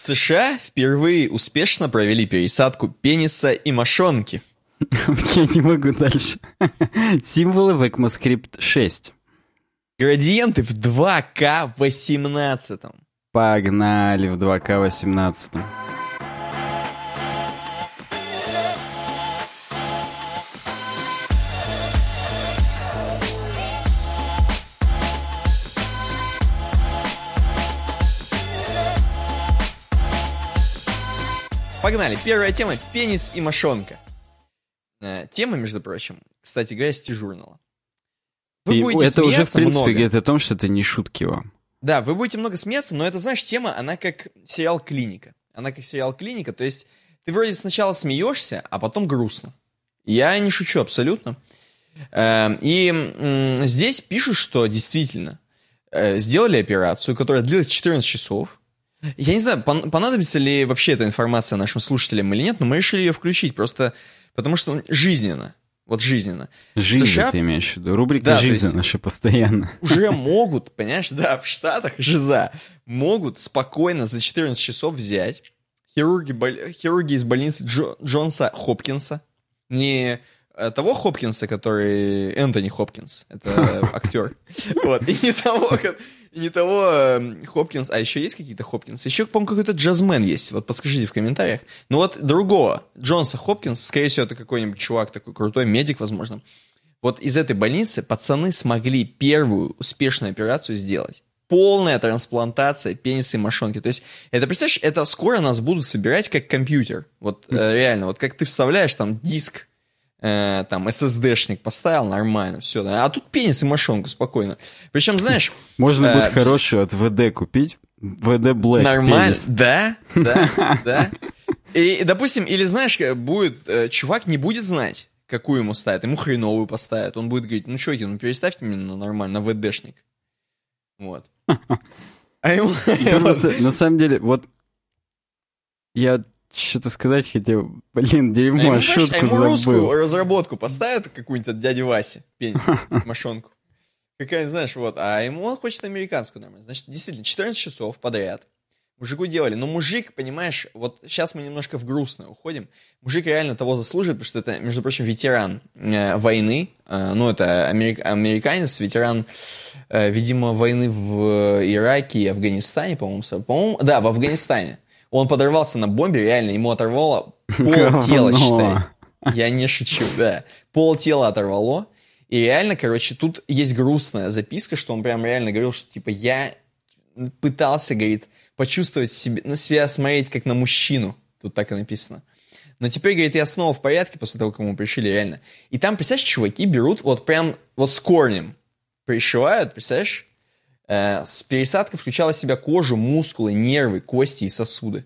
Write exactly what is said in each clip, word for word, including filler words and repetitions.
США впервые успешно провели пересадку пениса и мошонки. Я не могу дальше. Символы в ECMAScript шесть. Градиенты в два ка восемнадцать. Погнали в два ка восемнадцать. Погнали. Первая тема — пенис и мошонка. Э, тема, между прочим, кстати говоря, с T-журнала. Вы и будете это уже, в принципе, много. Говорит о том, что это не шутки вам. Да, вы будете много смеяться, но это, знаешь, тема, она как сериал «Клиника». Она как сериал «Клиника», то есть ты вроде сначала смеешься, а потом грустно. Я не шучу абсолютно. Э, и э, здесь пишут, что действительно э, сделали операцию, которая длилась четырнадцать часов. Я не знаю, понадобится ли вообще эта информация нашим слушателям или нет, но мы решили ее включить, просто потому что жизненно. Вот жизненно. Жизнь США... ты имеешь в виду? Рубрика да, «Жизнь» наша постоянно. Уже могут, понимаешь, да, в Штатах жиза могут спокойно за четырнадцать часов взять хирурги, бол... хирурги из больницы Джо... Джонса Хопкинса, не того Хопкинса, который Энтони Хопкинс, это актер, вот, и не того, и не того Хопкинс, а еще есть какие-то Хопкинсы? Еще, по-моему, какой-то джазмен есть, вот подскажите в комментариях. Ну вот другого, Джонса Хопкинса, скорее всего, это какой-нибудь чувак такой крутой, медик, возможно. Вот из этой больницы пацаны смогли первую успешную операцию сделать. Полная трансплантация пениса и мошонки. То есть, это, представляешь, это скоро нас будут собирать как компьютер. Вот э, реально, вот как ты вставляешь там диск, Э, там, эс эс ди-шник поставил, нормально, все, да. А тут пенис и мошонку спокойно. Причем, знаешь... Можно э, будет хорошую от вэ дэ купить, вэ дэ Black нормально, пенис. Да, да, да. И, допустим, или, знаешь, будет, э, чувак не будет знать, какую ему ставят, ему хреновую поставят. Он будет говорить, ну, чуваки, ну, переставьте меня на нормально, на вэ дэ-шник. Вот. А ему... Просто, на самом деле, вот я... Что-то сказать хотел. Блин, дерьмо, а шутку а ему забыл. Русскую разработку поставят какую-нибудь от дяди Васи, пенис, мошонку. Какая, знаешь, вот. А ему он хочет американскую нормально. Значит, действительно, четырнадцать часов подряд мужику делали. Но мужик, понимаешь, вот сейчас мы немножко в грустное уходим. Мужик реально того заслуживает, потому что это, между прочим, ветеран э, войны. Э, ну, это америк, американец, ветеран, э, видимо, войны в Ираке и Афганистане, по-моему. По-моему, да, в Афганистане. Он подорвался на бомбе, реально, ему оторвало пол тела, считай. Я не шучу, да. Пол тела оторвало. И реально, короче, тут есть грустная записка, что он прям реально говорил, что, типа, я пытался, говорит, почувствовать себе, на себя смотреть как на мужчину. Тут так и написано. Но теперь, говорит, я снова в порядке после того, как мы пришили, реально. И там, представляешь, чуваки берут вот прям вот с корнем пришивают, представляешь? Э, пересадка включала в себя кожу, мускулы, нервы, кости и сосуды.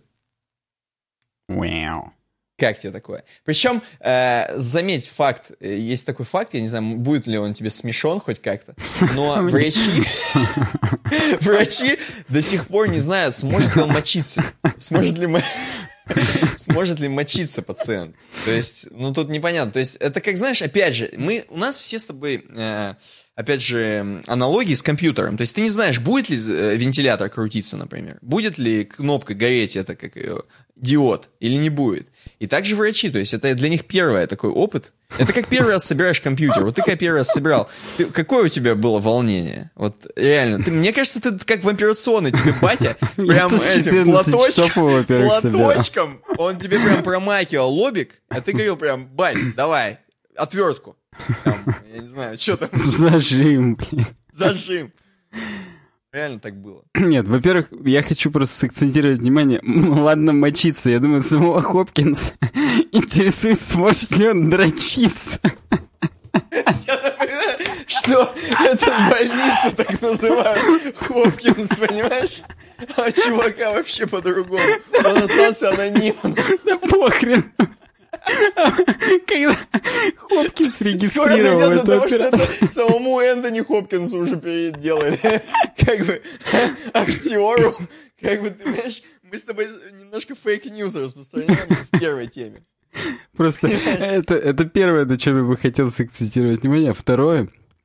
Wow. Как тебе такое? Причем, э, заметь факт, есть такой факт, я не знаю, будет ли он тебе смешон хоть как-то, но врачи, врачи до сих пор не знают, сможет ли он мочиться, сможет ли мы... Сможет ли мочиться пациент? То есть, ну тут непонятно. То есть, это как, знаешь, опять же, мы, у нас все с тобой, э, опять же, аналогии с компьютером. То есть, ты не знаешь, будет ли вентилятор крутиться, например, будет ли кнопка гореть, это как ее, диод, или не будет. И также врачи, то есть, это для них первый такой опыт. Это как первый раз собираешь компьютер. Вот ты как первый раз собирал. Ты, какое у тебя было волнение? Вот реально. Ты, мне кажется, ты как в операционной. Тебе батя прям этим платочком, платочком, он тебе прям промакивал лобик, а ты говорил прям, бать, давай, отвертку. Там, я не знаю, что там. Зажим, блин. Зажим. Реально так было. Нет, во-первых, я хочу просто сакцентировать внимание. Ладно, мочиться. Я думаю, самого Хопкинса интересует, сможет ли он дрочиться. Что эту больницу так называют Хопкинс, понимаешь? А чувака вообще по-другому. Он остался анонимным. Да похрен. Когда Хопкинс регистрировал эту операцию. Скоро дойдет до того, что это самому Энтони Хопкинсу уже переделали. Как бы актеру. Как бы, ты понимаешь, мы с тобой немножко фейк-ньюс распространяем в первой теме. Просто это, это первое, на чем я бы хотел сакцентировать внимание. Второе,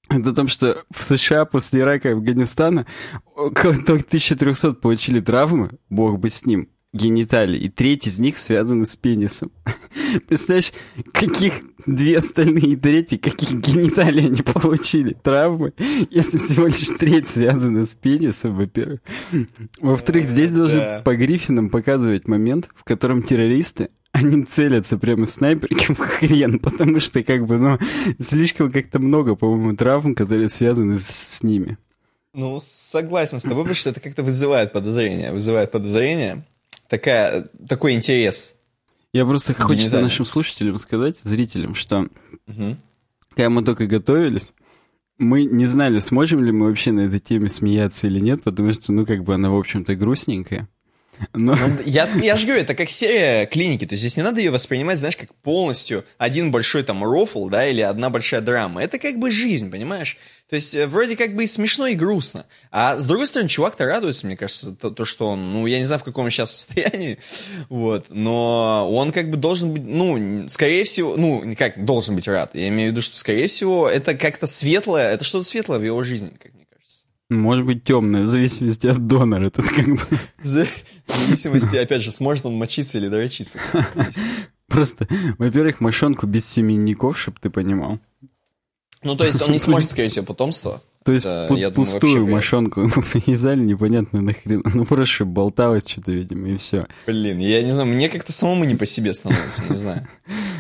Это о том, что в США после Ирака и Афганистана около тысяча триста получили травмы, бог бы с ним, гениталии, и треть из них связаны с пенисом. Представляешь, каких две остальные трети, каких гениталий они получили травмы, если всего лишь треть связана с пенисом, во-первых. Во-вторых, здесь должен по Гриффинам показывать момент, в котором террористы, они целятся прямо снайперки в хрен, потому что, как бы, ну, слишком как-то много, по-моему, травм, которые связаны с, с ними. Ну, согласен с тобой, потому что это как-то вызывает подозрение, вызывает подозрение, такая, такой интерес. Я просто хочется нашим слушателям сказать, зрителям, что угу. когда мы только готовились, мы не знали, сможем ли мы вообще на этой теме смеяться или нет, потому что, ну, как бы она, в общем-то, грустненькая. Но... Ну, я, я же говорю, это как серия клиники, то есть здесь не надо ее воспринимать, знаешь, как полностью один большой там рофл, да, или одна большая драма. Это как бы жизнь, понимаешь? То есть вроде как бы и смешно, и грустно. А с другой стороны, чувак-то радуется, мне кажется, то, то, что он, ну, я не знаю, в каком он сейчас состоянии, вот, но он как бы должен быть, ну, скорее всего, ну, как должен быть рад. Я имею в виду, что, скорее всего, это как-то светлое, это что-то светлое в его жизни, как мне кажется. Может быть, темное, в зависимости от донора. Тут как бы... В зависимости, опять же, сможет он мочиться или дрочиться. Просто, во-первых, мошонку без семенников, чтобы ты понимал. Ну, то есть он не сможет, скорее всего, потомство. То есть это, пу- пустую думаю, мошонку вырезали, непонятно нахрен. Ну, просто болталось что-то, видимо, и все. Блин, я не знаю, мне как-то самому не по себе становится, не знаю.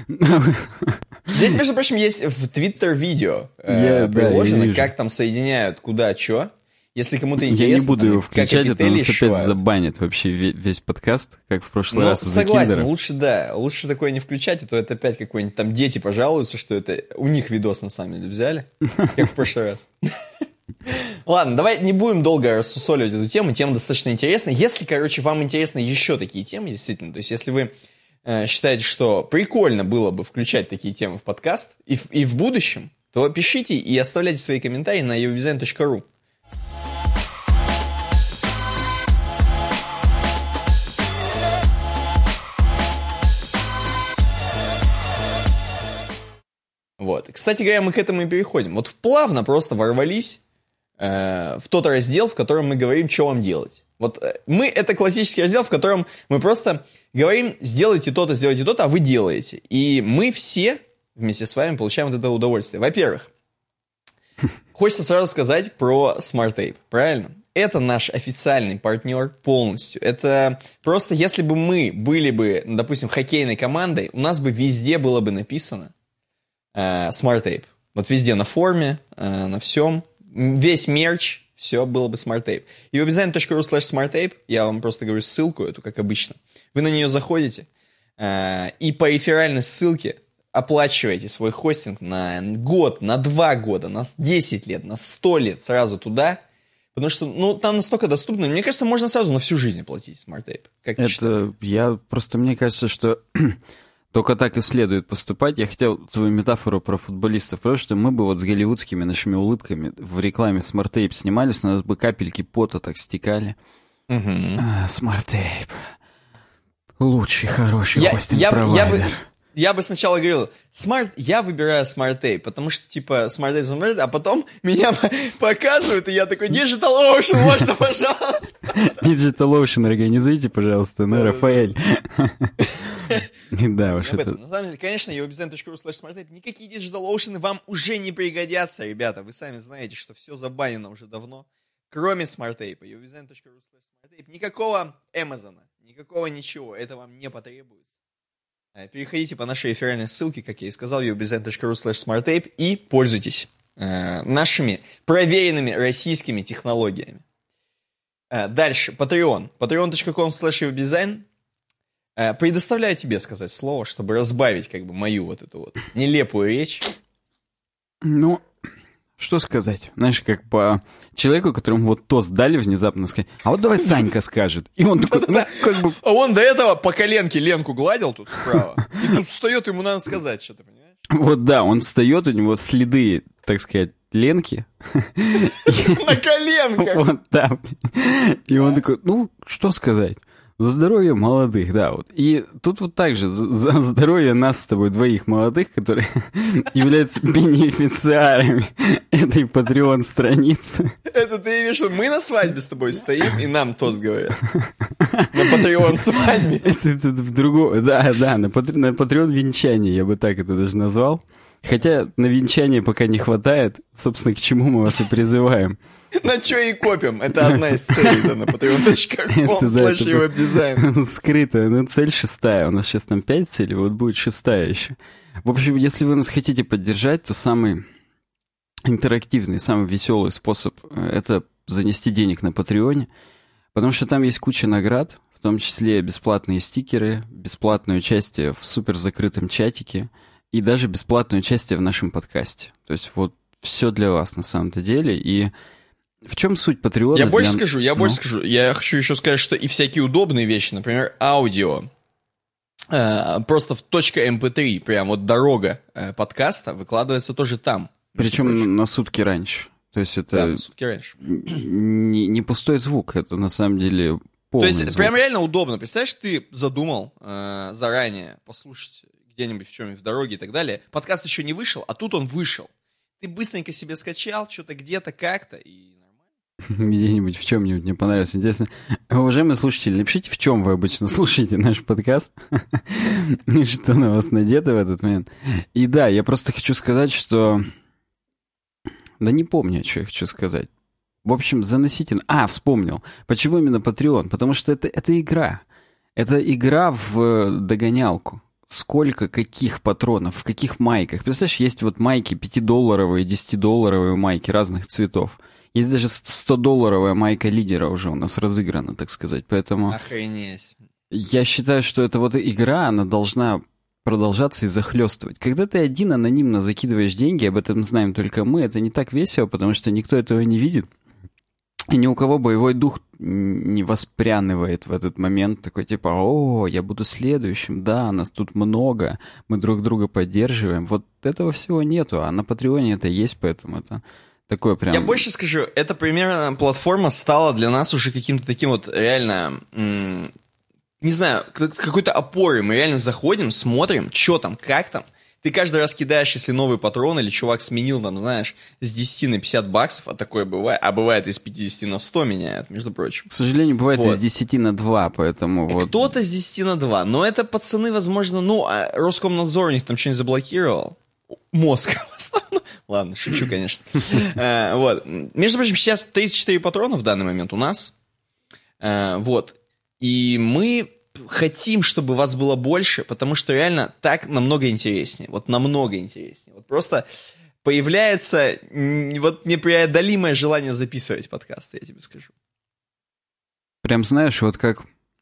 Здесь, между прочим, есть в Твиттер видео э, приложено, да, как там соединяют куда, что. Если кому-то интересно... Я не буду его включать, это нас опять забанит вообще весь подкаст, как в прошлый ну, раз из-за согласен, киндера. лучше, да, лучше такое не включать, а то это опять какой-нибудь там дети пожалуются, что это у них видос на самом деле взяли, как в прошлый раз. Ладно, давай не будем долго рассусоливать эту тему, тема достаточно интересная. Если, короче, вам интересны еще такие темы, действительно, то есть если вы э, считаете, что прикольно было бы включать такие темы в подкаст и в, и в будущем, то пишите и оставляйте свои комментарии на евдизайн точка ру. Вот. Кстати говоря, мы к этому и переходим. Вот плавно просто ворвались э, в тот раздел, в котором мы говорим, что вам делать. Вот э, мы, это классический раздел, в котором мы просто говорим, сделайте то-то, сделайте то-то, а вы делаете. И мы все вместе с вами получаем вот это удовольствие. Во-первых, хочется сразу сказать про SmartTape, правильно? Это наш официальный партнер полностью. Это просто, если бы мы были бы, допустим, хоккейной командой, у нас бы везде было бы написано SmartTape. Вот везде на форме, на всем. Весь мерч, все было бы SmartTape. И webdesign точка ру слэш smarttape, я вам просто говорю ссылку эту, как обычно. Вы на нее заходите и по реферальной ссылке оплачиваете свой хостинг на год, на два года, на десять лет, на сто лет сразу туда. Потому что, ну, там настолько доступно. Мне кажется, можно сразу на всю жизнь платить SmartTape. Как ты считаешь? Я просто, мне кажется, что... Только так и следует поступать. Я хотел твою метафору про футболистов, потому что мы бы вот с голливудскими нашими улыбками в рекламе SmartTape снимались, у нас бы капельки пота так стекали. Угу. А, SmartTape. Лучший, хороший хостинг-провайдер. Я, я, я бы сначала говорил, Smart, я выбираю SmartTape, потому что, типа, SmartTape, SmartTape, а потом меня показывают, и я такой, Digital Ocean, можно, пожалуйста? Digital Ocean, организуйте, пожалуйста, ну, Рафаэль. Да, уж это... На самом деле, конечно, webdesign точка ру слэш smarttape, никакие Digital Ocean вам уже не пригодятся, ребята. Вы сами знаете, что все забанено уже давно, кроме SmartTape. webdesign точка ру слэш smarttape. Никакого Amazon, никакого ничего, это вам не потребуется. Переходите по нашей реферальной ссылке, как я и сказал, webdesign точка ру слэш smarttape, и пользуйтесь э, нашими проверенными российскими технологиями. Э, дальше, Patreon. patreon точка ком слэш webdesign. Предоставляю тебе сказать слово, чтобы разбавить как бы мою вот эту вот нелепую речь. Ну, что сказать? Знаешь, как по человеку, которому вот тост дали внезапно сказать, а вот давай Санька скажет. И он такой, ну, как бы... А он до этого по коленке Ленку гладил тут справа. И тут встает, ему надо сказать что-то, понимаешь? Вот да, он встает, у него следы, так сказать, Ленки. На коленках. Вот, да. И он такой, ну, что сказать? За здоровье молодых, да. Вот. И тут вот так же, за, за здоровье нас с тобой двоих молодых, которые являются бенефициарами этой Patreon-страницы. Это ты имеешь в виду, мы на свадьбе с тобой стоим, и нам тост говорят. На Patreon-свадьбе. Это, это в другом, да, да, на Patreon-венчании, я бы так это даже назвал. Хотя на венчание пока не хватает, собственно, к чему мы вас и призываем. На что и копим. Это одна из целей, да, на patreon точка com слэш веб-дизайн. Скрытая, ну, цель шестая. У нас сейчас там пять целей, вот будет шестая еще. В общем, если вы нас хотите поддержать, то самый интерактивный, самый веселый способ — это занести денег на Патреоне, потому что там есть куча наград, в том числе бесплатные стикеры, бесплатное участие в суперзакрытом чатике и даже бесплатное участие в нашем подкасте. То есть вот все для вас на самом-то деле. И в чем суть Патреона? Я больше для... скажу, я ну? больше скажу. Я хочу еще сказать, что и всякие удобные вещи, например, аудио, э, просто в эм пэ три, прям вот дорога э, подкаста выкладывается тоже там. Причем на сутки раньше. То есть это да, на сутки раньше. Не, не пустой звук, это на самом деле полный звук. То есть прям реально удобно. Представляешь, ты задумал э, заранее послушать где-нибудь в чем-нибудь в дороге и так далее. Подкаст еще не вышел, а тут он вышел. Ты быстренько себе скачал, что-то где-то, как-то, и нормально. Где-нибудь в чем-нибудь мне понравилось. Интересно. Уважаемые слушатели, напишите, в чем вы обычно слушаете наш подкаст. И что на вас надето в этот момент. И да, я просто хочу сказать, что... Да не помню, что я хочу сказать. В общем, заносите... А, вспомнил. Почему именно Patreon? Потому что это, это игра. Это игра в догонялку. Сколько каких патронов, в каких майках. Представляешь, есть вот майки пятидолларовые, десятидолларовые майки разных цветов. Есть даже стодолларовая майка лидера уже у нас разыграна, так сказать. Поэтому охренеть. Я считаю, что эта вот игра, она должна продолжаться и захлестывать. Когда ты один анонимно закидываешь деньги, об этом знаем только мы, это не так весело, потому что никто этого не видит. И ни у кого боевой дух не воспрянывает в этот момент. Такой типа, о, я буду следующим, да, нас тут много, мы друг друга поддерживаем. Вот этого всего нету, а на Патреоне это есть, поэтому это такое прям... Я больше скажу, эта примерно платформа стала для нас уже каким-то таким вот реально... М- не знаю, какой-то опорой. Мы реально заходим, смотрим, что там, как там. Ты каждый раз кидаешь, если новый патрон или чувак сменил, там, знаешь, с десяти на пятьдесят баксов, а такое бывает, а бывает из пятидесяти на сто меняют, между прочим. К сожалению, бывает вот. Из десяти на два, поэтому вот... Кто-то с десяти на два, но это пацаны, возможно, ну, а Роскомнадзор у них там что-нибудь заблокировал. Мозг в основном. Ладно, шучу, конечно. Вот. Между прочим, сейчас тридцать четыре патрона в данный момент у нас. Вот. И мы... хотим, чтобы вас было больше, потому что реально так намного интереснее. Вот намного интереснее. Вот просто появляется вот непреодолимое желание записывать подкасты, я тебе скажу. Прям знаешь, вот как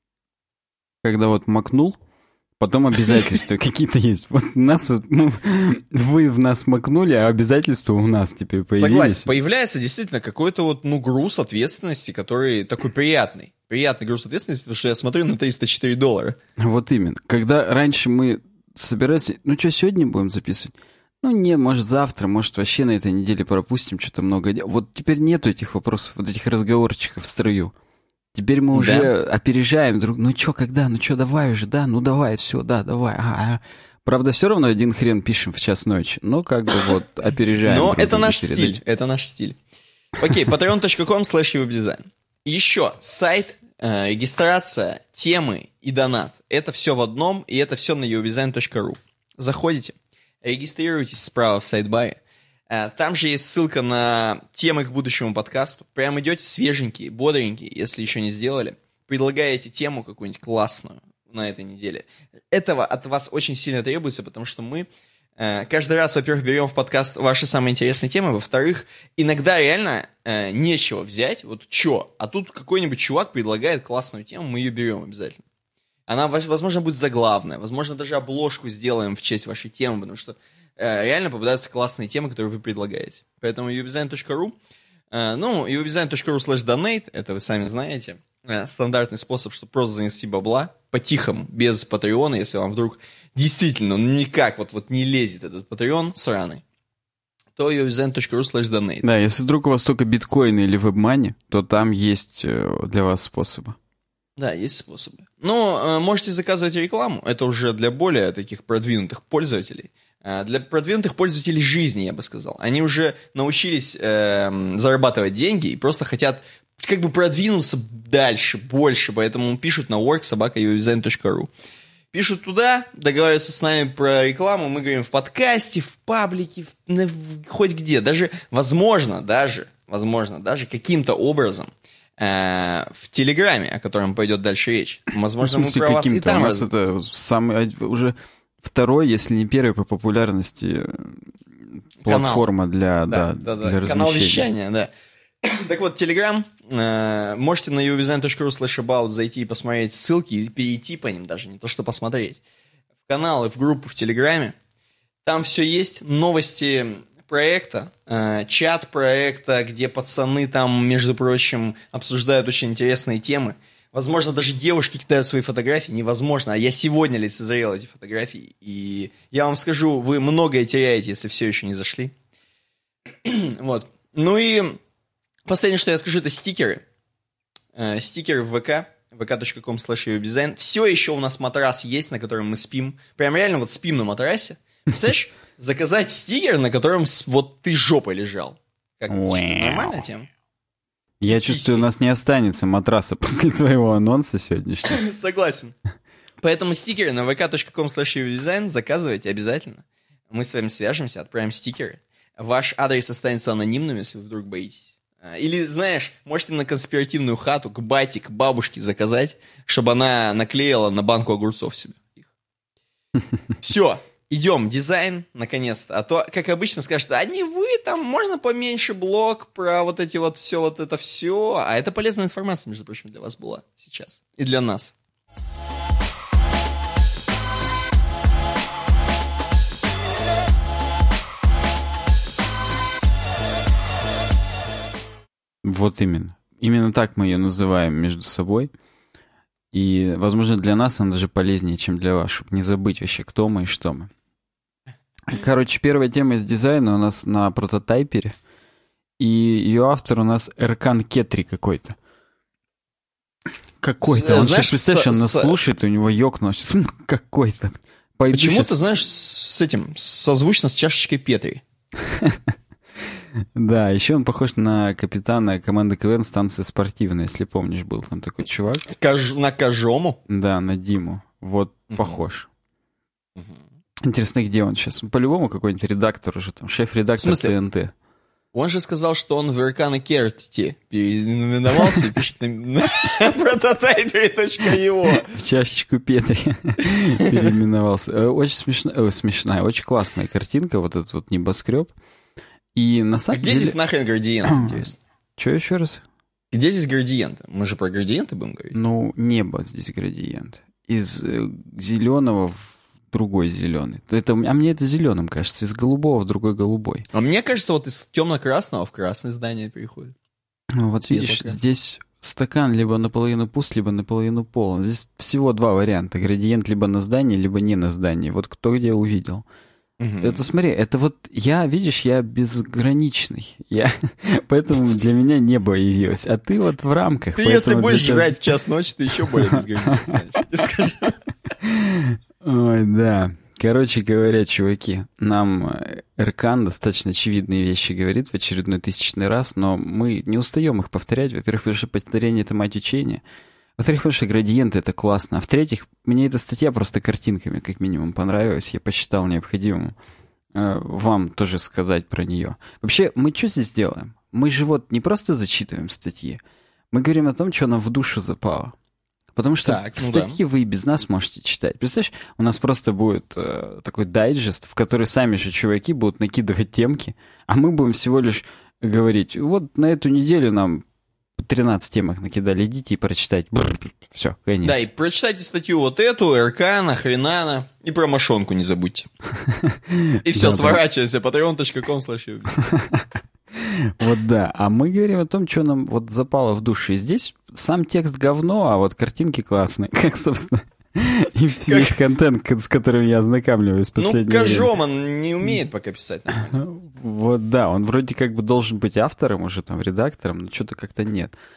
когда вот макнул, потом обязательства какие-то есть. Вот нас вот, ну, вы в нас макнули, а обязательства у нас теперь появились. Согласен. Появляется действительно какой-то вот, ну, груз ответственности, который такой приятный. Приятный груз ответственности, потому что я смотрю на триста четыре доллара. Вот именно. Когда раньше мы собирались... Ну что, сегодня будем записывать? Ну не, может завтра, может вообще на этой неделе пропустим, что-то много дел. Вот теперь нету этих вопросов, вот этих разговорчиков в строю. Теперь мы уже да. опережаем друг... Ну что, когда? Ну что, давай уже, да? Ну давай, все, да, давай. А-а. Правда, все равно один хрен пишем в час ночи. Но как бы вот опережаем. Но это наш стиль, это наш стиль. Окей, patreon точка com слэш веб-дизайн. Еще сайт, э, регистрация, темы и донат. Это все в одном, и это все на ювебдизайн точка ру. Заходите, регистрируйтесь справа в сайт-баре. Э, там же есть ссылка на темы к будущему подкасту. Прям идете свеженькие, бодренькие, если еще не сделали. Предлагаете тему какую-нибудь классную на этой неделе. Этого от вас очень сильно требуется, потому что мы... Каждый раз, во-первых, берем в подкаст ваши самые интересные темы, во-вторых, иногда реально э, нечего взять, вот чё, а тут какой-нибудь чувак предлагает классную тему, мы ее берем обязательно. Она, возможно, будет заглавная, возможно, даже обложку сделаем в честь вашей темы, потому что э, реально попадаются классные темы, которые вы предлагаете. Поэтому ювебдизайн точка ру, э, ну, ювебдизайн точка ру слэш донейт, это вы сами знаете, э, стандартный способ, чтобы просто занести бабла, по-тихому, без Патреона, если вам вдруг действительно ну, никак вот, вот не лезет этот Patreon сраный, то ювебдизайн точка ру слэш донейт. Да, если вдруг у вас только биткоины или вебмани, то там есть для вас способы. Да, есть способы. Но э, можете заказывать рекламу. Это уже для более таких продвинутых пользователей. Э, для продвинутых пользователей жизни, я бы сказал. Они уже научились э, зарабатывать деньги и просто хотят как бы продвинуться дальше, больше. Поэтому пишут на work собака ю ай дизайн точка ру. Пишут туда, договариваются с нами про рекламу. Мы говорим в подкасте, в паблике, в, в, хоть где. Даже, возможно, даже, возможно, даже каким-то образом в Телеграме, о котором пойдет дальше речь. Возможно, в смысле, мы про вас и там... У нас раз... это самый, уже второй, если не первый по популярности платформа для, да, да, да, для размещения. Канал вещания, да. Так вот, Телеграм. Э, можете на ю ай дизайн точка ру слэш абаут зайти и посмотреть ссылки, и перейти по ним даже, не то что посмотреть. В канал и в группу в Телеграме. Там все есть. Новости проекта, э, чат проекта, где пацаны там, между прочим, обсуждают очень интересные темы. Возможно, даже девушки кидают свои фотографии. Невозможно. А я сегодня лицезрел эти фотографии. И я вам скажу, вы многое теряете, если все еще не зашли. Вот. Ну и последнее, что я скажу, это стикеры. Э, стикеры в ВК. ви ка точка ком слэш ю ай дизайн. Все еще у нас матрас есть, на котором мы спим. Прям реально вот спим на матрасе. Представляешь? Заказать стикер, на котором вот ты жопой лежал. Как нормальная тема? Я чувствую, у нас не останется матраса после твоего анонса сегодняшнего. Согласен. Поэтому стикеры на ви ка точка ком слэш ю ай дизайн заказывайте обязательно. Мы с вами свяжемся, отправим стикеры. Ваш адрес останется анонимным, если вы вдруг боитесь. Или, знаешь, можете на конспиративную хату к бате, к бабушке заказать, чтобы она наклеила на банку огурцов себе. Все. Идем, дизайн, наконец-то. А то, как обычно, скажут, а не вы, там можно поменьше блог про вот эти вот все, вот это все. А это полезная информация, между прочим, для вас была сейчас. И для нас. Вот именно. Именно так мы ее называем между собой. И, возможно, для нас она даже полезнее, чем для вас, чтобы не забыть вообще, кто мы и что мы. Короче, первая тема из дизайна у нас на прототайпере. И ее автор у нас Эркан Кетри какой-то. Какой-то. Он знаешь, сейчас, представляешь, он нас с... слушает, у него ёкнул. Какой-то. Пойду Почему сейчас... ты, знаешь, с этим, созвучно с чашечкой Петри? Да, еще он похож на капитана команды КВН станции спортивной, если помнишь, был там такой чувак. Каж... На Кажому? Да, на Диму. Вот, uh-huh. похож. Uh-huh. Интересно, где он сейчас? По-любому какой-нибудь редактор уже, там, шеф-редактор ТНТ. Он же сказал, что он в Эркана Керти переименовался и пишет на прототайпере точка ю. В чашечку Петри переименовался. Очень смешная, смешная, очень классная картинка, вот этот вот небоскреб. И на самом а где деле... здесь нахрен градиент, интересно? Что еще раз? Где здесь градиент? Мы же про градиенты будем говорить. Ну, небо здесь градиент. Из э, зеленого в другой зеленый. Это, а мне это зеленым кажется. Из голубого в другой голубой. А мне кажется, вот из темно-красного в красное здание переходит. Ну, вот Цвет видишь, красный. Здесь стакан либо наполовину пуст, либо наполовину полон. Здесь всего два варианта. Градиент либо на здании, либо не на здании. Вот кто где увидел. Угу. Это смотри, это вот я, видишь, я безграничный. Я... Поэтому для меня небо явилось. А ты вот в рамках. Ты если будешь тебя... жрать в час ночи, ты еще более безграничный. Ой, да. Короче говоря, чуваки, нам Эркан достаточно очевидные вещи говорит в очередной тысячный раз, но мы не устаем их повторять. Во-первых, потому что повторение — это мать учения. Во-вторых, потому что градиенты — это классно. А в-третьих, мне эта статья просто картинками, как минимум, понравилась. Я посчитал необходимым э, вам тоже сказать про нее. Вообще, мы что здесь делаем? Мы же вот не просто зачитываем статьи. Мы говорим о том, что нам в душу запало. Потому что так, в ну статье да. вы и без нас можете читать. Представляешь, у нас просто будет э, такой дайджест, в который сами же чуваки будут накидывать темки, а мы будем всего лишь говорить, вот на эту неделю нам тринадцать темок накидали, идите и прочитайте. Все, конец. Да, и прочитайте статью вот эту, Эркана, Хренана, и про мошонку не забудьте. И все, сворачивайся, patreon точка ком слэш ю. Вот да, а мы говорим о том, что нам вот запало в душу. И здесь сам текст говно, а вот картинки классные. Как, собственно, и весь контент, с которым я ознакомливаюсь в последнее время. Ну, Кажом, он не умеет пока писать. Вот да, он вроде как бы должен быть автором уже, там, редактором, но что-то как-то нет.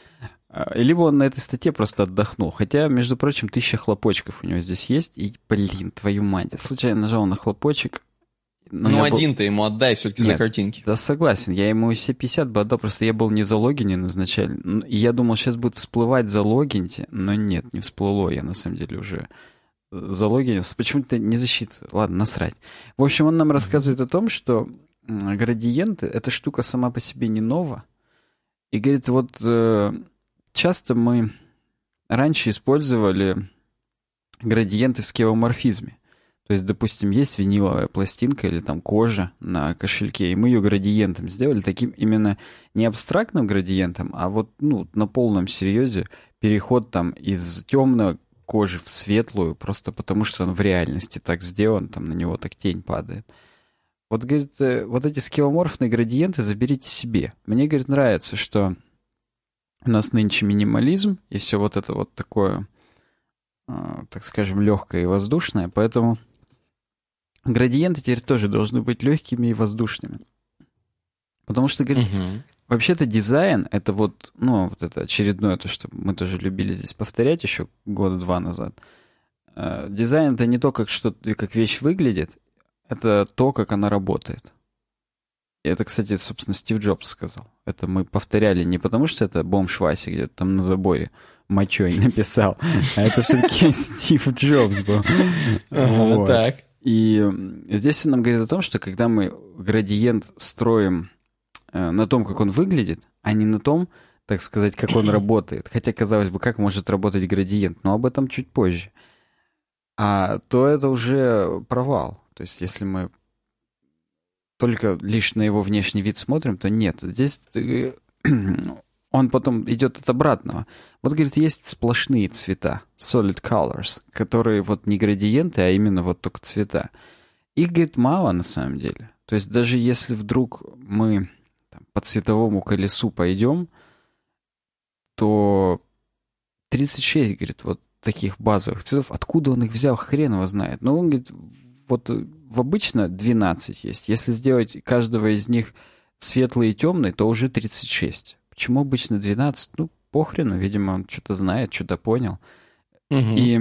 Либо он на этой статье просто отдохнул. Хотя, между прочим, тысяча хлопочков у него здесь есть. И, блин, твою мать, я случайно нажал на хлопочек. Ну, один-то был... ему отдай все-таки за картинки. Да, согласен. Я ему все пятьдесят бы отдал. Просто я был не залогинен изначально. И я думал, сейчас будет всплывать залогиньте. Но нет, не всплыло. Я, на самом деле, уже залогинился. Почему-то не засчитываю. Ладно, насрать. В общем, он нам рассказывает о том, что градиенты — эта штука сама по себе не нова. И говорит, вот э, часто мы раньше использовали градиенты в скеоморфизме. То есть, допустим, есть виниловая пластинка или там кожа на кошельке, и мы ее градиентом сделали, таким именно не абстрактным градиентом, а вот ну, на полном серьезе переход там из темной кожи в светлую, просто потому что он в реальности так сделан, там на него так тень падает. Вот, говорит, вот эти скеоморфные градиенты заберите себе. Мне, говорит, нравится, что у нас нынче минимализм, и все вот это вот такое, э, так скажем, легкое и воздушное, поэтому градиенты теперь тоже должны быть легкими и воздушными. Потому что, говорит, uh-huh. вообще-то дизайн — это вот, ну, вот это очередное, то, что мы тоже любили здесь повторять еще года два назад. Э, дизайн — это не то, как, что, как вещь выглядит, это то, как она работает. И это, кстати, собственно, Стив Джобс сказал. Это мы повторяли не потому, что это бомж Вася где-то там на заборе мочой написал, а это все-таки Стив Джобс был. Так. И здесь он нам говорит о том, что когда мы градиент строим на том, как он выглядит, а не на том, так сказать, как он работает. Хотя, казалось бы, как может работать градиент, но об этом чуть позже. А то это уже провал. То есть, если мы только лишь на его внешний вид смотрим, то нет. Здесь он потом идет от обратного. Вот, говорит, есть сплошные цвета, solid colors, которые вот не градиенты, а именно вот только цвета. Их, говорит, мало на самом деле. То есть, даже если вдруг мы там, по цветовому колесу пойдем, то тридцать шесть, говорит, вот таких базовых цветов. Откуда он их взял, хрен его знает. Но он, говорит, вот в обычно двенадцать есть. Если сделать каждого из них светлый и темный, то уже тридцать шесть. Почему обычно двенадцать? Ну, похрену, видимо, он что-то знает, что-то понял. Угу. И,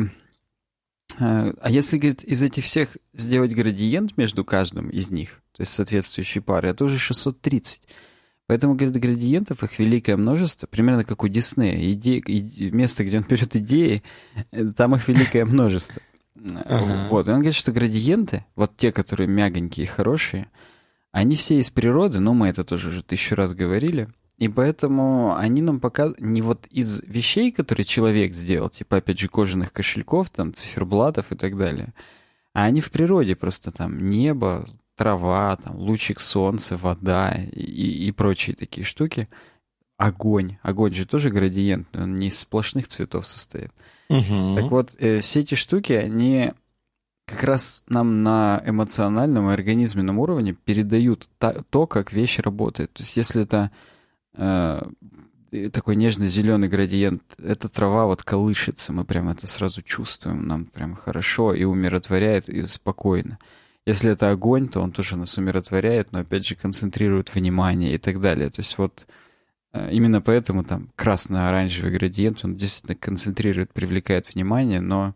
а если, говорит, из этих всех сделать градиент между каждым из них, то есть соответствующей пары, это уже шестьсот тридцать. Поэтому, говорит, градиентов их великое множество, примерно как у Диснея. Иде... Иде... Место, где он берет идеи, там их великое множество. Uh-huh. Вот. И он говорит, что градиенты, вот те, которые мягонькие и хорошие, они все из природы, но мы это тоже уже тысячу раз говорили, и поэтому они нам показывают не вот из вещей, которые человек сделал, типа, опять же, кожаных кошельков, там, циферблатов и так далее, а они в природе просто там небо, трава, там, лучик солнца, вода и, и прочие такие штуки. Огонь. Огонь же тоже градиент, он не из сплошных цветов состоит. Угу. Так вот, э, все эти штуки, они как раз нам на эмоциональном и организменном уровне передают та, то, как вещь работает. То есть, если это э, такой нежно-зеленый градиент, эта трава вот колышется, мы прям это сразу чувствуем, нам прям хорошо и умиротворяет, и спокойно. Если это огонь, то он тоже нас умиротворяет, но опять же концентрирует внимание и так далее. То есть вот именно поэтому там красно-оранжевый градиент, он действительно концентрирует, привлекает внимание, но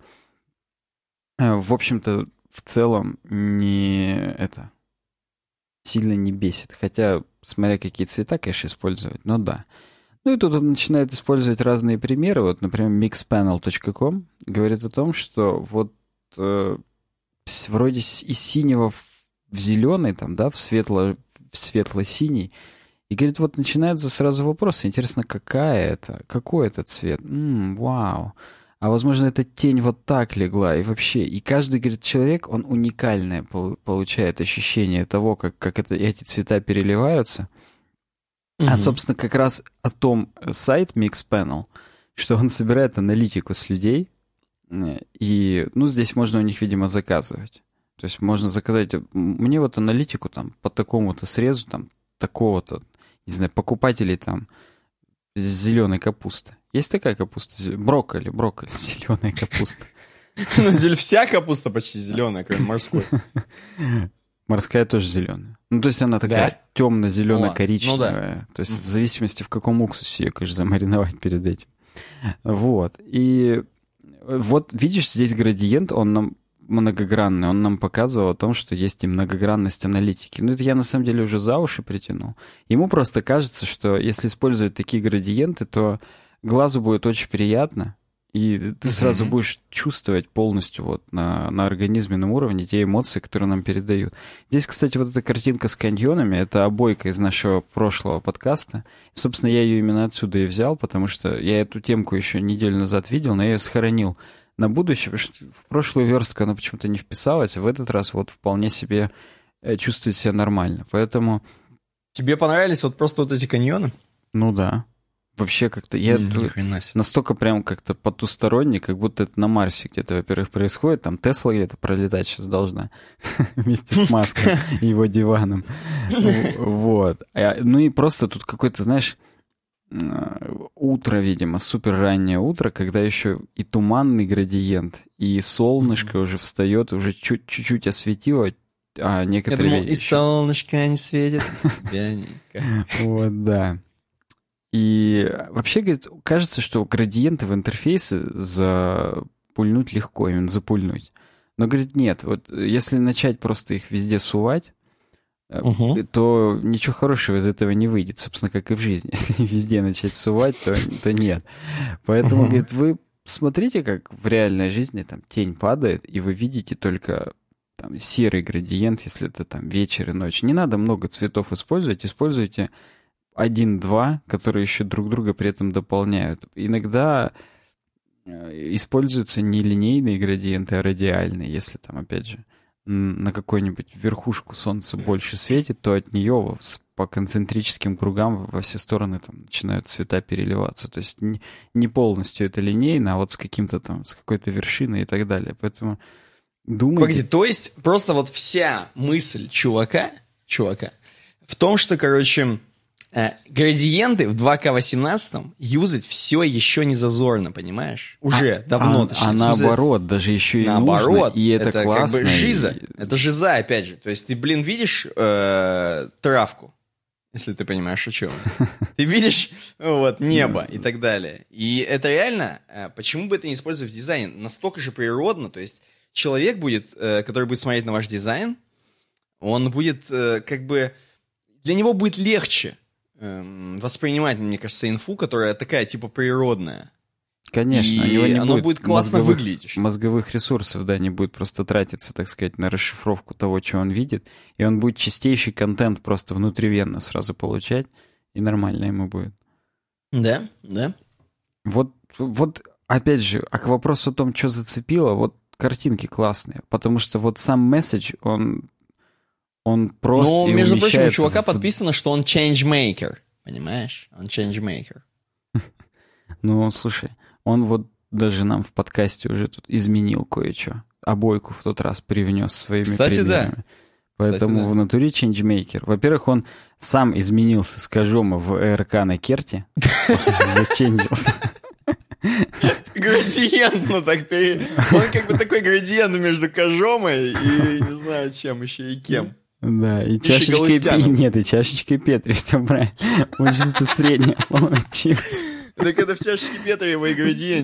в общем-то в целом не это сильно не бесит. Хотя, смотря какие цвета, конечно, использовать, но да. Ну и тут он начинает использовать разные примеры. Вот, например, микс панел точка ком говорит о том, что вот э, вроде из синего в зеленый, там, да, в светло, в светло-синий. И, говорит, вот начинается сразу вопрос, интересно, какая это, какой это цвет? М-м, вау. А, возможно, эта тень вот так легла. И вообще, и каждый, говорит, человек, он уникальное получает ощущение того, как, как это, эти цвета переливаются. Mm-hmm. А, собственно, как раз о том сайт Mixpanel, что он собирает аналитику с людей, и, ну, здесь можно у них, видимо, заказывать. То есть можно заказать, мне вот аналитику там по такому-то срезу, там, такого-то, не знаю, покупателей там с зеленой капусты. Есть такая капуста? Брокколи, брокколи, зеленая капуста. Ну, вся капуста почти зеленая, кроме морской. Морская тоже зеленая. Ну, то есть она такая Да? темно-зелено-коричневая. Ну, да. То есть в зависимости, в каком уксусе ее, конечно, замариновать перед этим. Вот. И вот видишь, здесь градиент, он нам многогранный, он нам показывал о том, что есть и многогранность аналитики. Ну, это я на самом деле уже за уши притянул. Ему просто кажется, что если использовать такие градиенты, то глазу будет очень приятно, и ты uh-huh. сразу будешь чувствовать полностью вот на, на организменном уровне те эмоции, которые нам передают. Здесь, кстати, вот эта картинка с каньонами, это обойка из нашего прошлого подкаста. И, собственно, я ее именно отсюда и взял, потому что я эту темку еще неделю назад видел, но я ее сохранил на будущее, потому что в прошлую верстку она почему-то не вписалась, а в этот раз вот вполне себе чувствует себя нормально. Поэтому... Тебе понравились вот просто вот эти каньоны? Ну да. Вообще как-то... Я mm, настолько прям как-то потусторонний, как будто это на Марсе где-то, во-первых, происходит. Там Тесла где-то пролетать сейчас должна вместе с Маском и его диваном. Вот. Ну и просто тут какой-то, знаешь... утро, видимо, супер раннее утро, когда еще и туманный градиент, и солнышко mm-hmm. уже встает, уже чуть- чуть-чуть осветило, а некоторые... Я думал, и еще... солнышко не светит. Вот, да. И вообще, говорит, кажется, что градиенты в интерфейсе запульнуть легко, именно запульнуть. Но, говорит, нет, вот если начать просто их везде сувать, Uh-huh. то ничего хорошего из этого не выйдет, собственно, как и в жизни. Если везде начать сувать, то, то нет. Поэтому, uh-huh. говорит, вы смотрите, как в реальной жизни там тень падает, и вы видите только там серый градиент, если это там вечер и ночь. Не надо много цветов использовать, используйте один-два, которые еще друг друга при этом дополняют. Иногда используются не линейные градиенты, а радиальные, если там, опять же, на какую-нибудь верхушку солнца больше светит, то от нее по концентрическим кругам во все стороны там начинают цвета переливаться. То есть не, не полностью это линейно, а вот с каким-то там, с какой-то вершиной и так далее. Поэтому думайте... Погоди, то есть просто вот вся мысль чувака, чувака в том, что, короче, э, градиенты в два ка восемнадцать юзать все еще не зазорно, понимаешь? Уже а, давно. А, точнее, а наоборот, даже еще и наоборот, нужно, и это, это классно. Как бы жиза. И... Это жиза, опять же. То есть ты, блин, видишь э, травку, если ты понимаешь, о чем. Ты видишь вот небо и так далее. И это реально, почему бы это не использовать в дизайне? Настолько же природно. То есть человек будет, который будет смотреть на ваш дизайн, он будет как бы... Для него будет легче воспринимать, мне кажется, инфу, которая такая, типа, природная. Конечно, и у него не оно будет, будет классно мозговых, выглядеть. Мозговых ресурсов, да, не будет просто тратиться, так сказать, на расшифровку того, что он видит, и он будет чистейший контент просто внутривенно сразу получать, и нормально ему будет. Да, да. Вот, вот опять же, а к вопросу о том, что зацепило, вот картинки классные, потому что вот сам месседж, он... Он просто ну, и между прочим, у чувака в... подписано, что он changemaker. Понимаешь? Он changemaker. Ну, слушай, он вот даже нам в подкасте уже тут изменил кое-что. Обойку в тот раз привнес своими Кстати, примерами. Да. Поэтому Кстати, да. в натуре changemaker. Во-первых, он сам изменился с Кожома в ЭРК на Керте. Заченджился. Градиент, ну так пере... Он как бы такой градиент между Кожомой и, не знаю, чем еще, и кем. Да, и чашечкой Петри. Нет, и чашечкой Петри, все правильно. Вот что-то среднее получилось. Так это в чашечке Петри его и градиент.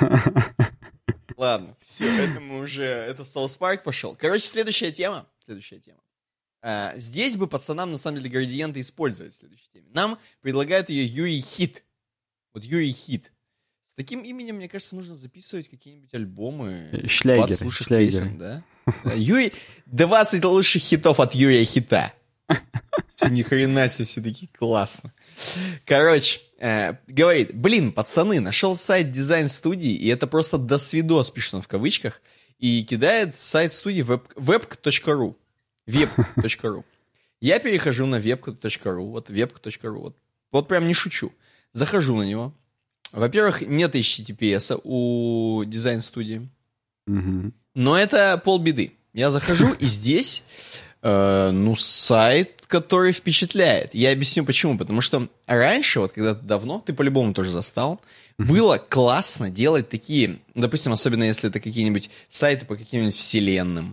Ладно, все, это мы уже... Это South Park пошел. Короче, следующая тема. Следующая тема. А, здесь бы пацанам, на самом деле, градиенты использовать в следующей теме. Нам предлагают ее Юрий Хит. Вот Юрий Хит. С таким именем, мне кажется, нужно записывать какие-нибудь альбомы. Шлягеры. двадцать лучших песен, да? Да, Юрий... двадцать лучших хитов от Юрия Хита. Ни хрена себе, все такие классно. Короче, э, говорит, блин, пацаны, нашел сайт дизайн-студии, и это просто досвидос, пишет он в кавычках, и кидает сайт студии веб точка ру. веб точка ру. Я перехожу на веб точка ру, вот веб точка ру, вот, вот прям не шучу. Захожу на него. Во-первых, нет эйч ти ти пи эс у дизайн-студии. Mm-hmm. Но это полбеды. Я захожу, и здесь, э, ну, сайт, который впечатляет. Я объясню почему. Потому что раньше, вот когда-то давно, ты по-любому тоже застал, mm-hmm. было классно делать такие, допустим, особенно если это какие-нибудь сайты по каким-нибудь вселенным,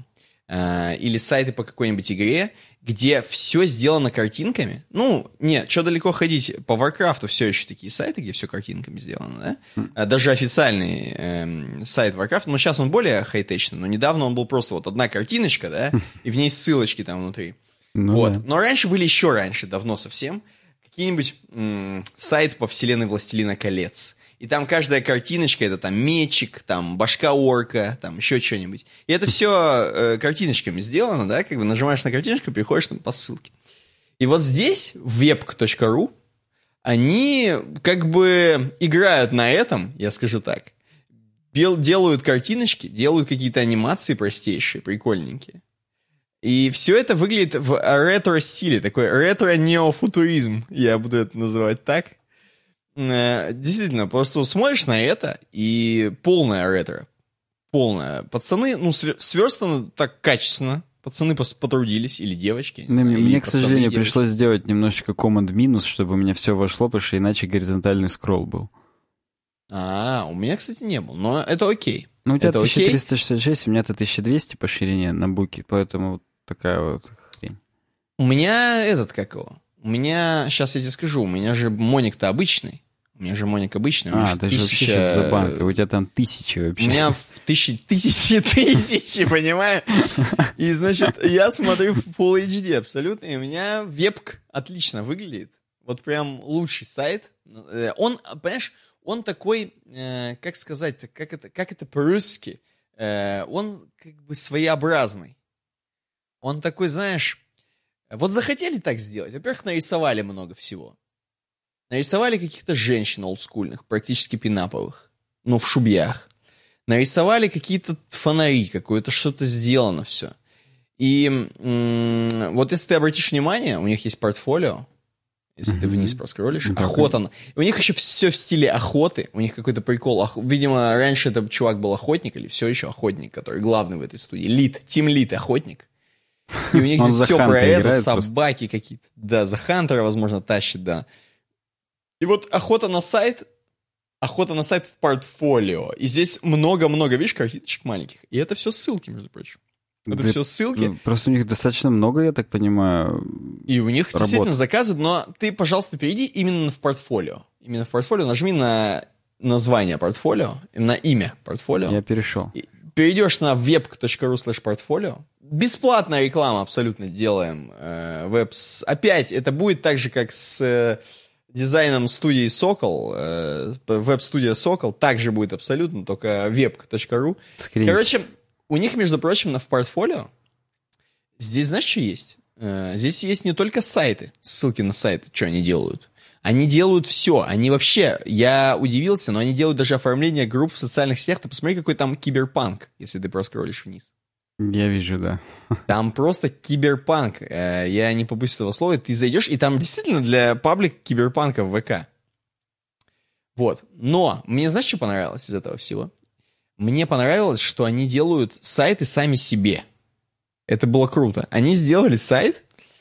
э, или сайты по какой-нибудь игре, где все сделано картинками. Ну, нет, что далеко ходить, по Warcraft все еще такие сайты, где все картинками сделано, да? Mm. Даже официальный э, сайт Warcraft, но сейчас он более хай-течный, но недавно он был просто вот одна картиночка, да, и в ней ссылочки там внутри. Ну, вот. Да. Но раньше были еще раньше, давно совсем, какие-нибудь м- сайты по вселенной Властелина колец. И там каждая картиночка, это там мечик, там башка орка, там еще что-нибудь. И это все э, картиночками сделано, да, как бы нажимаешь на картиночку, переходишь там по ссылке. И вот здесь, в веб точка ру, они как бы играют на этом, я скажу так. Бел- делают картиночки, делают какие-то анимации простейшие, прикольненькие. И все это выглядит в ретро-стиле, такой ретро-неофутуризм, я буду это называть так. Действительно, просто смотришь на это, и полная ретро. Полная. Пацаны, ну, сверстано так качественно. Пацаны потрудились, или девочки. Ну, знаю, мне, или к сожалению, девочки. Пришлось сделать немножечко команд-минус, чтобы у меня все вошло, потому что иначе горизонтальный скролл был. А, у меня, кстати, не был, но это окей. Ну, у тебя это тысяча триста шестьдесят шесть, у меня-то тысяча двести по ширине на буке, поэтому такая вот хрень. У меня этот, как его? У меня, сейчас я тебе скажу, у меня же моник-то обычный. У меня же моник обычный. А, ты же вообще сейчас за банк, у тебя там тысячи вообще. У меня тысячи, тысячи, тысячи, понимаешь? И, значит, я смотрю в Full эйч ди абсолютно, и у меня вебка отлично выглядит. Вот прям лучший сайт. Он, понимаешь, он такой, как сказать, как это, как это по-русски, он как бы своеобразный. Он такой, знаешь, вот захотели так сделать. Во-первых, нарисовали много всего. Нарисовали каких-то женщин олдскульных, практически пинаповых, ну, в шубьях. Нарисовали какие-то фонари, какое-то что-то сделано все. И м- вот если ты обратишь внимание, у них есть портфолио, если mm-hmm. ты вниз проскроллишь, mm-hmm. охота. У них еще все в стиле охоты, у них какой-то прикол. Ох... Видимо, раньше этот чувак был охотник, или все еще охотник, который главный в этой студии. Лид, тим-лид охотник. И у них здесь все про это, собаки какие-то. Да, за Хантера, возможно, тащит, да. И вот охота на сайт, охота на сайт в портфолио. И здесь много-много, видишь, картиночек маленьких. И это все ссылки, между прочим. Это да, все ссылки. Просто у них достаточно много, я так понимаю, и у них работ. Действительно заказывают, но ты, пожалуйста, перейди именно в портфолио. Именно в портфолио, нажми на название портфолио, на имя портфолио. Я перешел. И перейдешь на веб точка ру слэш портфолио. Бесплатная реклама абсолютно делаем. Э, веб с... Опять, это будет так же, как с... Э, дизайном студии Сокол, э, веб-студия Сокол, также будет абсолютно, только веб точка ру. Скринч. Короче, у них, между прочим, на в портфолио, здесь знаешь, что есть? Э, здесь есть не только сайты, ссылки на сайты, что они делают. Они делают все. Они вообще, я удивился, но они делают даже оформление групп в социальных сетях. Ты посмотри, какой там киберпанк, если ты проскроллишь вниз. Я вижу, да. Там просто киберпанк. Я не побоюсь этого слова. Ты зайдешь, и там действительно для паблика киберпанка в ВК. Вот. Но мне знаешь, что понравилось из этого всего? Мне понравилось, что они делают сайты сами себе. Это было круто. Они сделали сайт.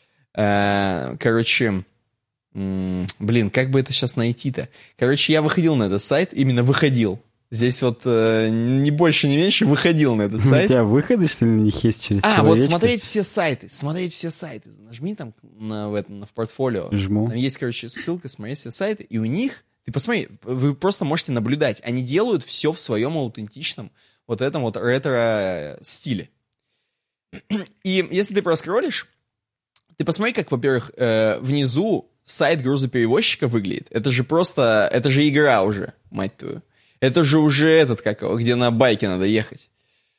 Э, короче, м- блин, как бы это сейчас найти-то? Короче, я выходил на этот сайт, именно выходил. Здесь вот э, не больше, не меньше выходил на этот сайт. У тебя выходы, что ли, на них есть через А, человечка? вот смотреть все сайты, смотреть все сайты. Нажми там на, в, этом, на, в портфолио. Жму. Там есть, короче, ссылка, смотреть все сайты. И у них, ты посмотри, вы просто можете наблюдать. Они делают все в своем аутентичном вот этом вот ретро-стиле. И если ты проскроллишь, ты посмотри, как, во-первых, э, внизу сайт грузоперевозчика выглядит. Это же просто, это же игра уже, мать твою. Это же уже этот, как его, где на байке надо ехать.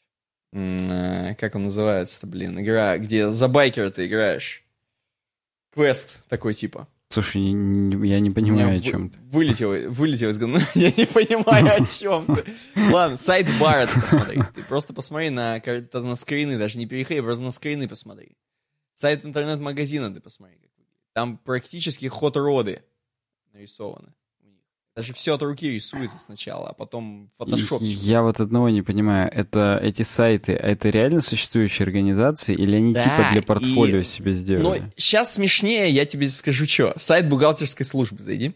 М-м, как он называется-то, блин, игра, где за байкера ты играешь. Квест такой типа. Слушай, я не понимаю, о чем ты. Вылетел, вылетел из головы. Я не понимаю, о чем ты. Ладно, сайт Барретт посмотри. Ты просто посмотри на, на скрины, даже не переходи, просто на скрины посмотри. Сайт интернет-магазина ты посмотри. Там практически хот-роды нарисованы. Даже все от руки рисуется сначала, а потом фотошоп. Я вот одного не понимаю. Это эти сайты, это реально существующие организации или они да, типа для портфолио и... себе сделали? Ну, сейчас смешнее, я тебе скажу, что. Сайт бухгалтерской службы зайди.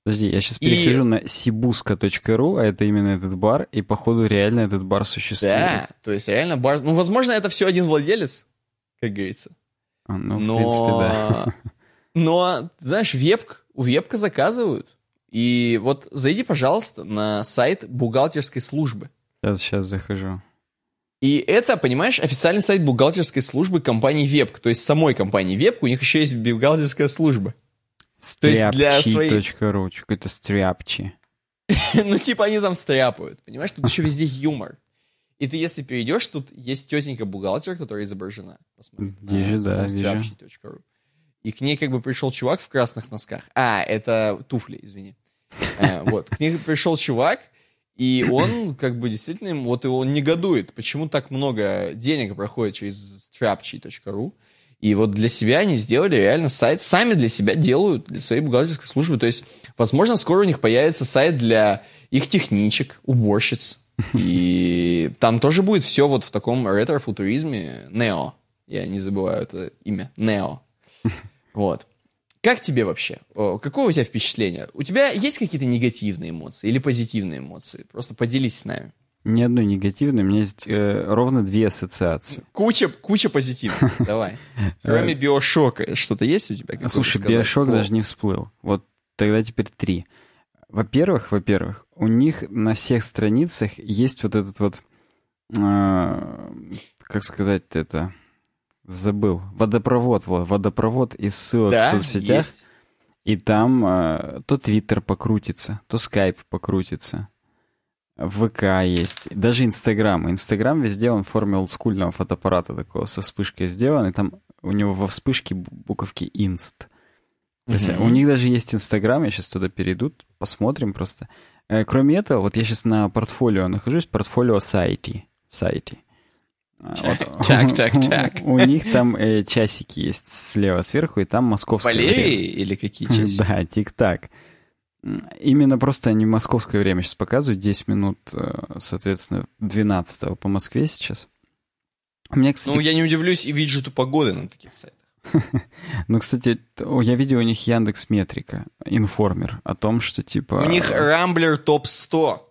Подожди, я сейчас И- перехожу на сибуска точка ру, а это именно этот бар, и походу реально этот бар существует. Да, то есть реально бар... Ну, возможно, это все один владелец, как говорится. А, Ну, в Но, принципе, да. но, знаешь, вебк, у вебка заказывают. И вот зайди, пожалуйста, на сайт бухгалтерской службы. Сейчас, сейчас захожу. И это, понимаешь, официальный сайт бухгалтерской службы компании Вебк. То есть самой компании Вебк у них еще есть бухгалтерская служба. То есть для своей- Стряпчи.ру, какой-то стряпчи. Ну, типа они там стряпают. Понимаешь, тут еще везде юмор. И ты, если перейдешь, тут есть тетенька-бухгалтер, которая изображена. Посмотри. Вижу, на да, самом вижу. стряпчий точка ру. И к ней как бы пришел чувак в красных носках. А, это туфли, извини. Э, Вот, к ней пришел чувак, и он как бы действительно, им- вот и он негодует, почему так много денег проходит через стряпчий точка ру. И вот для себя они сделали реально сайт, сами для себя делают, для своей бухгалтерской службы. То есть, возможно, скоро у них появится сайт для их техничек, уборщиц. И там тоже будет все вот в таком ретро-футуризме. Нео. Я не забываю это имя. Нео. Вот. Как тебе вообще? О, Какое у тебя впечатление? У тебя есть какие-то негативные эмоции или позитивные эмоции? Просто поделись с нами. Ни одной негативной, у меня есть э, ровно две ассоциации. Куча, куча позитивных. Давай. Кроме Биошока, что-то есть у тебя? какое-то Слушай, сказать Биошок слово? даже не всплыл. Вот тогда теперь три. Во-первых, во-первых, у них на всех страницах есть вот этот вот, э, как сказать это, забыл, водопровод, вот, водопровод из ссылок Да, в соцсетях. есть. И там э, то Твиттер покрутится, то Скайп покрутится. ВК есть, даже Инстаграм. Инстаграм везде он в форме олдскульного фотоаппарата такого со вспышкой сделан, и там у него во вспышке бу- буковки Инст. То есть Мгм. у них даже есть Инстаграм, я сейчас туда перейду, посмотрим просто. Э, Кроме этого, вот я сейчас на портфолио нахожусь, портфолио сайти. сайти. А, вот. Так, так, так. У них там э, часики есть слева сверху, и там московское время. Валерий или какие части? Да, тик-так. Именно просто они московское время сейчас показывают, десять минут, э, соответственно, двенадцатого по Москве сейчас. У меня, кстати, Ну, я не удивлюсь и виджету погоды на таких сайтах. ну, кстати, т- я видел у них Яндекс Метрика, информер, о том, что типа... У них Рамблер топ сто.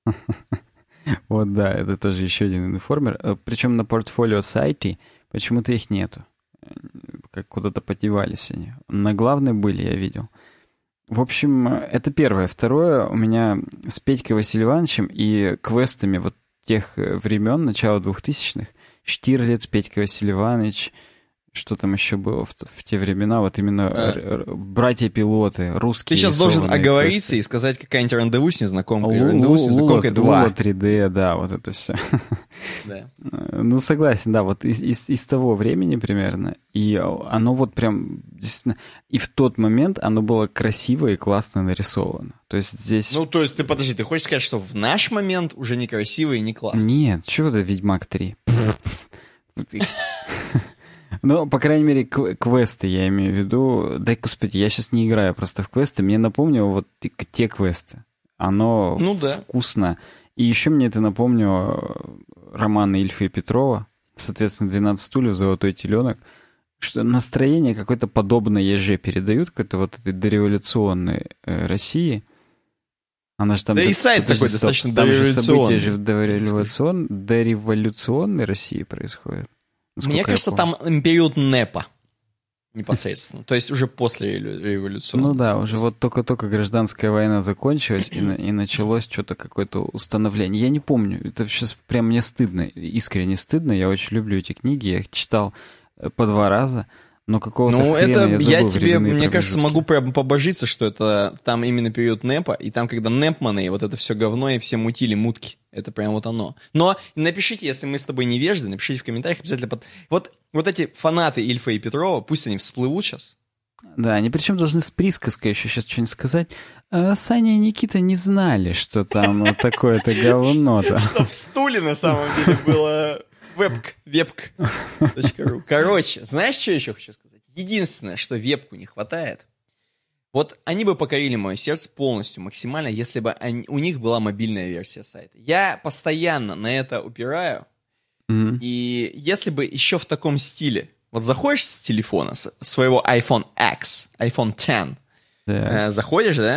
Вот да, это тоже еще один информер. Э, Причем на портфолио сайте почему-то их нету. Э, Как куда-то подевались они. На главной были, я видел. В общем, э, это первое. Второе, у меня с Петькой Василием Ивановичем и квестами вот тех э, времен, начала двухтысячных, Штирлиц, Петька Василий Иванович, что там еще было в, в те времена, вот именно А. р- р- братья-пилоты, русские. Ты сейчас должен рисованные оговориться квесты. и сказать какая-нибудь рандеву с незнакомкой. Лу- Рандеву с Лу- незнакомкой Лула- два. Лула три дэ, да, вот это все. Да. Ну, согласен, да, вот из, из, из того времени примерно. И оно вот прям, действительно, и в тот момент оно было красиво и классно нарисовано. То есть здесь... Ну, то есть, ты подожди, ты хочешь сказать, что в наш момент уже некрасиво и не классно? Нет, что это «Ведьмак три»? Ну, по крайней мере, кв- квесты я имею в виду. Да, господи, я сейчас не играю просто в квесты. Мне напомнило вот те, те квесты. Оно Ну да. вкусно. И еще мне это напомнило романы Ильфа и Петрова, соответственно, «двенадцать стульев», «Золотой теленок», что настроение какое-то подобное еже передают, какой-то вот этой дореволюционной э, России. Она же там... Да и до- сайт подожди, такой стоп, достаточно там же события дореволюционный. же в дореволюцион... дореволюционной России происходят. Насколько Мне я кажется, помню. там период НЭПа. Непосредственно. То есть уже после револю- революции. Ну да, уже вот только-только гражданская война закончилась, и, на- и началось что-то, какое-то установление. Я не помню, это сейчас прям мне стыдно, искренне стыдно. Я очень люблю эти книги, я их читал э, по два раза, но какого-то Ну, хрена это я забыл я тебе, временные мне кажется, промежутки. могу прям побожиться, что это там именно период НЭПа, и там, когда НЭПманы, и вот это все говно, и все мутили мутки. Это прям вот оно. Но напишите, если мы с тобой невежды, напишите в комментариях обязательно. Под... Вот, вот эти фанаты Ильфа и Петрова, пусть они всплывут сейчас. Да, они причем должны с присказкой еще сейчас что-нибудь сказать. «А, Саня и Никита не знали, что там вот такое-то говно-то. Что в стуле на самом деле было вебк, вебк.ру. Короче, знаешь, что еще хочу сказать? Единственное, что вебку не хватает, вот они бы покорили мое сердце полностью, максимально, если бы они- у них была мобильная версия сайта. Я постоянно на это упираю, Мгм. и если бы еще в таком стиле, вот заходишь с телефона, с своего iPhone X, iPhone X, Да. э, заходишь, да,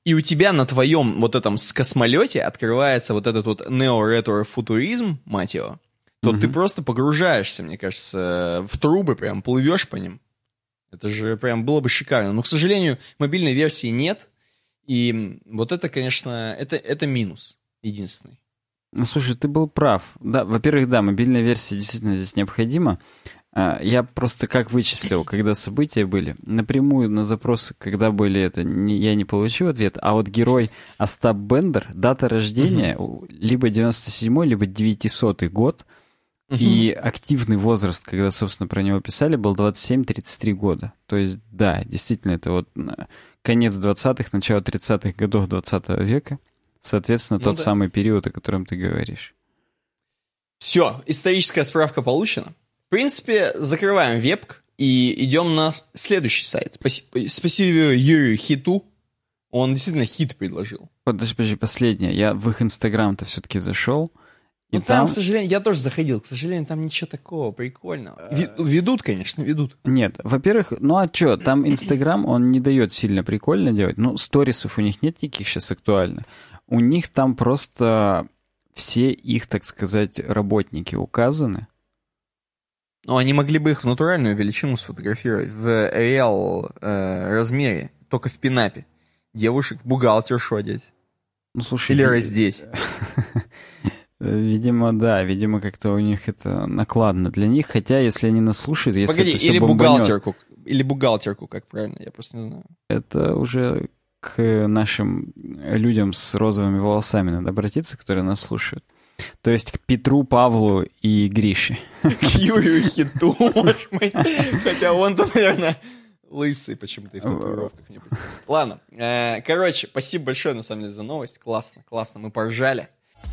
и у тебя на твоем вот этом с космолете открывается вот этот вот нео-ретро-футуризм, мать его, то mm-hmm. ты просто погружаешься, мне кажется, в трубы, прям плывешь по ним. Это же прям было бы шикарно. Но, к сожалению, мобильной версии нет. И вот это, конечно, это, это минус единственный. Ну, слушай, ты был прав. Да, во-первых, да, мобильная версия действительно здесь необходима. Я просто как вычислил, когда события были, напрямую на запросы, когда были это, не, я не получил ответ, а вот герой Остап Бендер, дата рождения, uh-huh. либо девяносто седьмой, либо девятисотый год, uh-huh. и активный возраст, когда, собственно, про него писали, был двадцать семь - тридцать три года. То есть, да, действительно, это вот конец двадцатых, начало тридцатых годов двадцатого века. Соответственно, ну тот да. самый период, о котором ты говоришь. Все, историческая справка получена. В принципе, закрываем вебк и идем на следующий сайт. Спасибо Юрию Хиту. Он действительно хит предложил. Подожди, подожди, последнее. Я в их инстаграм-то все-таки зашел. Ну там, там, к сожалению, я тоже заходил. К сожалению, там ничего такого прикольного. Ведут, конечно, ведут. Нет, во-первых, ну а что, там инстаграм, он не дает сильно прикольно делать. Ну, сторисов у них нет никаких сейчас актуальных. У них там просто все их, так сказать, работники указаны. Ну, они могли бы их в натуральную величину сфотографировать, в реал э, размере, только в пинапе. Девушек бухгалтершу одеть. Ну, слушай, или раздеть. Видимо, да, видимо, как-то у них это накладно для них, хотя, если они нас слушают, если Погоди, это все или бомбанет, бухгалтерку, или бухгалтерку, как правильно, я просто не знаю. Это уже к нашим людям с розовыми волосами надо обратиться, которые нас слушают. То есть к Петру, Павлу и Грише. К Юрию Хиту, может быть. Хотя он-то, наверное, лысый почему-то и в татуировках не представляет. Ладно, э, короче, спасибо большое, на самом деле, за новость. Классно, классно, мы поржали.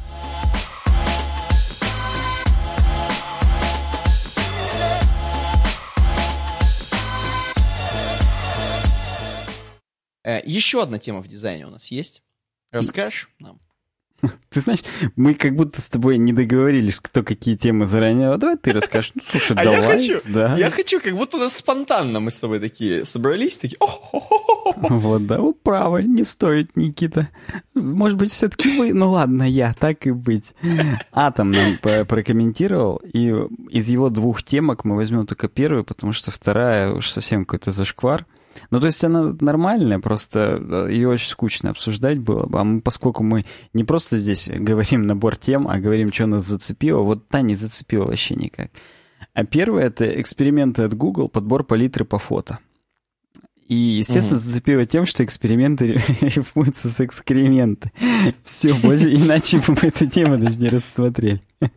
Э, еще одна тема в дизайне у нас есть. Расскажешь нам? Ты знаешь, мы как будто с тобой не договорились, кто какие темы заранее. А давай ты расскажешь. Ну, слушай, а давай. Я хочу, да. я хочу, как будто у нас спонтанно мы с тобой такие собрались, такие... Вот, да, вы правы, не стоит, Никита. Может быть, все-таки вы... Ну ладно, я, так и быть. Атом нам прокомментировал, и из его двух темок мы возьмем только первую, потому что вторая уж совсем какой-то зашквар. Ну, то есть она нормальная, просто ее очень скучно обсуждать было бы. А мы, поскольку мы не просто здесь говорим набор тем, а говорим, что нас зацепило, вот та не зацепила вообще никак. А первое — это эксперименты от Google, подбор палитры по фото. И, естественно, угу. зацепило тем, что эксперименты рифмуются с экскременты. Все, больше иначе бы мы эту тему даже не рассмотрели.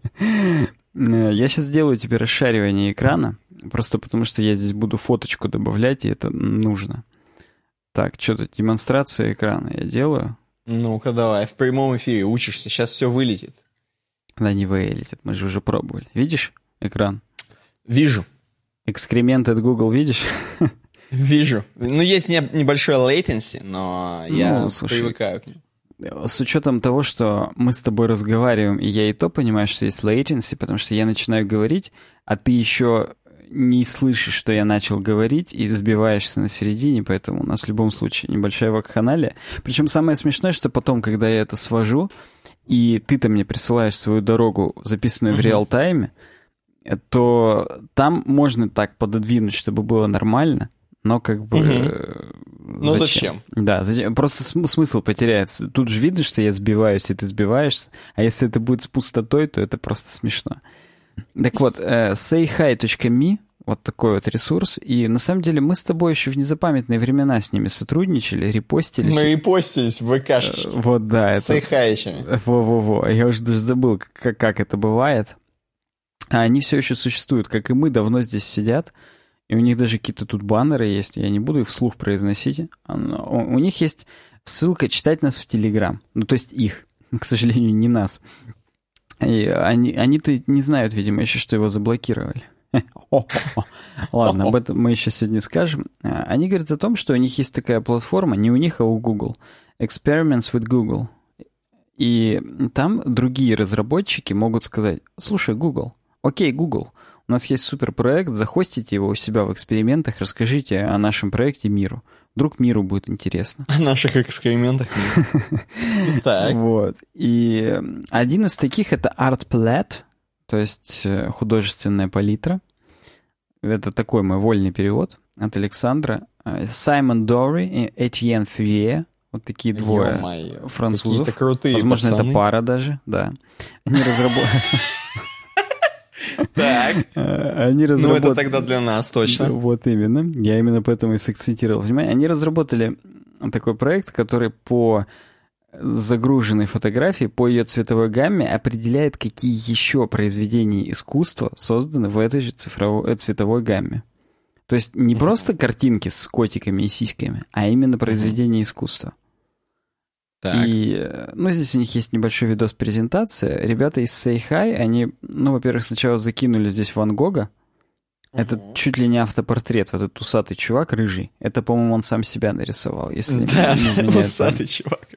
Я сейчас сделаю тебе расшаривание экрана, просто потому что я здесь буду фоточку добавлять, и это нужно. Так, что-то демонстрация экрана я делаю. Ну-ка давай, в прямом эфире учишься, сейчас все вылетит. Да не вылетит, мы же уже пробовали. Видишь экран? Вижу. Экскремент от Google видишь? Вижу. Ну, есть небольшой latency, но я ну, слушай, привыкаю к нему. С учетом того, что мы с тобой разговариваем, и я и то понимаю, что есть latency, потому что я начинаю говорить, а ты еще не слышишь, что я начал говорить, и сбиваешься на середине, поэтому у нас в любом случае небольшая вакханалия. Причем самое смешное, что потом, когда я это свожу, и ты-то мне присылаешь свою дорогу, записанную в реал-тайме, то там можно так пододвинуть, чтобы было нормально, но как бы... Угу. Ну зачем? зачем? Да, зачем? Просто см- смысл потеряется. Тут же видно, что я сбиваюсь, и ты сбиваешься. А если это будет с пустотой, то это просто смешно. Так вот, э, sayhi точка me, вот такой вот ресурс. И на самом деле мы с тобой еще в незапамятные времена с ними сотрудничали, репостились. Мы репостились в ВКшечке. Э, вот, да. Это... С sayhi. Во-во-во. Я уже даже забыл, как, как это бывает. А они все еще существуют, как и мы, давно здесь сидят. И у них даже какие-то тут баннеры есть, я не буду их вслух произносить. У них есть ссылка «Читать нас в Телеграм». Ну, то есть их, к сожалению, не нас. И они, они-то не знают, видимо, еще, что его заблокировали. Ладно, об этом мы еще сегодня скажем. Они говорят о том, что у них есть такая платформа, не у них, а у Google. Experiments with Google. И там другие разработчики могут сказать: слушай, Google, окей, Google, У нас есть суперпроект, захостите его у себя в экспериментах, расскажите о нашем проекте миру. Вдруг миру будет интересно. О наших экспериментах. Так. Вот. И один из таких — это Art Palette, то есть художественная палитра. Это такой мой вольный перевод от Александра. Саймон Дори и Этьен Фюе. Вот такие двое Ё-моё, французов. какие-то крутые Возможно, пацаны. это пара даже, да. Они разработали... Так. Они разработали... Ну, это тогда для нас точно. Вот именно. Я именно поэтому и сакцентировал внимание. Они разработали такой проект, который по загруженной фотографии, по ее цветовой гамме определяет, какие еще произведения искусства созданы в этой же цифровой, цветовой гамме. То есть не просто картинки с котиками и сиськами, а именно произведения искусства. Так. И, ну, здесь у них есть небольшой видос презентации. Ребята из Say Hi, они, ну, во-первых, сначала закинули здесь Ван Гога. Uh-huh. Это чуть ли не автопортрет, вот этот усатый чувак, рыжий. Это, по-моему, он сам себя нарисовал, если да, не изменяет. усатый чувак.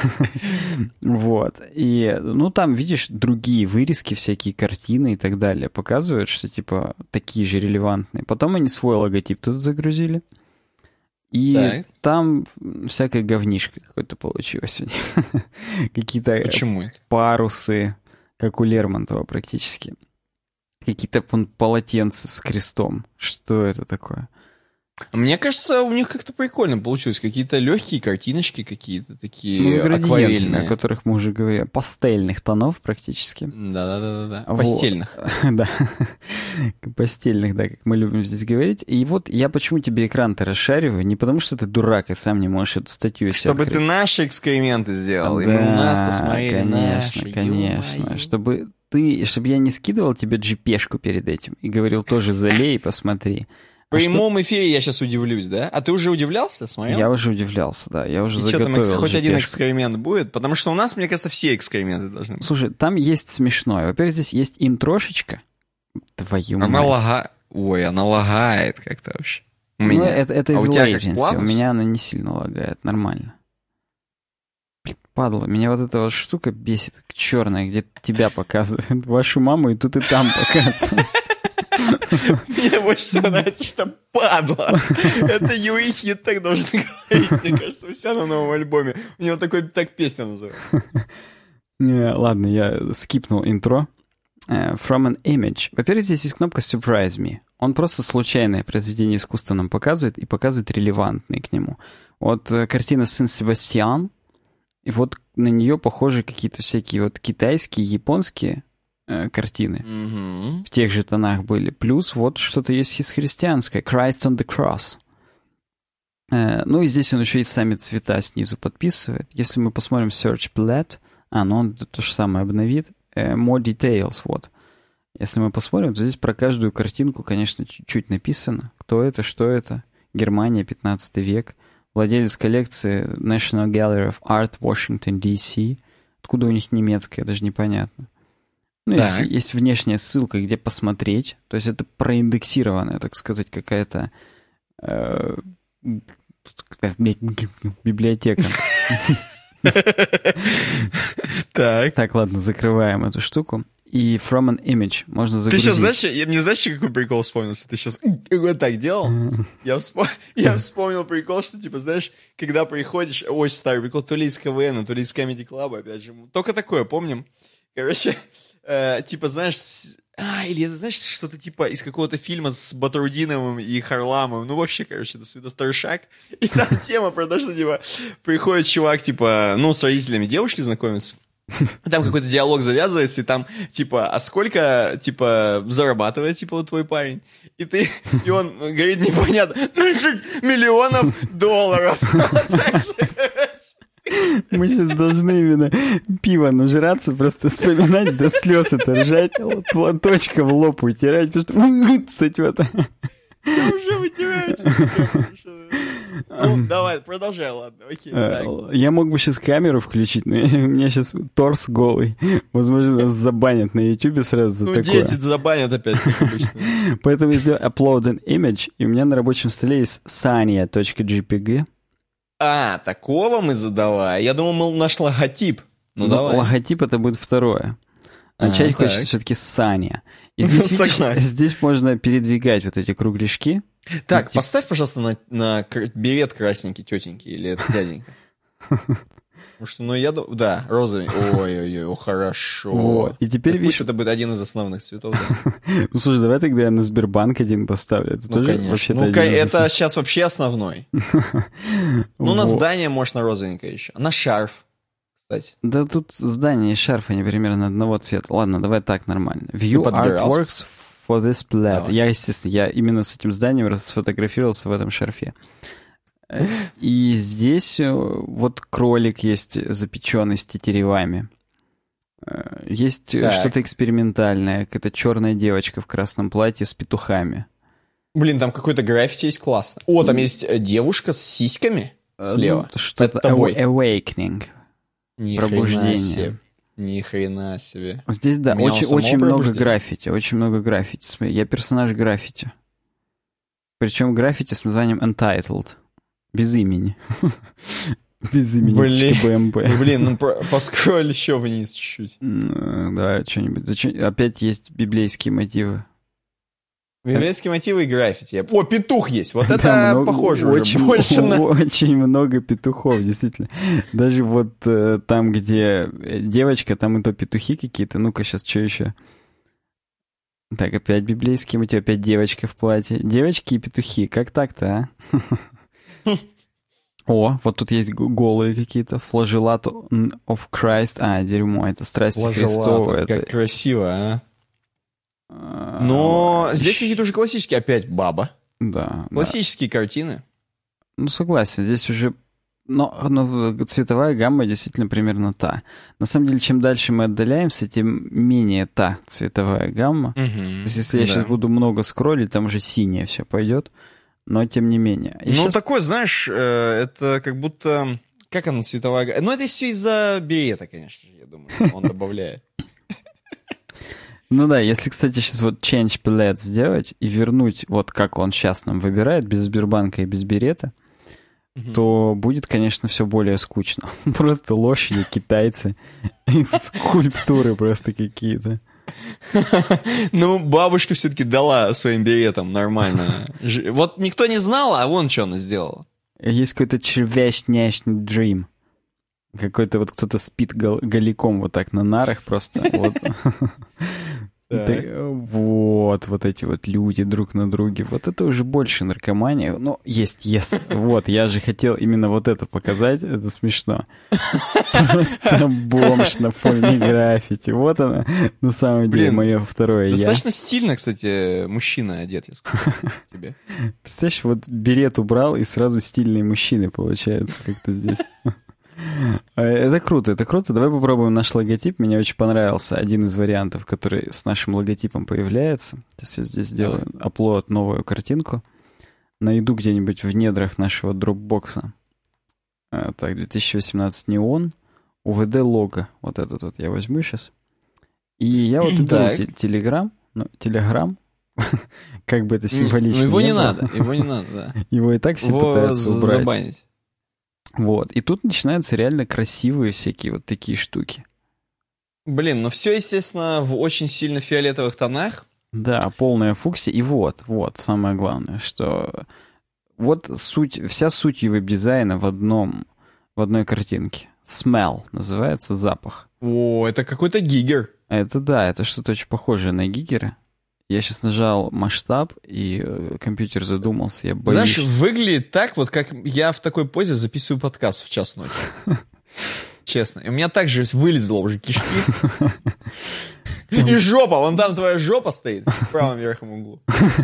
Вот. И, ну, там, видишь, другие вырезки, всякие картины и так далее показывают, что, типа, такие же релевантные. Потом они свой логотип тут загрузили. И так. Там всякая говнишка какой-то получилась. Какие-то Почему это? Парусы, как у Лермонтова практически. Какие-то полотенца с крестом. Что это такое? Мне кажется, у них как-то прикольно получилось. Какие-то легкие картиночки, какие-то такие ну, акварельные. О которых мы уже говорили. Пастельных тонов практически. Да-да-да. Вот. Постельных. Да. Постельных, да, как мы любим здесь говорить. И вот я почему тебе экран-то расшариваю? Не потому, что ты дурак и сам не можешь эту статью себе Чтобы открыть. ты наши эксперименты сделал, да, и мы у нас посмотрели конечно, наши. конечно. Ё-моё. Чтобы ты, чтобы я не скидывал тебе джи пи-шку перед этим и говорил, тоже залей и посмотри. В прямом а эфире я сейчас удивлюсь, да? А ты уже удивлялся, смотрел? Я уже удивлялся, да. Я уже и заготовил что там, хоть джи пи-шку. один эксперимент будет? Потому что у нас, мне кажется, все эксперименты должны быть. Слушай, там есть смешное. Во-первых, здесь есть интрошечка. Твою она мать. Лагает. Ой, она лагает как-то вообще. У меня. Ну, это, это а из у тебя latency. У меня она не сильно лагает, нормально. Падла, меня вот эта вот штука бесит, черная, где тебя показывают, вашу маму, и тут и там показывают. Мне больше всего нравится, что падла. Это Юрий Хит так должен говорить, мне кажется, у себя на новом альбоме. У него такой, так песня называется. Не, ладно, я скипнул интро. Uh, from an image. Во-первых, здесь есть кнопка Surprise Me. Он просто случайное произведение искусства нам показывает и показывает релевантные к нему. Вот uh, картина Сен-Себастьян, и вот на нее похожи какие-то всякие вот китайские, японские uh, картины. Mm-hmm. В тех же тонах были. Плюс вот что-то есть из христианское. Christ on the Cross. Uh, ну и здесь он еще и сами цвета снизу подписывает. Если мы посмотрим Search Palette, а, ну он то же самое обновит. More details, вот. Если мы посмотрим, то здесь про каждую картинку, конечно, чуть-чуть написано. Кто это, что это. Германия, пятнадцатый век. Владелец коллекции National Gallery of Art, Washington, ди си. Откуда у них немецкая, даже непонятно. Ну, есть, есть внешняя ссылка, где посмотреть. То есть это проиндексированная, так сказать, какая-то э, библиотека. Так. Так, ладно, закрываем эту штуку. И from an image можно загрузить. Ты сейчас, знаешь, я, мне знаешь, какой прикол вспомнился? Ты сейчас вот так делал? я, вспом... я вспомнил прикол, что, типа, знаешь, когда приходишь, очень старый прикол, то ли из КВН, то ли из Comedy Club, опять же. Только такое, помним. Короче, э, типа, знаешь... А, или это, знаешь, что-то типа из какого-то фильма с Батрудиновым и Харламовым. Ну, вообще, короче, до свидания, старшак. И там тема про то, что, типа, приходит чувак, типа, ну, с родителями девушки знакомится. Там какой-то диалог завязывается, и там, типа, а сколько, типа, зарабатывает, типа, вот твой парень? И ты, и он говорит, непонятно, тридцать миллионов долларов. Мы сейчас должны именно пиво нажраться, просто вспоминать до слез это ржать, платочком в лоб вытирать, потому что сочет. Ты уже вытираешь. Ну, давай, продолжай, ладно, окей. Я мог бы сейчас камеру включить, но у меня сейчас торс голый. Возможно, нас забанят на ютубе сразу за ну, такое. Ну, дети забанят опять, как обычно. Поэтому я сделаю upload an image, и у меня на рабочем столе есть sania.jpg. А, такого мы задавай. Я думал, наш логотип. Ну, ну давай. Логотип это будет второе. Начать А, хочется так. все-таки с Саня. И здесь, видишь, Согласен. здесь можно передвигать вот эти кругляшки. Так, Тип- поставь, пожалуйста, на, на кр- берет красненький тетеньки или это дяденька. Потому что, ну, я думаю, да, розовый. Ой-ой-ой, хорошо. Вот. И теперь, Так видишь, пусть это будет один из основных цветов. Да. ну, слушай, давай тогда я на Сбербанк один поставлю. Это Ну, тоже конечно. вообще-то Ну, один ка- из это основ- сейчас вообще основной. Ну, на Вот. здание можно розовенькое еще. На шарф, кстати. Да тут здание и шарф, они примерно одного цвета. Ладно, давай так нормально. View подбирался? artworks for this plaid. Давай. Я, естественно, я именно с этим зданием сфотографировался в этом шарфе. Э, И здесь э, вот кролик есть запеченный с тетеревами. Э, Есть э, Так. что-то экспериментальное. Какая-то черная девочка в красном платье с петухами. Блин, там какой-то граффити есть классно. О, там есть э, девушка с сиськами Э, слева. ну, что-то Это тобой. awa- awakening. Ни пробуждение. хрена себе. Ни хрена себе. Здесь, да, У меня очень, само очень много пробуждение. граффити, очень много граффити. Смотри, я персонаж граффити. Причем граффити с названием Entitled. Без имени. Без имени Блин. БМБ. Блин, ну про- поскроль еще вниз чуть-чуть. Да, что-нибудь. Зачем- Опять есть библейские мотивы. Библейские мотивы и граффити. Я- О, петух есть. Вот это Да, много- похоже уже очень, больше на... очень много петухов, действительно. Даже вот э, там, где э, девочка, там и то петухи какие-то. Ну-ка, сейчас что еще? Так, опять библейские мотивы, опять девочка в платье. Девочки и петухи, как так-то, а? О, вот тут есть г- голые какие-то. Флагеллат of Christ. А, дерьмо, это страсти Христовы. Флагеллатор, Это... как красиво, а. а, Но здесь щ- какие-то уже классические. Опять баба. Да, да. Классические картины. Ну, согласен, здесь уже... Но, но цветовая гамма действительно примерно та. На самом деле, чем дальше мы отдаляемся, тем менее та цветовая гамма. То есть, если я Да. сейчас буду много скроллить, там уже синее все пойдет. Но тем не менее. И Ну, щас- такой, знаешь, э, это как будто... Как она цветовая гамма? Ну, это все из-за берета, конечно же, я думаю, он добавляет. Ну да, если, кстати, сейчас вот change palette сделать и вернуть, вот как он сейчас нам выбирает, без Сбербанка и без берета, Мгм. то будет, конечно, все более скучно. Просто лошади, китайцы, и скульптуры просто какие-то. Ну, бабушка все-таки дала своим беретам нормально. Ж- Вот никто не знал, а вон что она сделала. Есть какой-то червячный dream. Какой-то вот кто-то спит гол- голиком вот так на нарах просто. Вот. Так. Так, вот, вот эти вот люди друг на друге. Вот это уже больше наркомания. Ну, есть, yes. Вот, я же хотел именно вот это показать. Это смешно. Просто бомж на фоне граффити. Вот она, на самом деле, Блин, мое второе я. Достаточно стильно, кстати, мужчина одет, я скажу тебе. Представляешь, вот берет убрал, и сразу стильные мужчины получаются как-то здесь. Это круто, это круто. Давай попробуем наш логотип. Мне очень понравился один из вариантов, который с нашим логотипом появляется. Сейчас я здесь сделаю апплод, новую картинку. Найду где-нибудь в недрах нашего дропбокса. А, так, две тысячи восемнадцать неон, УВД лого. Вот этот вот я возьму сейчас. И я вот уберу Так. те- Телеграм, ну, Телеграм, как бы это символично. Ну, его не было. надо, его не надо, да. Его и так все Его пытаются за- убрать. забанить. Вот. И тут начинаются реально красивые всякие вот такие штуки. Блин, ну все, естественно, в очень сильно фиолетовых тонах. Да, полная фуксия. И вот, вот, самое главное, что вот суть, вся суть и веб-дизайна в одном, в одной картинке. Smell называется, запах. О, это какой-то гигер. Это да, это что-то очень похожее на гигеры. Я сейчас нажал масштаб, и э, компьютер задумался. Я боюсь, Знаешь, что- выглядит так, вот как я в такой позе записываю подкаст в час ночи. Честно. И у меня также вылезло уже кишки. И жопа, вон там твоя жопа стоит в правом верхнем углу.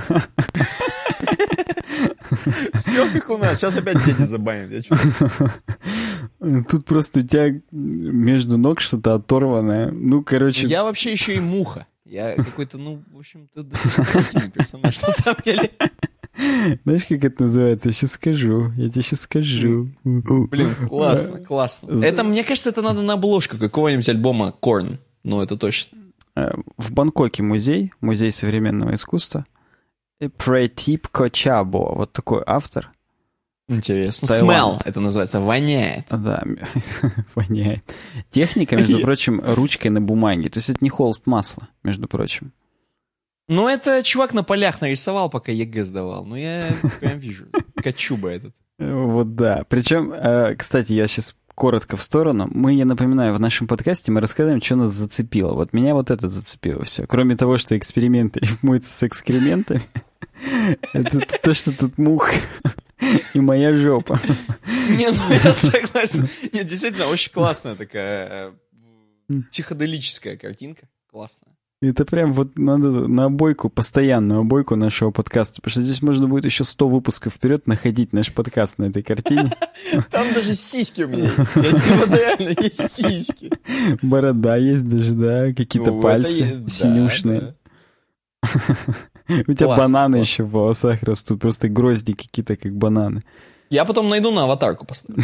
Все как у нас. Сейчас опять дети забанят. Я чувствую. Тут просто у тебя между ног что-то оторванное. Ну, короче... Я вообще еще и муха. Я какой-то, ну, в общем-то, достаточно противный персонаж, на самом деле. Знаешь, как это называется? Я сейчас скажу. Я тебе сейчас скажу. Блин, классно, классно. Это, мне кажется, это надо на обложку какого-нибудь альбома Корн. Ну, это точно. В Бангкоке музей, музей современного искусства. Претип Кочабо, вот такой автор. Интересно. Таиланд. Smell, это называется, воняет. Да, воняет. Техника, между прочим, ручкой на бумаге. То есть это не холст масла, между прочим. Ну, это чувак на полях нарисовал, пока ЕГЭ сдавал. Ну, я прям вижу. Качуба этот. Вот да. Причем, кстати, я сейчас коротко в сторону. Мы, я напоминаю, в нашем подкасте мы рассказываем, что нас зацепило. Вот меня вот это зацепило все. Кроме того, что эксперименты рифмуются с экскрементами, это то, что тут мух и моя жопа. Не, ну я согласен. Нет, действительно, очень классная такая психоделическая картинка. Классная. Это прям вот надо на обойку, постоянную обойку нашего подкаста, потому что здесь можно будет еще сто выпусков вперед находить наш подкаст на этой картине. Там даже сиськи у меня есть. Я не, вот реально есть сиськи. Борода есть даже, да, какие-то ну, пальцы синюшные. Да, да. У тебя классно, бананы классно. Еще в волосах растут, просто грозди какие-то, как бананы. Я потом найду на аватарку поставлю.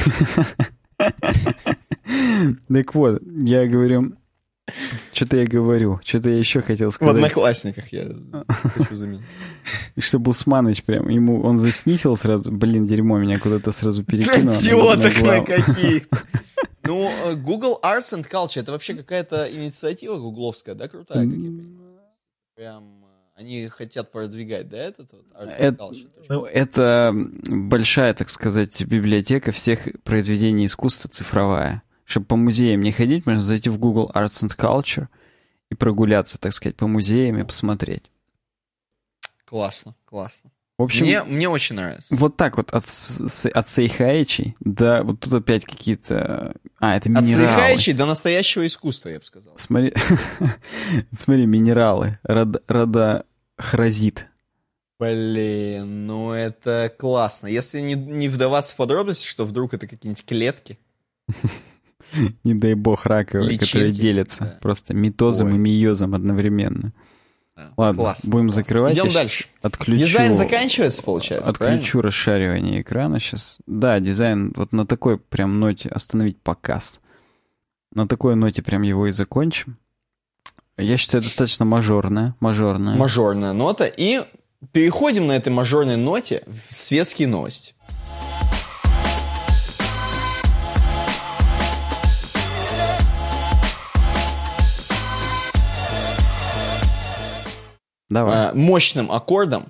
Так вот, я говорю... Что-то я говорю, что-то я еще хотел сказать. В Одноклассниках я хочу заменить. Чтобы Усманыч прям, ему, он заснифил сразу, блин, дерьмо, меня куда-то сразу перекинуло. Идиоток на каких-то. Ну, Google Arts and Culture, это вообще какая-то инициатива гугловская, да, крутая? Как я понимаю? Прям, они хотят продвигать, да, этот вот Arts and Culture? Это большая, так сказать, библиотека всех произведений искусства цифровая. Чтобы по музеям не ходить, можно зайти в Google Arts and Culture и прогуляться, так сказать, по музеям и посмотреть. Классно, классно. В общем, мне, мне очень нравится. Вот так вот от, от Сейхаичей до вот тут опять какие-то... А, это минералы. От Сейхаичей до настоящего искусства, я бы сказал. Смотри, смотри, минералы. Родохразит. Блин, ну это классно. Если не, не вдаваться в подробности, что вдруг это какие-нибудь клетки... Не дай бог раковые, личинки, которые делятся да. просто митозом Ой. и мейозом одновременно. Да. Ладно, классно, будем классно. закрывать. Идем я дальше. Отключу, дизайн заканчивается, получается, Отключу правильно? Расшаривание экрана сейчас. Да, дизайн вот на такой прям ноте остановить показ. На такой ноте прям его и закончим. Я считаю, достаточно мажорная. Мажорная, мажорная нота. И переходим на этой мажорной ноте в светские новости. Давай. Мощным аккордом.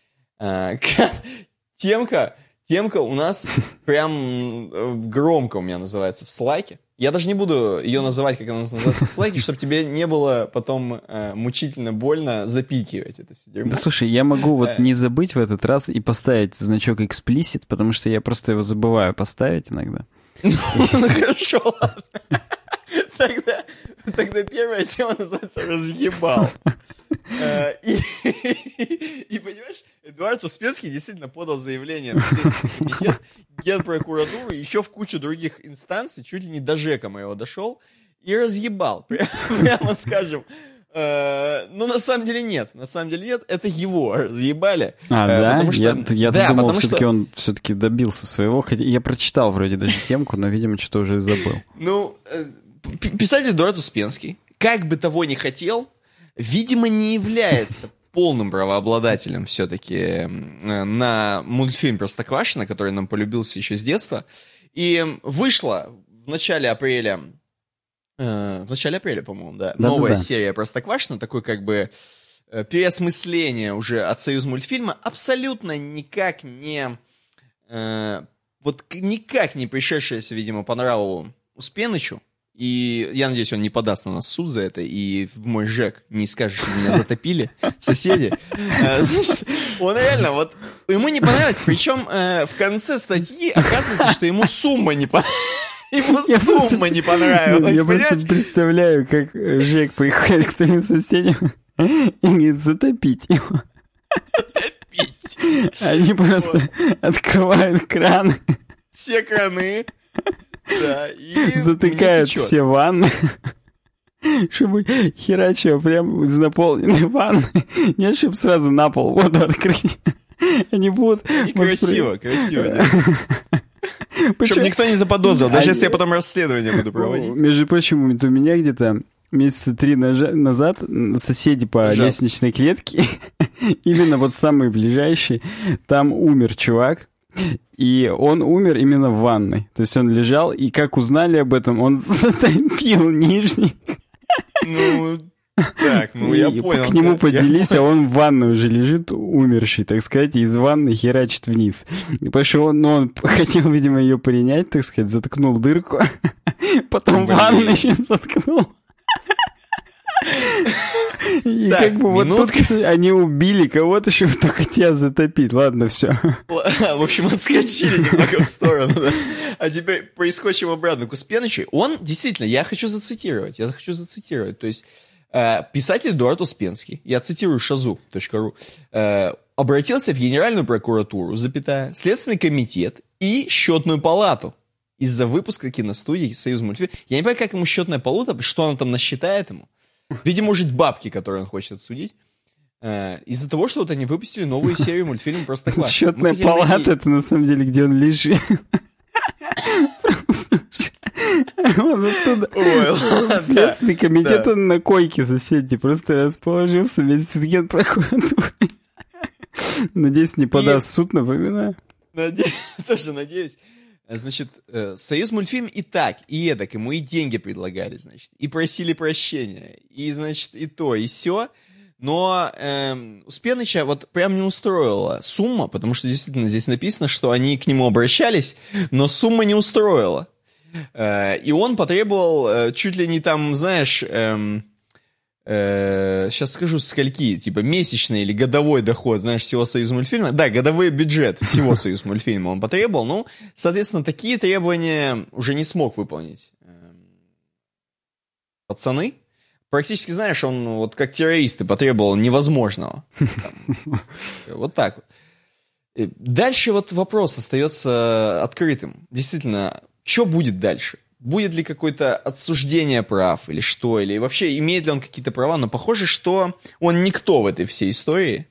Темка, темка у нас прям громко у меня называется в слайке. Я даже не буду ее называть, как она называется в слайке, чтобы тебе не было потом мучительно больно запикивать это все дерьмо. Да слушай, я могу вот не забыть в этот раз и поставить значок explicit, потому что я просто его забываю поставить иногда. Ну хорошо, ладно. Тогда, тогда первая тема называется «Разъебал». И, и, понимаешь, Эдуард Успенский действительно подал заявление в Следственный комитет, Генпрокуратуру, еще в кучу других инстанций, чуть ли не до ЖЭКа моего дошел, и разъебал, прямо, прямо скажем. Ну, на самом деле нет, на самом деле нет, это его разъебали. А, да? Что, я я да, думал, все-таки что... он все-таки добился своего, хотя я прочитал вроде даже темку, но, видимо, что-то уже забыл. Ну, писатель Эдуард Успенский, как бы того ни хотел, видимо, не является полным правообладателем все-таки на мультфильм «Простоквашино», который нам полюбился еще с детства. И вышло в начале апреля, э, в начале апреля, по-моему, да, да новая да, да. серия «Простоквашино», такой как бы переосмысление уже от Союзмультфильма, абсолютно никак не, э, вот никак не пришедшаяся, видимо, по нраву Успенычу. И я надеюсь, он не подаст на нас в суд за это, и в мой ЖЭК не скажет, что меня затопили соседи. Значит, он реально, вот, ему не понравилось, причем в конце статьи оказывается, что ему сумма не понравилась. Ему я сумма просто, не понравилась. Я понимаешь? Просто представляю, как ЖЭК приходит к твоим соседям и говорит, затопить его. Затопить. Они просто вот. Открывают краны. Все краны. Да, и затыкают все ванны, чтобы херачиво прям из наполненной ванны, не чтобы сразу на пол воду открыть. Они будут... И красиво, красиво. Чтобы никто не заподозрил, даже если я потом расследование буду проводить. Между прочим, у меня где-то месяца три назад соседи по Жал. лестничной клетке, именно вот самые ближайшие, там умер чувак. И он умер именно в ванной. То есть он лежал, и как узнали об этом, он затопил нижний. Ну, так, ну я и понял. К нему да, поднялись, я... а он в ванной уже лежит, умерший, так сказать, и из ванны херачит вниз. И пошел, ну, он хотел, видимо, ее принять, так сказать, заткнул дырку, потом Блин. ванну еще заткнул. И Так, как бы вот минутка. тут они убили кого-то, чтобы только тебя затопить. Ладно, все. В общем, отскочили немного в сторону, да. А теперь проскочим обратно к Успенычу. Он, действительно, я хочу зацитировать, я хочу зацитировать. То есть, э, писатель Эдуард Успенский, я цитирую шазу точка ру, э, обратился в Генеральную прокуратуру, запятая, Следственный комитет и Счетную палату из-за выпуска киностудии «Союзмультфильм». Я не понимаю, как ему Счетная палата, что она там насчитает ему. Видимо, может, бабки, которые он хочет отсудить. Э, из-за того, что вот они выпустили новую серию мультфильма «Простоквашино». Счетная палата, найти... это на самом деле, где он лежит. Он оттуда. Следственный комитет, он на койке соседней просто расположился вместе с генпрокуратурой. Надеюсь, не подаст в суд, напоминаю. Тоже надеюсь. Значит, Союзмультфильм и так, и эдак ему и деньги предлагали, значит, и просили прощения, и, значит, и то, и сё. Но э, Успеныча вот прям не устроила сумма, потому что действительно здесь написано, что они к нему обращались, но сумма не устроила. Э, и он потребовал э, чуть ли не там, знаешь... Э, э, сейчас скажу, скольки, типа месячный или годовой доход, знаешь, всего Союзмультфильма. Да, годовой бюджет всего Союзмультфильма он потребовал. Ну, соответственно, такие требования уже не смог выполнить э, пацаны. Практически, знаешь, он вот как террористы потребовал невозможного. Там, вот так вот. Дальше вот вопрос остается открытым. Действительно, что будет дальше? Будет ли какое-то отсуждение прав или что? Или вообще имеет ли он какие-то права? Но похоже, что он никто в этой всей истории.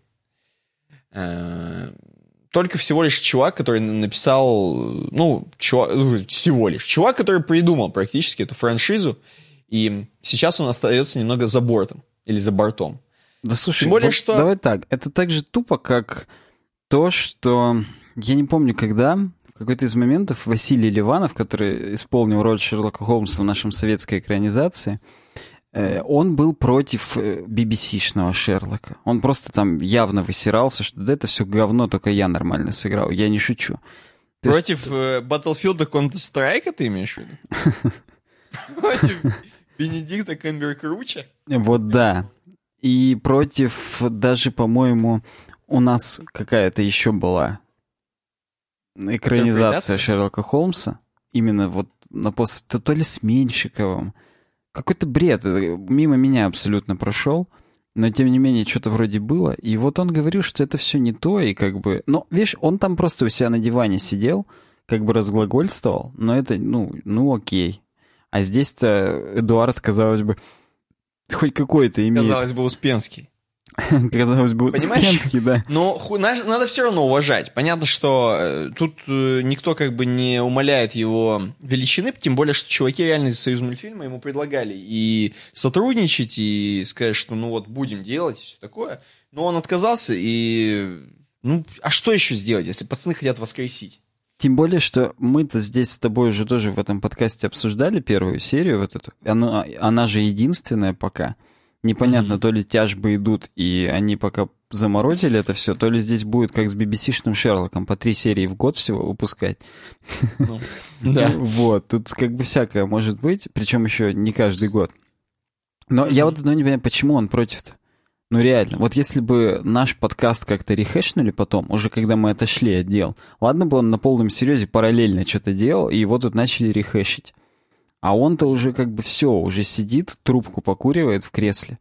Только всего лишь чувак, который написал... Ну, чувак, всего лишь. Чувак, который придумал практически эту франшизу. И сейчас он остается немного за бортом. Или за бортом. Да слушай, Тем более, вот что... давай так. Это так же тупо, как то, что... Я не помню, когда... В какой-то из моментов Василий Ливанов, который исполнил роль Шерлока Холмса в нашем советской экранизации, э, он был против би би си-шного Шерлока. Он просто там явно высирался, что да это все говно, только я нормально сыграл. Я не шучу. То против есть... э, Battlefield Counter-Strike ты имеешь в виду? Против Бенедикта Камберкруча? Вот да. И против даже, по-моему, у нас какая-то еще была экранизация Шерлока Холмса. Именно вот на пост... То, то ли с Меньшиковым. Какой-то бред. Мимо меня абсолютно прошел. Но, тем не менее, что-то вроде было. И вот он говорил, что это все не то. И как бы... Ну, видишь, он там просто у себя на диване сидел, как бы разглагольствовал. Но это, ну, ну окей. А здесь-то Эдуард, казалось бы, хоть какой-то имеет... Казалось бы, Успенский. Казалось бы, Успенский, да. Но ху, надо все равно уважать. Понятно, что э, тут э, никто как бы не умаляет его величины, тем более, что чуваки реально из Союзмультфильма ему предлагали и сотрудничать, и сказать, что ну вот будем делать, и все такое. Но он отказался, и... Ну, а что еще сделать, если пацаны хотят воскресить? Тем более, что мы-то здесь с тобой уже тоже в этом подкасте обсуждали первую серию вот эту. Она, она же единственная пока. Непонятно, mm-hmm. то ли тяжбы идут, и они пока заморозили это все, то ли здесь будет как с би би си-шным Шерлоком, по три серии в год всего выпускать. Ну, да. Вот, тут как бы всякое может быть, причем еще не каждый год. Но я вот одно не понимаю, почему он против-то? Ну реально, вот если бы наш подкаст как-то рехешнули потом, уже когда мы отошли от дел, ладно бы он на полном серьезе параллельно что-то делал, и его тут начали рехешить. А он-то уже как бы все, уже сидит, трубку покуривает в кресле.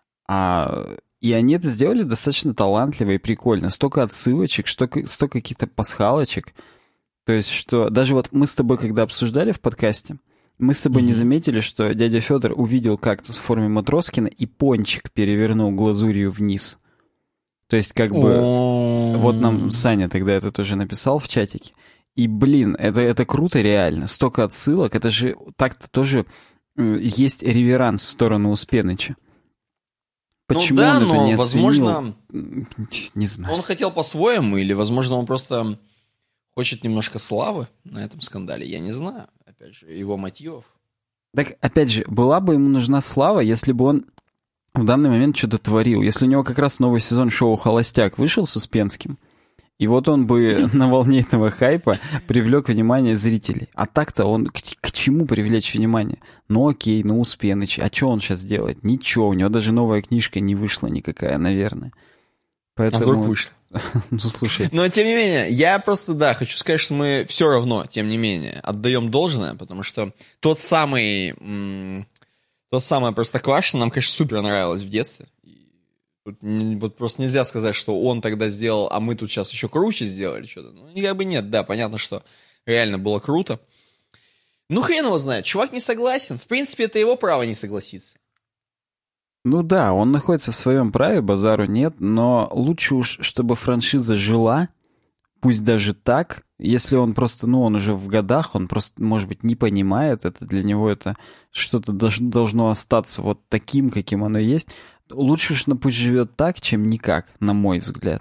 А... И они это сделали достаточно талантливо и прикольно. Столько отсылочек, столько, столько каких-то пасхалочек. То есть, что даже вот мы с тобой, когда обсуждали в подкасте, мы с тобой mm-hmm. не заметили, что дядя Федор увидел кактус в форме Матроскина и пончик перевернул глазурью вниз. То есть, как бы... Oh. Вот нам Саня тогда это тоже написал в чатике. И, блин, это, это круто реально. Столько отсылок. Это же так-то тоже э, есть реверанс в сторону Успеныча. Почему ну, да, он это но, не возможно, оценил? Не знаю. Он хотел по-своему, или, возможно, он просто хочет немножко славы на этом скандале. Я не знаю, опять же, его мотивов. Так, опять же, была бы ему нужна слава, если бы он в данный момент что-то творил. Если у него как раз новый сезон шоу «Холостяк» вышел с Успенским, и вот он бы на волне этого хайпа привлек внимание зрителей. А так-то он к, к чему привлечь внимание? Ну окей, ну Успеныч. А что он сейчас делает? Ничего, у него даже новая книжка не вышла никакая, наверное. Поэтому... А вдруг вышла? Ну, слушай. Но, тем не менее, я просто, да, хочу сказать, что мы все равно, тем не менее, отдаем должное, потому что тот самый, м- то самое Простоквашино нам, конечно, супер нравилось в детстве. Тут не, вот просто нельзя сказать, что он тогда сделал, а мы тут сейчас еще круче сделали что-то. Ну, как бы нет, да, понятно, что реально было круто. Ну, хрен его знает, чувак не согласен. В принципе, это его право не согласиться. Ну да, он находится в своем праве, базару нет, но лучше уж, чтобы франшиза жила, пусть даже так, если он просто, ну, он уже в годах, он просто, может быть, не понимает это, для него это что-то должно остаться вот таким, каким оно есть. Лучше уж ну, пусть живет так, чем никак, на мой взгляд.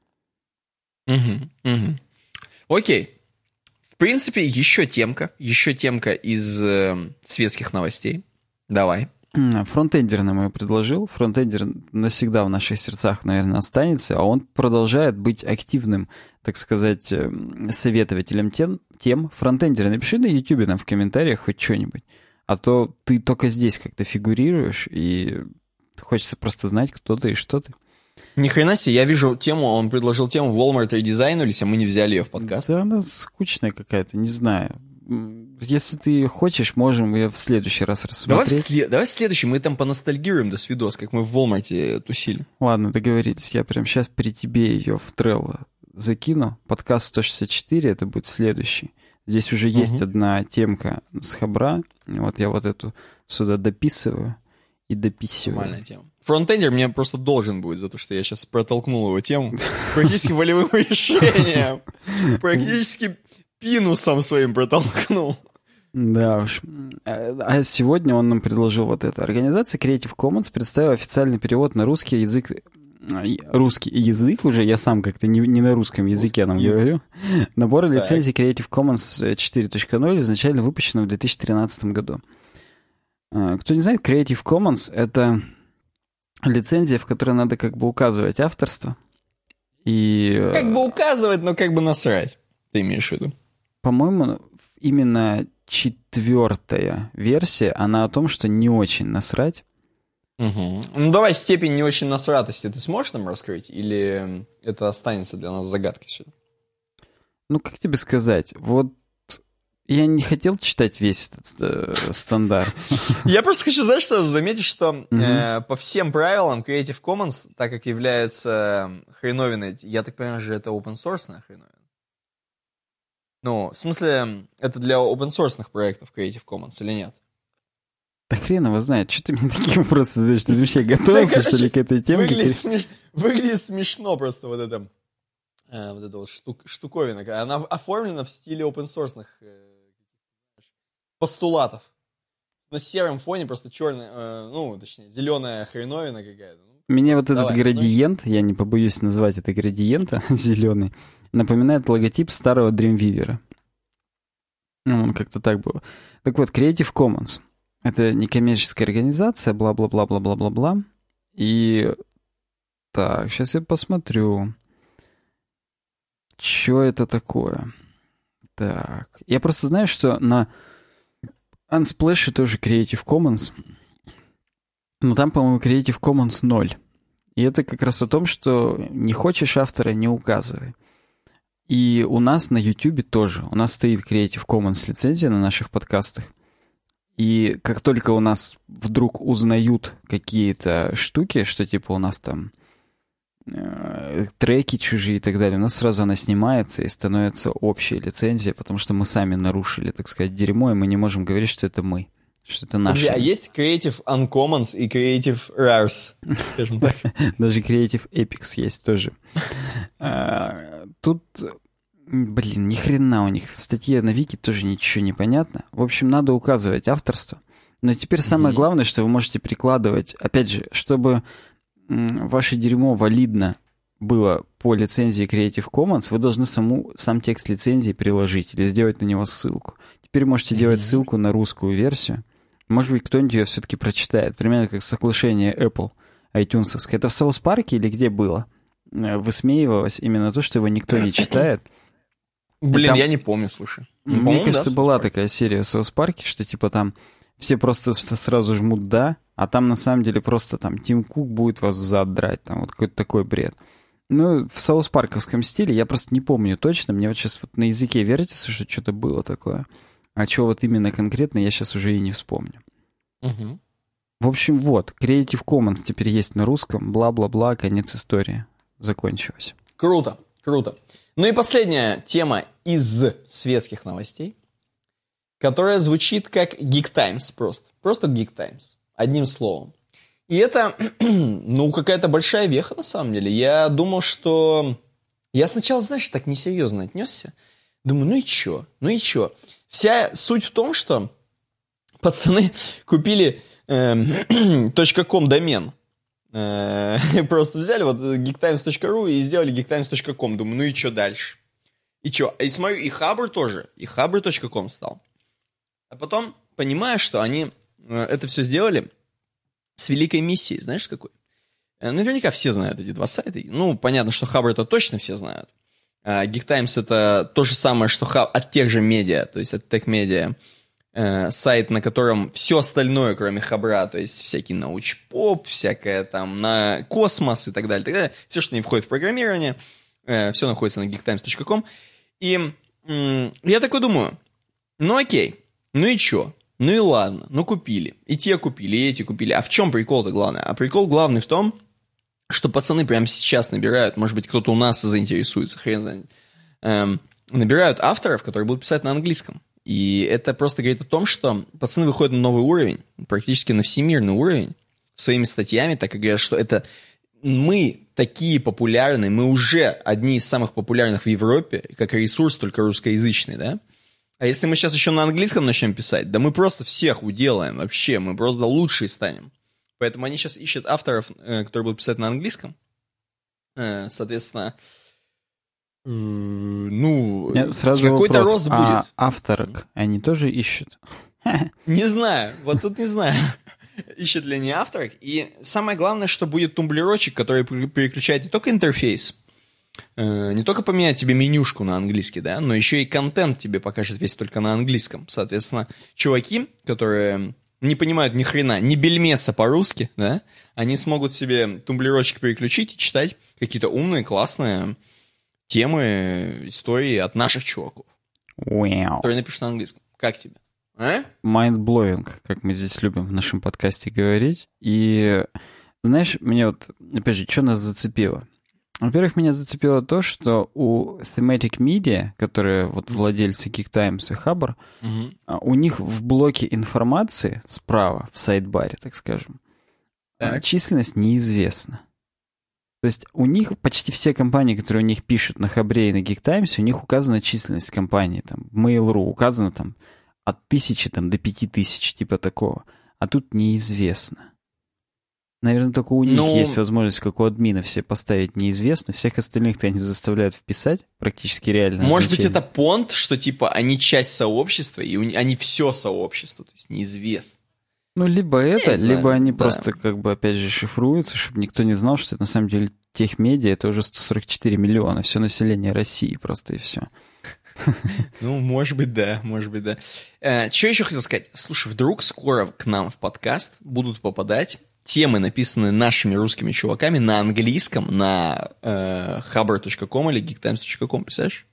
Угу, угу. Окей. В принципе, еще темка, еще темка из э, светских новостей. Давай. Фронтендер нам ее предложил. Фронтендер навсегда в наших сердцах, наверное, останется, а он продолжает быть активным, так сказать, советователем тем. тем. Фронтендеры, напиши на ютубе нам в комментариях хоть что-нибудь, а то ты только здесь как-то фигурируешь, и хочется просто знать, кто ты и что ты. Ни хрена себе, я вижу тему, он предложил тему Walmart редизайнулись, а мы не взяли ее в подкаст. Да она скучная какая-то, не знаю. Если ты хочешь, можем ее в следующий раз рассмотреть. Давай в, след... Давай в следующий, мы там поностальгируем до свидос, как мы в Walmart тусили. Ладно, договорились. Я прямо сейчас при тебе ее в Trello закину. Подкаст сто шестьдесят четыре, это будет следующий. Здесь уже угу. есть одна темка с Хабра. Вот я вот эту сюда дописываю и дописываю. Нормальная тема. Фронтендер мне просто должен будет за то, что я сейчас протолкнул его тему. Практически волевым решением. Практически пинусом своим протолкнул. Да уж. А сегодня он нам предложил вот это. Организация Creative Commons представила официальный перевод на русский язык. Русский язык уже, я сам как-то не, не на русском языке нам говорю. Набор лицензий Creative Commons четыре точка ноль изначально выпущен в две тысячи тринадцатом году. Кто не знает, Creative Commons — это лицензия, в которой надо как бы указывать авторство. И... Как бы указывать, но как бы насрать, ты имеешь в виду? По-моему, именно четвертая версия, она о том, что не очень насрать. Угу. Ну давай степень не очень насратости ты сможешь нам раскрыть? Или это останется для нас загадкой сегодня? Ну, как тебе сказать? Вот я не хотел читать весь этот э, стандарт. Я просто хочу, знаешь, сразу заметить, что э, по всем правилам Creative Commons, так как является хреновиной, я так понимаю, что это open-source хреновина. Ну, в смысле, это для open-source проектов Creative Commons или нет? Да хрен его знает. Что ты мне такие вопросы задаешь? Ты вообще готовился, что ли, к этой теме? Выглядит, смеш... выглядит смешно просто вот это, э, вот эта вот штук... штуковина. Она оформлена в стиле open-source э, постулатов. На сером фоне просто черная, э, ну, точнее, зеленая хреновина какая-то. Мне вот Давай, этот градиент, ну... я не побоюсь назвать это градиента, зеленый, напоминает логотип старого Dreamweaver. Ну, он как-то так был. Так вот, Creative Commons. Это некоммерческая организация, бла-бла-бла-бла-бла-бла-бла. И так, сейчас я посмотрю, что это такое. Так, я просто знаю, что на Unsplash тоже Creative Commons, но там, по-моему, Creative Commons ноль. И это как раз о том, что не хочешь автора, не указывай. И у нас на YouTube тоже. У нас стоит Creative Commons лицензия на наших подкастах. И как только у нас вдруг узнают какие-то штуки, что типа у нас там э, треки чужие и так далее, у нас сразу она снимается и становится общая лицензия, потому что мы сами нарушили, так сказать, дерьмо, и мы не можем говорить, что это мы, что это наше. А есть Creative Uncommons и Creative Rares, скажем так. Даже Creative Epics есть тоже. Тут... Блин, ни хрена у них. В статье на Вики тоже ничего не понятно. В общем, надо указывать авторство. Но теперь самое mm-hmm. главное, что вы можете прикладывать, опять же, чтобы м, ваше дерьмо валидно было по лицензии Creative Commons, вы должны саму, сам текст лицензии приложить или сделать на него ссылку. Теперь можете mm-hmm. делать ссылку на русскую версию. Может быть, кто-нибудь ее все-таки прочитает. Примерно как соглашение Apple iTunes-овское. Это в Саус Парке или где было? Высмеивалось именно то, что его никто не читает. Блин, там, я не помню, слушай. Мне По-моему, кажется, да, была такая серия в Саус Парке, что типа там все просто сразу жмут «да», а там на самом деле просто там Тим Кук будет вас взад драть. Там вот какой-то такой бред. Ну, в Саус Парковском стиле я просто не помню точно. Мне вот сейчас вот на языке вертится, что что-то было такое. А что вот именно конкретно, я сейчас уже и не вспомню. Угу. В общем, вот, Creative Commons теперь есть на русском, бла-бла-бла, конец истории. Закончилось. Круто, круто. Ну и последняя тема из светских новостей, которая звучит как Geek Times просто. Просто Geek Times. Одним словом. И это, ну, какая-то большая веха на самом деле. Я думал, что... Я сначала, знаешь, так несерьезно отнесся. Думаю, ну и чё? Ну и чё? Вся суть в том, что пацаны купили э, .com домен. Э, просто взяли вот geektimes точка ру и сделали geektimes точка ком. Думаю, ну и чё дальше? И чё? И смотрю, и Хабр тоже. И хабр точка ком стал. А потом понимаю, что они э, это все сделали с великой миссией. Знаешь, с какой? Э, наверняка все знают эти два сайта. Ну, понятно, что Хабр это точно все знают. Geek Times это то же самое, что Hub от тех же медиа, то есть от Tech Media, э, сайт, на котором все остальное, кроме Хабра, то есть всякий научпоп, всякое там на космос и так далее, так далее, все, что не входит в программирование, э, все находится на geektimes точка ком. И э, я такой думаю, ну окей, ну и чё? Ну и ладно, ну купили. И те купили, и эти купили. А в чем прикол-то главное? А прикол главный в том, что пацаны прямо сейчас набирают, может быть, кто-то у нас заинтересуется, хрен знает, эм, набирают авторов, которые будут писать на английском. И это просто говорит о том, что пацаны выходят на новый уровень, практически на всемирный уровень, своими статьями, так как говорят, что это мы такие популярные, мы уже одни из самых популярных в Европе, как ресурс, только русскоязычный, да? А если мы сейчас еще на английском начнем писать, да мы просто всех уделаем вообще, мы просто лучшие станем. Поэтому они сейчас ищут авторов, которые будут писать на английском. Соответственно, ну, сразу какой-то вопрос, рост а будет. авторок они тоже ищут? Не знаю, вот тут не знаю, ищут ли они авторок. И самое главное, что будет тумблерочек, который переключает не только интерфейс, не только поменять тебе менюшку на английский, да, но еще и контент тебе покажет весь только на английском. Соответственно, чуваки, которые... не понимают ни хрена, ни бельмеса по-русски, да, они смогут себе тумблерочек переключить и читать какие-то умные, классные темы, истории от наших чуваков, wow. которые напишут на английском. Как тебе? А? Mind-blowing, как мы здесь любим в нашем подкасте говорить. И, знаешь, мне вот, опять же, что нас зацепило? Во-первых, меня зацепило то, что у Thematic Media, которые вот владельцы Geek Times и Хабр, угу. у них в блоке информации справа, в сайдбаре, так скажем, так. численность неизвестна. То есть у них почти все компании, которые у них пишут на Хабре и на Geek Times, у них указана численность компании. Там, в Mail.ru указано там, от тысячи там, до пяти тысяч, типа такого. А тут неизвестно. Наверное, только у них ну, есть возможность, как у админа, все поставить неизвестно. Всех остальных-то они заставляют вписать практически реально. Может значение. Быть, это понт, что типа они часть сообщества, и у, они все сообщество, то есть неизвестно. Ну, либо это, Я либо знаю, они да. просто, как бы, опять же, шифруются, чтобы никто не знал, что это на самом деле техмедиа, это уже сто сорок четыре миллиона, все население России просто и все. Ну, может быть, да, может быть, да. Э, что еще хотел сказать? Слушай, вдруг скоро к нам в подкаст будут попадать темы, написанные нашими русскими чуваками на английском, на э, хабр точка ком или geektimes точка ком, представляешь?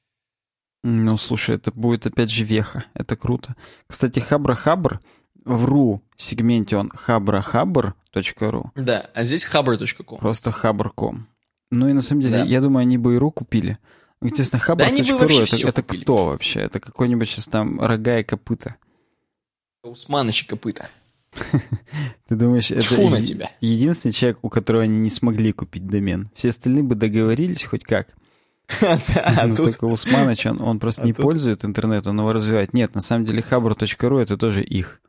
Ну, слушай, это будет опять же веха, это круто. Кстати, Хабра-Хабр, в ру сегменте он хабра-хабр точка ру. Да, а здесь хабр точка ком. Просто хабр точка ком. Ну и на самом деле, да. я думаю, они бы и ру купили. Естественно, хабр точка ру да, это, это кто вообще? Это какой-нибудь сейчас там рога и копыта. Усманыч и копыта. Ты думаешь, это Тьфу на тебя. Единственный человек, у которого они не смогли купить домен? Все остальные бы договорились хоть как. Но только Усманыч, он просто не пользует интернет, он его развивает. Нет, на самом деле хабр точка ру это тоже их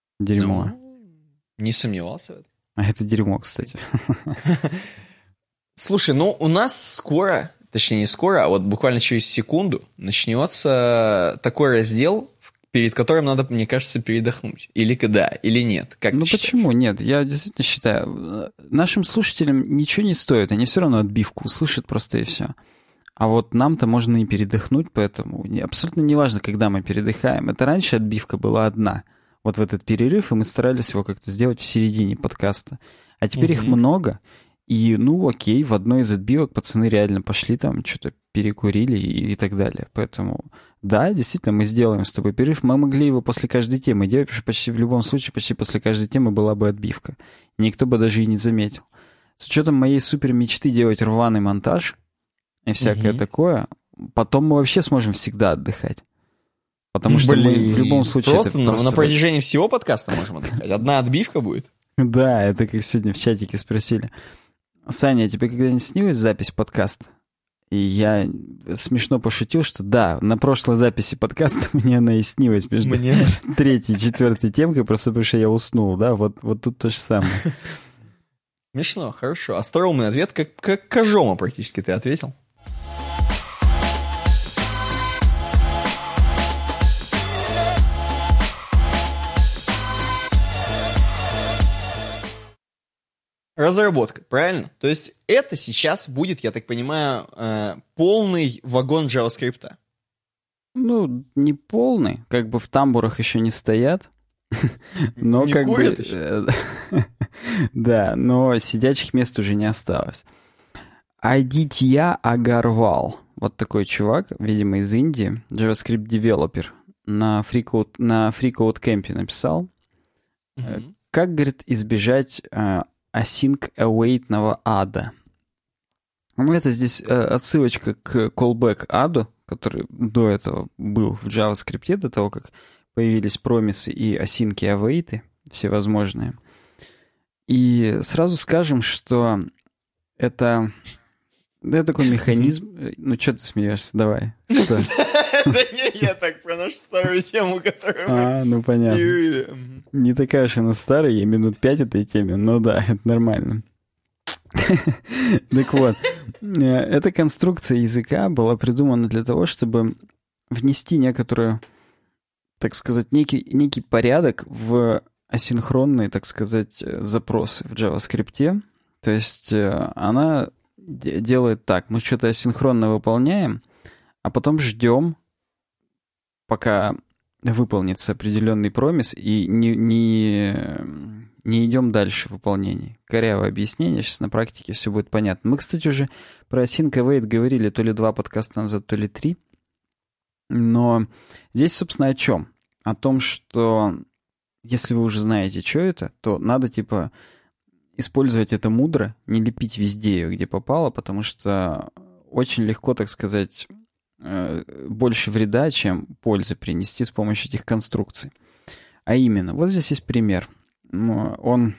дерьмо. Не сомневался в этом. А это дерьмо, кстати. Слушай, ну у нас скоро, точнее не скоро, а вот буквально через секунду начнется такой раздел, перед которым надо, мне кажется, передохнуть. Или да, или нет. Как ну ты почему считаешь? нет? Я действительно считаю, нашим слушателям ничего не стоит, они все равно отбивку услышат просто и все. А вот нам-то можно и передохнуть, поэтому абсолютно не важно, когда мы передыхаем. Это раньше отбивка была одна, вот в этот перерыв, и мы старались его как-то сделать в середине подкаста. А теперь Угу. их много, и ну окей, в одной из отбивок пацаны реально пошли там, что-то перекурили и, и так далее. Поэтому да, действительно, мы сделаем с тобой перерыв. Мы могли его после каждой темы делать, потому что почти в любом случае, почти после каждой темы была бы отбивка. И никто бы даже и не заметил. С учетом моей супер мечты делать рваный монтаж и всякое Угу. такое, потом мы вообще сможем всегда отдыхать. Потому что Блин, мы в любом случае... Просто, это на, просто на протяжении всего подкаста можем отдыхать. Одна отбивка будет. Да, это как сегодня в чатике спросили. Саня, а тебе когда-нибудь снилась запись подкаста? И я смешно пошутил, что да, на прошлой записи подкаста мне она и снилась между Мне... третьей и четвертой темкой, просто потому что я уснул, да, вот, вот тут то же самое. Смешно, хорошо. Остроумный ответ, как, как Кожома практически ты ответил. Разработка, правильно? То есть это сейчас будет, я так понимаю, э, полный вагон JavaScript. Ну, не полный, как бы в тамбурах еще не стоят, но Не как курят бы... еще? Да, но сидячих мест уже не осталось. Адитья Агарвал, вот такой чувак, видимо, из Индии, JavaScript-девелопер, на FreeCode, на FreeCode Camp написал, Мгм. как, говорит, избежать э, async-await-ного ада. Ну, это здесь э, отсылочка к callback аду, который до этого был в JavaScript, до того, как появились промисы и асинки, await, всевозможные. И сразу скажем, что это, это такой механизм... Ну, что ты смеешься? Давай. Что? Да не, я так про нашу старую тему, которую мы А, ну понятно. говорили. Мгм. Не такая уж она старая, я минут пять этой теме, но да, это нормально. Так вот, э, эта конструкция языка была придумана для того, чтобы внести некоторую, так сказать, некий, некий порядок в асинхронные, так сказать, э, запросы в JavaScript. То есть э, она де- делает так, мы что-то асинхронно выполняем, а потом ждем, пока выполнится определенный промис, и не, не, не идем дальше в выполнении. Корявое объяснение, сейчас на практике все будет понятно. Мы, кстати, уже про async await говорили то ли два подкаста назад, то ли три. Но здесь, собственно, о чем? О том, что если вы уже знаете, что это, то надо, типа, использовать это мудро, не лепить везде ее, где попало, потому что очень легко, так сказать, больше вреда, чем пользы принести с помощью этих конструкций. А именно, вот здесь есть пример. Он,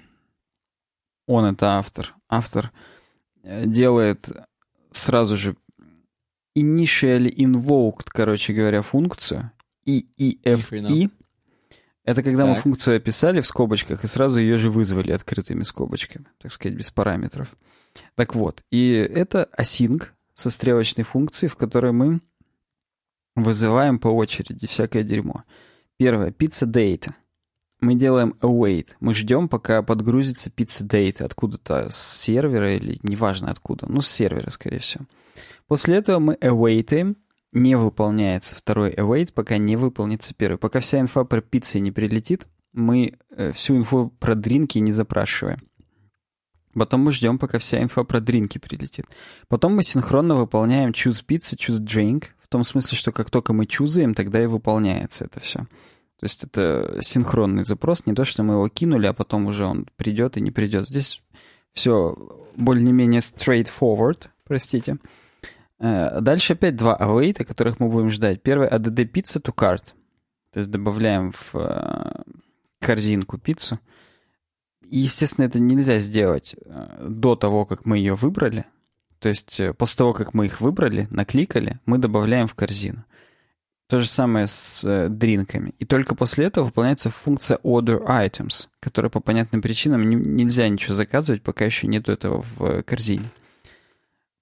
он это автор. Автор делает сразу же initially invoked, короче говоря, функцию и и эф и. Это когда так. мы функцию описали в скобочках и сразу ее же вызвали открытыми скобочками, так сказать, без параметров. Так вот, и это async со стрелочной функцией, в которой мы вызываем по очереди всякое дерьмо. Первое, pizza data. Мы делаем await. Мы ждем, пока подгрузится pizza data откуда-то с сервера или неважно откуда. Ну, с сервера, скорее всего. После этого мы await, не выполняется второй await, пока не выполнится первый. Пока вся инфа про пиццы не прилетит, мы всю инфу про дринки не запрашиваем. Потом мы ждем, пока вся инфа про дринки прилетит. Потом мы синхронно выполняем choose pizza, choose drink, в том смысле, что как только мы чузаем, тогда и выполняется это все. То есть это синхронный запрос, не то, что мы его кинули, а потом уже он придет и не придет. Здесь все более-менее straightforward, простите. Дальше опять два await, которых мы будем ждать. Первый add pizza to cart. То есть добавляем в корзинку пиццу. И, естественно, это нельзя сделать до того, как мы ее выбрали. То есть после того, как мы их выбрали, накликали, мы добавляем в корзину. То же самое с дринками. И только после этого выполняется функция order items, которая по понятным причинам не, нельзя ничего заказывать, пока еще нету этого в корзине.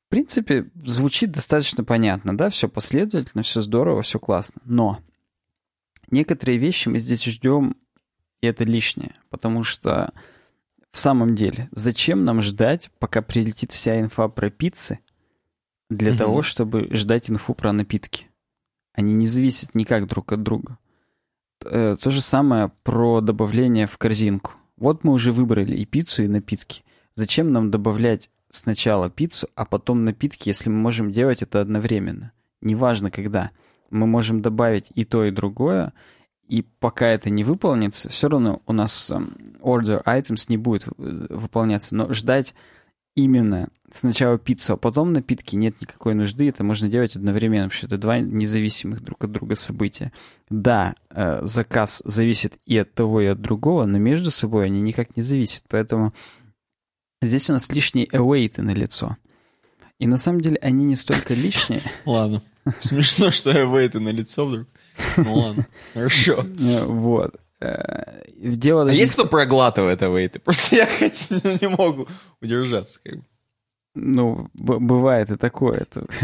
принципе, звучит достаточно понятно, да, все последовательно, все здорово, все классно. Но некоторые вещи мы здесь ждем, и это лишнее, потому что в самом деле, зачем нам ждать, пока прилетит вся инфа про пиццы, для mm-hmm. того, чтобы ждать инфу про напитки? Они не зависят никак друг от друга. То же самое про добавление в корзинку. Вот мы уже выбрали и пиццу, и напитки. Зачем нам добавлять сначала пиццу, а потом напитки, если мы можем делать это одновременно? Неважно когда. Мы можем добавить и то, и другое, и пока это не выполнится, все равно у нас order items не будет выполняться. Но ждать именно сначала пиццу, а потом напитки нет никакой нужды. Это можно делать одновременно, потому что это два независимых друг от друга события. Да, э, заказ зависит и от того, и от другого, но между собой они никак не зависят. Поэтому здесь у нас лишние await налицо. И на самом деле они не столько лишние... Ладно. Смешно, что await налицо вдруг. Ну ладно, хорошо. Вот. Дело а есть кто проглатывает await? Просто я хоть не могу удержаться. Как бы. Ну, б- бывает и такое.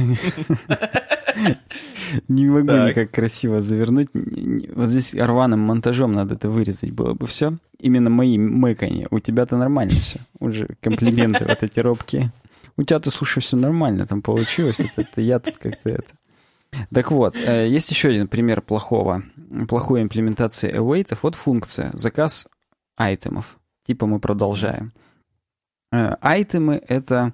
Не могу никак красиво завернуть. Вот здесь рваным монтажом надо это вырезать было бы все. Именно мои мэканье. У тебя-то нормально все. Уже комплименты вот эти робкие. У тебя-то, слушай, все нормально там получилось. Это я тут как-то это... Так вот, есть еще один пример плохого, плохой имплементации await. Вот функция заказ айтемов. Типа мы продолжаем. Айтемы — это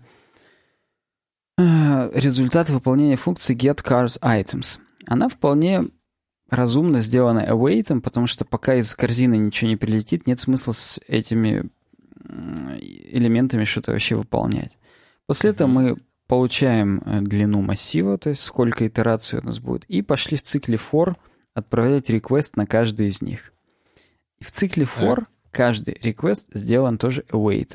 результат выполнения функции get cars items. Она вполне разумно сделана await, потому что пока из корзины ничего не прилетит, нет смысла с этими элементами что-то вообще выполнять. После этого мы получаем длину массива, то есть сколько итераций у нас будет, и пошли в цикле for отправлять request на каждый из них. И в цикле for каждый request сделан тоже await.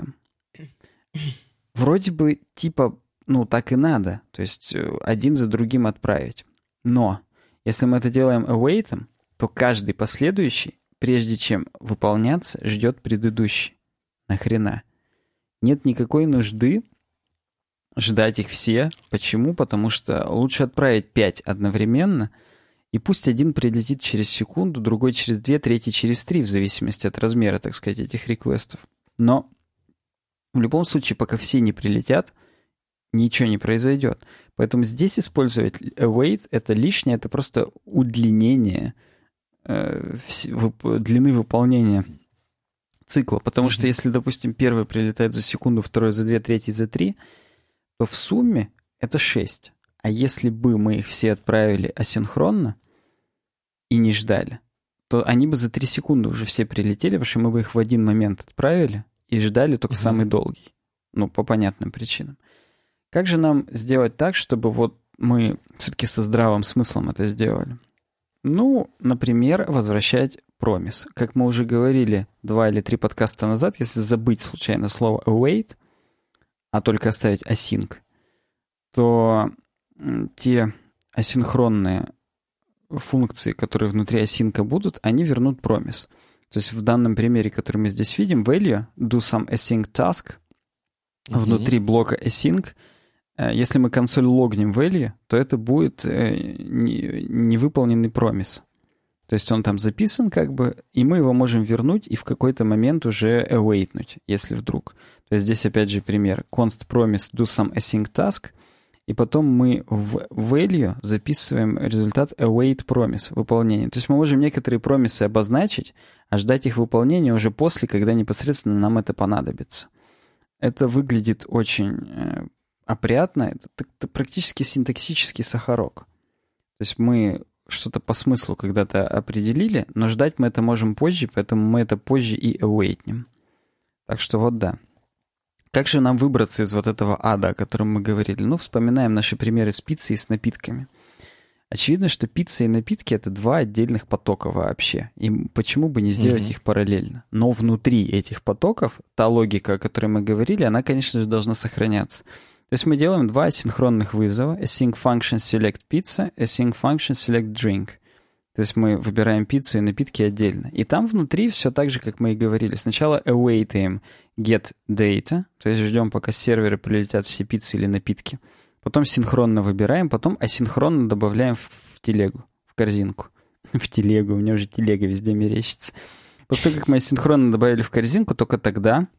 Вроде бы типа, ну так и надо, то есть один за другим отправить. Но если мы это делаем await, то каждый последующий, прежде чем выполняться, ждет предыдущий. Нахрена? Нет никакой нужды ждать их все. Почему? Потому что лучше отправить пять одновременно, и пусть один прилетит через секунду, другой через две, третий через три, в зависимости от размера, так сказать, этих реквестов. Но в любом случае, пока все не прилетят, ничего не произойдет. Поэтому здесь использовать await — это лишнее, это просто удлинение э, вс- длины выполнения цикла. Потому mm-hmm. что если, допустим, первый прилетает за секунду, второй за две, третий за три, то в сумме это шесть. А если бы мы их все отправили асинхронно и не ждали, то они бы за три секунды уже все прилетели, потому что мы бы их в один момент отправили и ждали только mm-hmm. самый долгий. Ну, по понятным причинам. Как же нам сделать так, чтобы вот мы все-таки со здравым смыслом это сделали? Ну, например, возвращать промис. Как мы уже говорили два или три подкаста назад, если забыть случайно слово await, а только оставить async, то те асинхронные функции, которые внутри async будут, они вернут промис. То есть в данном примере, который мы здесь видим, value, do some async task, mm-hmm. внутри блока async, если мы консоль логнем value, то это будет невыполненный промис. То есть он там записан как бы, и мы его можем вернуть и в какой-то момент уже awaitнуть, если вдруг. То есть здесь опять же пример. Const promise do some async task, и потом мы в value записываем результат await promise, выполнение. То есть мы можем некоторые промисы обозначить, а ждать их выполнения уже после, когда непосредственно нам это понадобится. Это выглядит очень опрятно, это, это практически синтаксический сахарок. То есть мы что-то по смыслу когда-то определили, но ждать мы это можем позже, поэтому мы это позже и awaitнем. Так что вот да. Как же нам выбраться из вот этого ада, о котором мы говорили? Ну, вспоминаем наши примеры с пиццей и с напитками. Очевидно, что пицца и напитки — это два отдельных потока вообще. И почему бы не сделать mm-hmm. их параллельно? Но внутри этих потоков та логика, о которой мы говорили, она, конечно же, должна сохраняться. То есть мы делаем два асинхронных вызова. Async function select pizza, async function select drink. То есть мы выбираем пиццу и напитки отдельно. И там внутри все так же, как мы и говорили. Сначала awaitаем get data, то есть ждем, пока с сервера прилетят все пиццы или напитки. потом синхронно выбираем, потом асинхронно добавляем в, в телегу, в корзинку. В телегу, у меня уже телега везде мерещится. После того, как мы асинхронно добавили в корзинку, только тогда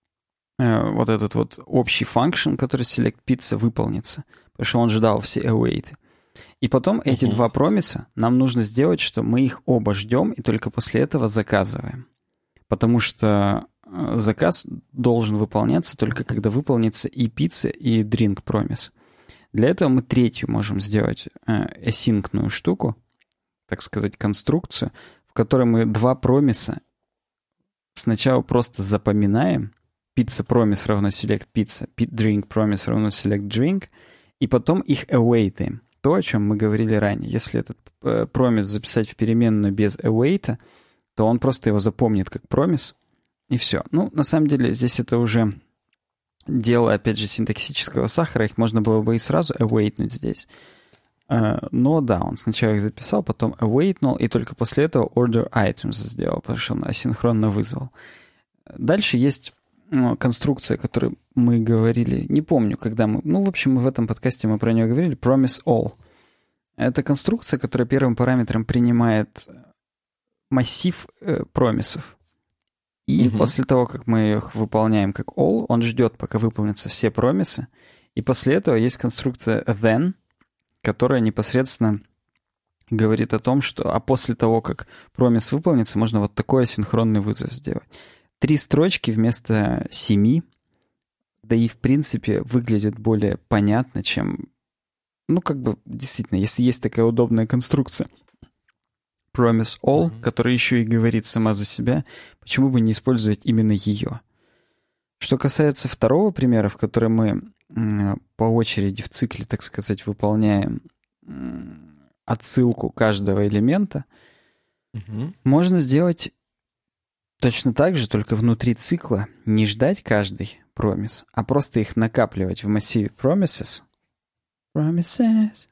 э, вот этот вот общий function, который select pizza, выполнится. Потому что он ждал все await. И потом эти uh-huh. два промиса нам нужно сделать, что мы их оба ждем и только после этого заказываем. Потому что заказ должен выполняться только когда выполнится и пицца, и drink promise. Для этого мы третью можем сделать э, async-ную штуку, так сказать, конструкцию, в которой мы два промиса сначала просто запоминаем. Pizza promise равно select pizza, drink promise равно select drink, и потом их await. То, о чем мы говорили ранее. Если этот э, промис записать в переменную без await, то он просто его запомнит как промис, и все. Ну, на самом деле, здесь это уже дело, опять же, синтаксического сахара. Их можно было бы и сразу awaitнуть здесь. Uh, но да, он сначала их записал, потом awaitнул, и только после этого order items сделал, потому что он асинхронно вызвал. Дальше есть ну, конструкция, о которой мы говорили, не помню, когда мы... Ну, в общем, в этом подкасте мы про нее говорили, promise all. Это конструкция, которая первым параметром принимает массив э, промисов. И угу. после того, как мы их выполняем как all, он ждет, пока выполнятся все промисы. И после этого есть конструкция then, которая непосредственно говорит о том, что а после того, как промис выполнится, можно вот такой асинхронный вызов сделать. Три строчки вместо семи, да и в принципе выглядит более понятно, чем... Ну, как бы, действительно, если есть такая удобная конструкция promise all, mm-hmm. которая еще и говорит сама за себя, почему бы не использовать именно ее? Что касается второго примера, в котором мы м, по очереди в цикле, так сказать, выполняем м, отсылку каждого элемента, mm-hmm. можно сделать точно так же, только внутри цикла не ждать каждый промис, а просто их накапливать в массиве promises. Promises.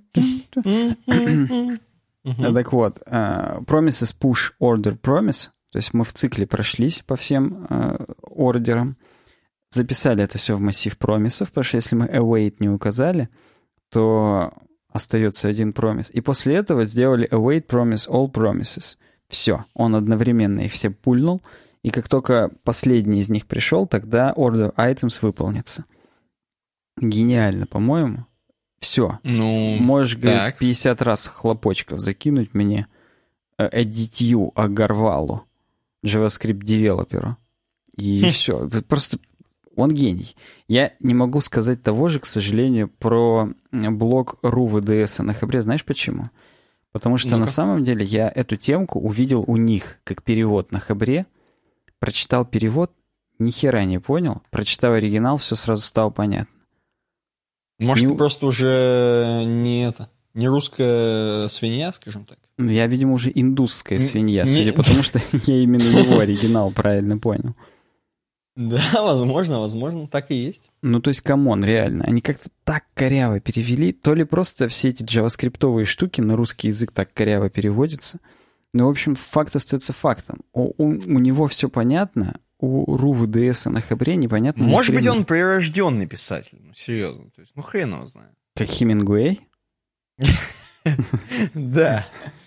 Uh-huh. Так вот, uh, promises push order promise, то есть мы в цикле прошлись по всем uh, ордерам, записали это все в массив промисов, потому что если мы await не указали, то остается один промис. И после этого сделали await promise all promises. Все, он одновременно их все пульнул, и как только последний из них пришел, тогда order items выполнится. Гениально, по-моему. Все. Ну, можешь, говорит, пятьдесят раз хлопочков закинуть мне эдитью Агарвалу, JavaScript-девелоперу. И все. Просто он гений. Я не могу сказать того же, к сожалению, про блог РУ ВДС на Хабре. Знаешь почему? Потому что ну-ка. На самом деле я эту темку увидел у них как перевод на Хабре, прочитал перевод, ни хера не понял, прочитав оригинал, все сразу стало понятно. Может, не... ты просто уже не это, не русская свинья, скажем так? Я, видимо, уже индусская свинья, не... судя по тому, что я именно его оригинал правильно понял. Да, возможно, возможно, так и есть. Ну, то есть, камон, реально, они как-то так коряво перевели, то ли просто все эти джаваскриптовые штуки на русский язык так коряво переводятся. Ну, в общем, факт остается фактом. У, у, у него все понятно, у РУ ВДС на Хабре непонятно. Может быть, он прирожденный писатель, ну, серьезно, то есть, ну, хрен его знает. Как Хемингуэй? Да.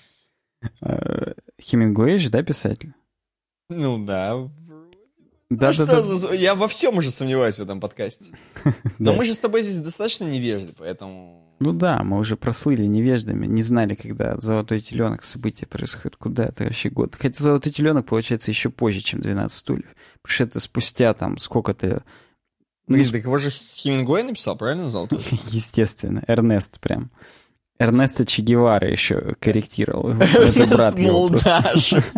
Хемингуэй же, да, писатель? Ну, да. Да, ну, да, да. Я во всем уже сомневаюсь в этом подкасте. Но мы же с тобой здесь достаточно невежды, поэтому... Ну да, мы уже прослыли невеждами, не знали, когда «Золотой теленок» события происходят, куда это вообще год. Хотя «Золотой теленок» получается еще позже, чем «двенадцать стульев». Потому что это спустя там сколько-то... Ну, так его же Хемингуэй написал, правильно, «Золотой»? Естественно, Эрнест прям. Эрнеста Че Гевара еще корректировал. Это брат его просто.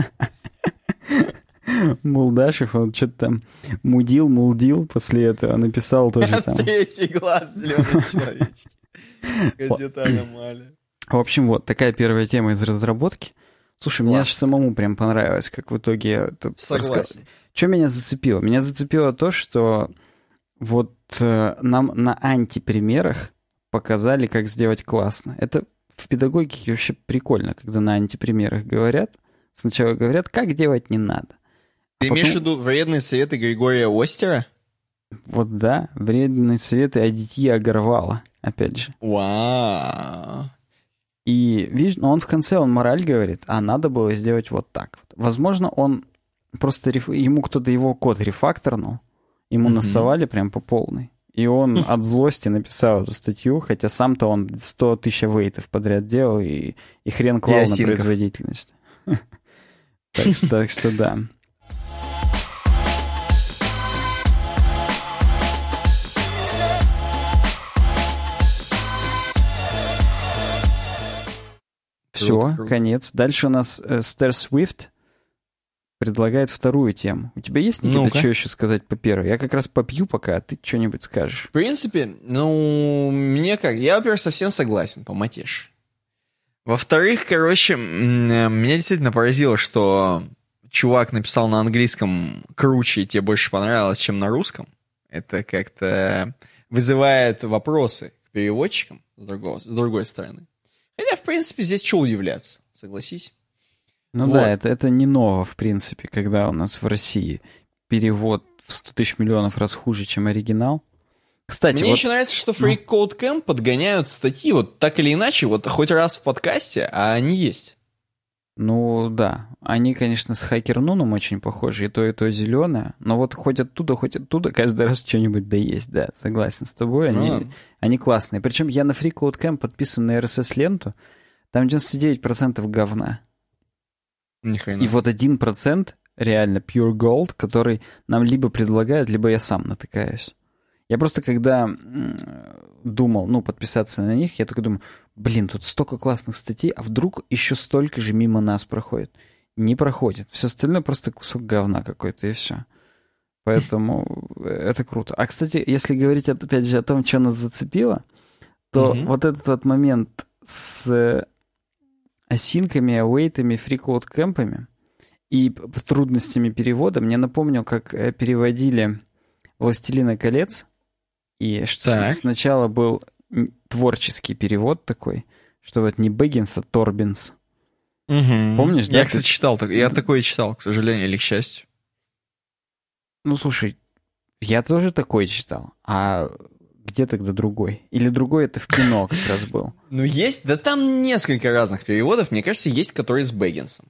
Мулдашев, он что-то там мудил, мулдил после этого, написал тоже там. Третий глаз зеленый человечек. Газета «Аномалия». В общем, вот такая первая тема из разработки. Слушай, Класс. Мне аж самому прям понравилось, как в итоге я это Согласен. Раска... Что меня зацепило? Меня зацепило то, что вот э, нам на антипримерах показали, как сделать классно. Это в педагогике вообще прикольно, когда на антипримерах говорят. Сначала говорят, как делать не надо. Ты а имеешь потом... в виду вредные советы Григория Остера? Вот да, вредные советы Адитьи Агарвала. опять же. Вау. И, видишь, ну, он в конце, он мораль говорит, а надо было сделать вот так. Возможно, он просто, реф... ему кто-то его код рефакторнул, ему mm-hmm. насовали прям по полной. И он от злости написал эту статью, хотя сам-то он сто тысяч вейтов подряд делал, и, и хрен клал на производительность. Так что да. Все, конец. Дальше у нас Стэр Свифт предлагает вторую тему. У тебя есть, Никита, Ну-ка. что еще сказать по первой? Я как раз попью пока, а ты что-нибудь скажешь. В принципе, ну, мне как... Я, во-первых, совсем согласен, поматишь. Во-вторых, короче, меня действительно поразило, что чувак написал на английском круче и тебе больше понравилось, чем на русском. Это как-то вызывает вопросы к переводчикам с, другого, с другой стороны. Хотя, в принципе, здесь что удивляться, согласись? Ну вот. Да, это, это не ново, в принципе, когда у нас в России перевод в сто тысяч миллионов раз хуже, чем оригинал. Кстати, Мне вот... еще нравится, что Freak Code Camp подгоняют статьи, вот так или иначе, вот хоть раз в подкасте, а они есть. Ну да, они, конечно, с Хакер Нуном очень похожи, и то, и то зеленое, но вот хоть оттуда, хоть оттуда каждый раз что-нибудь да есть, да, согласен с тобой, они, ну, они классные. Причем я на Freak Code Camp подписан на эр эс эс-ленту, там девяносто девять процентов говна. Нихрена. И вот один процент реально pure gold, который нам либо предлагают, либо я сам натыкаюсь. Я просто когда думал, ну, подписаться на них, я только думаю, блин, тут столько классных статей, а вдруг еще столько же мимо нас проходит? Не проходит. Все остальное просто кусок говна какой-то, и все. Поэтому это круто. А, кстати, если говорить, опять же, о том, что нас зацепило, то mm-hmm. вот этот вот момент с осинками, ауэйтами, фрикоут-кэмпами и трудностями перевода мне напомнил, как переводили «Властелина колец», и что так. сначала был творческий перевод такой, что вот не Бэггинс, а Торбинс. Угу. Помнишь, да? Я, кстати, читал, я такое читал, к сожалению, или к счастью. Ну, слушай, я тоже такое читал, а где тогда другой? Или другой это в кино как раз был? Ну, есть, да там несколько разных переводов, мне кажется, есть, которые с Бэггинсом.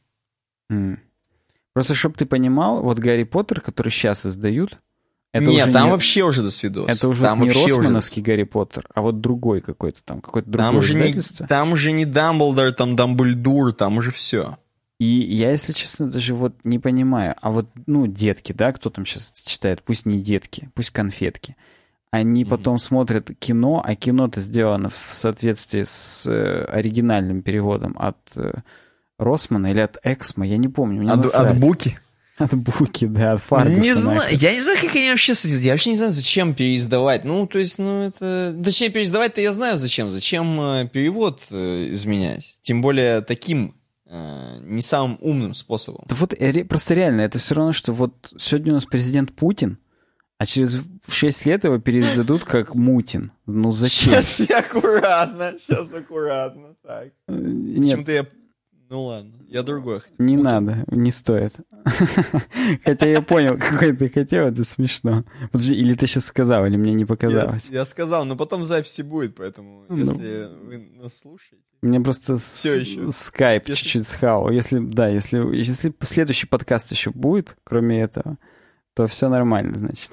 Просто, чтобы ты понимал, вот Гарри Поттер, который сейчас издают, это Нет, уже там не, вообще уже до свидос. Это уже там не вообще Росмановский уже... Гарри Поттер, а вот другой какой-то там, какой-то другой там уже издательство. Не, там уже не Дамблдор, там Дамблдур, там уже все. И я, если честно, даже вот не понимаю, а вот, ну, детки, да, кто там сейчас читает, пусть не детки, пусть конфетки, они mm-hmm. потом смотрят кино, а кино-то сделано в соответствии с э, оригинальным переводом от э, Росмана или от Эксмо, я не помню. Мне от, от Буки? От Буки, да, от Фаргуса. Не знаю, я не знаю, как они вообще с этим... Я вообще не знаю, зачем переиздавать. Ну, то есть, ну, это... Точнее, переиздавать-то я знаю зачем. Зачем э, перевод э, изменять? Тем более таким э, не самым умным способом. Да вот ре... просто реально, это все равно, что вот сегодня у нас президент Путин, а через шесть лет его переиздадут как Мутин. Ну, зачем? Сейчас я аккуратно, сейчас аккуратно. Так. Нет. Почему-то я... Ну ладно, я другой хотел. Не Мутин. Надо, не стоит. Хотя я понял, какой ты хотел, это смешно. Подожди, или ты сейчас сказал, или мне не показалось? Я, я сказал, но потом записи будет, поэтому ну, если вы нас слушаете... Мне просто с, скайп если... чуть-чуть схавал. Если, да, если, если следующий подкаст еще будет, кроме этого, то все нормально, значит.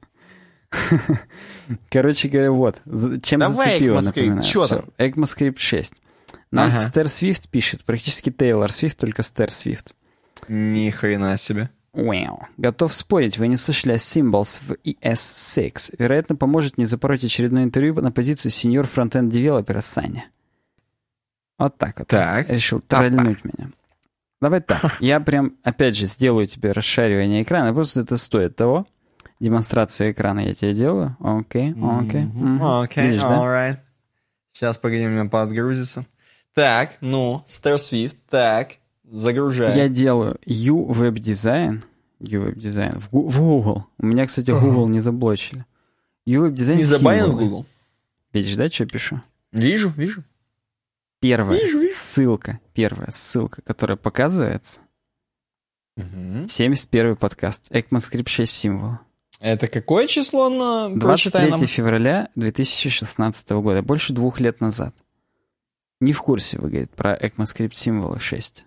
Короче говоря, вот. Чем Давай зацепило, ECMAScript, напоминаю. Что там? ECMAScript шесть. Нам ага. Стэр Свифт пишет, практически Тейлор Свифт, только Стэр Свифт. Ни хрена себе. Wow. Готов спорить, вы не слышали о Symbols в и эс шесть. Вероятно, поможет не запороть очередное интервью на позицию сеньор фронтенд-девелопера Саня. Вот так вот. Так. Решил тролльнуть меня. Давай так. Я прям, опять же, сделаю тебе расшаривание экрана. Просто это стоит того. Демонстрацию экрана я тебе делаю. Окей, окей. Окей, alright. Сейчас, погоди, у меня подгрузится. Так, ну, Стэр Свифт, так, загружай. Я делаю U-Web-дизайн, U-Web-дизайн в, в Google. У меня, кстати, Google не заблочили. U-Web-дизайн не забанил Google? Видишь, да, что я пишу? Вижу, вижу. Первая вижу, вижу. ссылка, первая ссылка, которая показывается. Угу. семьдесят первый подкаст. ECMAScript шесть символ. Это какое число на... двадцать третьего февраля две тысячи шестнадцатого года, больше двух лет назад. Не в курсе, вы, говорит, про ECMAScript символы шесть.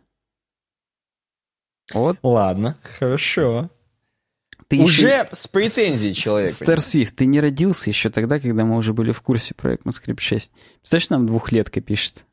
Вот. Ладно, хорошо. Ты уже еще... с претензией человек. Стар Свифт, ты не родился еще тогда, когда мы уже были в курсе про ECMAScript шесть. Представляешь, нам двухлетка пишет.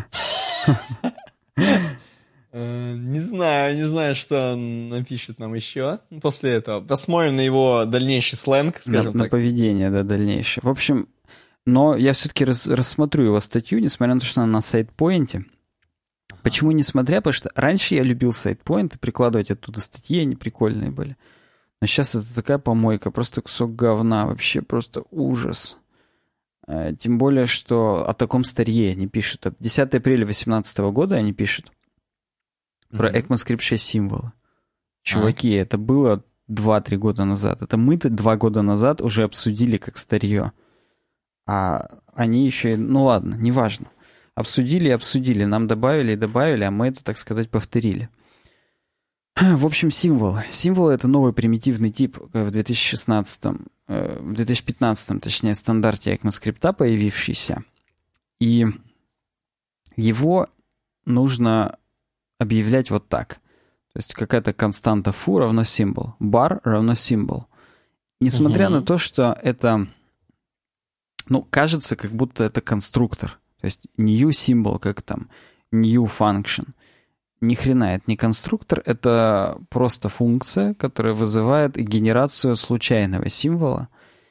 Не знаю, не знаю, что он напишет нам еще после этого. Посмотрим на его дальнейший сленг, скажем так. На поведение, да, дальнейшее. В общем, но я все-таки рас, рассмотрю его статью, несмотря на то, что она на сайт-поинте. Почему несмотря? Потому что раньше я любил сайт-поинты, прикладывать оттуда статьи, они прикольные были. Но сейчас это такая помойка, просто кусок говна, вообще просто ужас. Тем более, что о таком старье они пишут. От десятого апреля две тысячи восемнадцатого года они пишут про mm-hmm. ECMAScript шесть символы. Чуваки, а? Это было два-три года назад. Это мы-то два года назад уже обсудили как старье. А они еще... Ну ладно, неважно. Обсудили и обсудили. Нам добавили и добавили, а мы это, так сказать, повторили. В общем, символы. Символы — это новый примитивный тип в две тысячи шестнадцатом, в две тысячи пятнадцатом, точнее, стандарте ECMAScript появившийся. И его нужно объявлять вот так. То есть какая-то константа foo равно символ, bar равно символ. Несмотря угу. на то, что это, ну, кажется, как будто это конструктор. То есть new символ, как там, new function. Ни хрена, это не конструктор, это просто функция, которая вызывает генерацию случайного символа.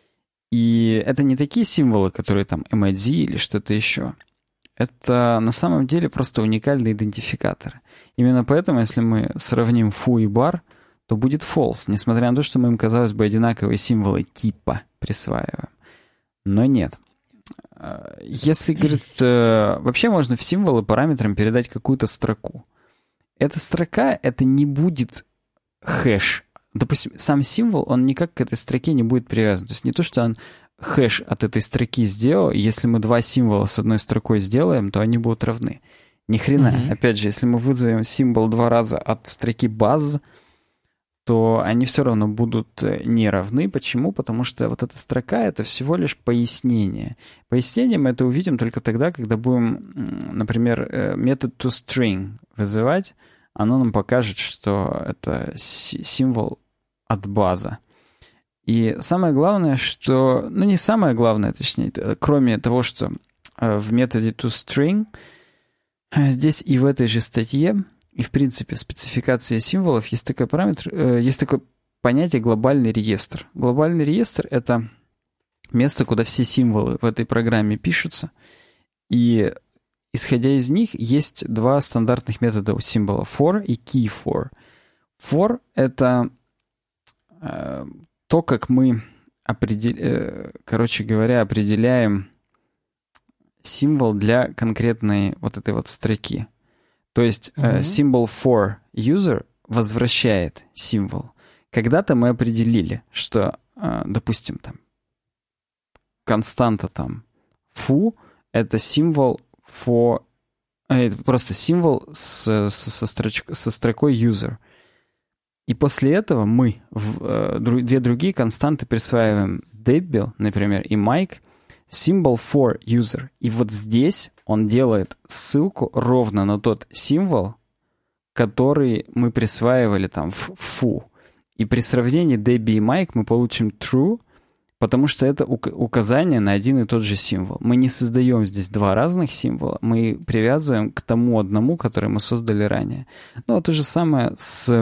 И это не такие символы, которые там эм ай ди или что-то еще. Это на самом деле просто уникальные идентификаторы. Именно поэтому, если мы сравним foo и bar, то будет false, несмотря на то, что мы им, казалось бы, одинаковые символы типа присваиваем. Но нет. Если, говорит, вообще можно в символы параметрам передать какую-то строку. Эта строка, это не будет хэш. Допустим, сам символ, он никак к этой строке не будет привязан. То есть не то, что он хэш от этой строки сделал, если мы два символа с одной строкой сделаем, то они будут равны. Ни хрена. Mm-hmm. Опять же, если мы вызовем символ два раза от строки buzz, то они все равно будут не равны. Почему? Потому что вот эта строка — это всего лишь пояснение. Пояснение мы это увидим только тогда, когда будем, например, метод toString вызывать. Оно нам покажет, что это символ от база. И самое главное, что... Ну, не самое главное, точнее, кроме того, что в методе toString здесь и в этой же статье, и, в принципе, в спецификации символов есть такой параметр, есть такое понятие глобальный реестр. Глобальный реестр — это место, куда все символы в этой программе пишутся, и исходя из них есть два стандартных метода у символа for и keyFor. For — это э, то, как мы, определ... э, короче говоря, определяем символ для конкретной вот этой вот строки. То есть mm-hmm. э, символ for user возвращает символ. Когда-то мы определили, что, э, допустим, там константа там foo — это символ for... Это просто символ с, со, строч, со строкой user. И после этого мы в э, две другие константы присваиваем Debbie, например, и Mike, символ for user. И вот здесь он делает ссылку ровно на тот символ, который мы присваивали там в foo. И при сравнении Debbie и Mike мы получим true, потому что это указание на один и тот же символ. Мы не создаем здесь два разных символа, мы привязываем к тому одному, который мы создали ранее. Ну, а то же самое с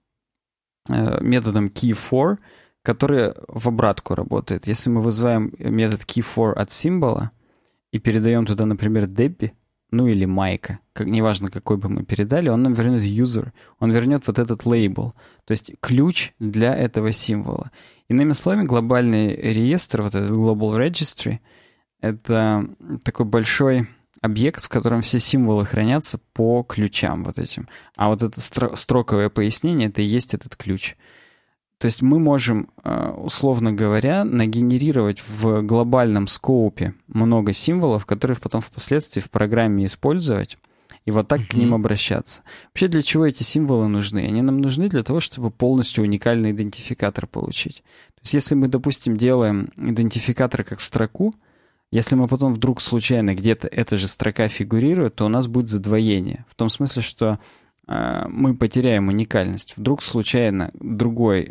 э, методом keyFor, который в обратку работает. Если мы вызываем метод keyFor от символа и передаем туда, например, Debbie, ну или Майка, как, неважно, какой бы мы передали, он нам вернет user, он вернет вот этот лейбл, то есть ключ для этого символа. Иными словами, глобальный реестр, вот этот Global Registry, это такой большой объект, в котором все символы хранятся по ключам вот этим. А вот это строковое пояснение, это и есть этот ключ. То есть мы можем, условно говоря, нагенерировать в глобальном скоупе много символов, которые потом впоследствии в программе использовать, и вот так mm-hmm. к ним обращаться. Вообще, для чего эти символы нужны? Они нам нужны для того, чтобы полностью уникальный идентификатор получить. То есть если мы, допустим, делаем идентификатор как строку, если мы потом вдруг случайно где-то эта же строка фигурирует, то у нас будет задвоение. В том смысле, что э, мы потеряем уникальность. Вдруг случайно другой...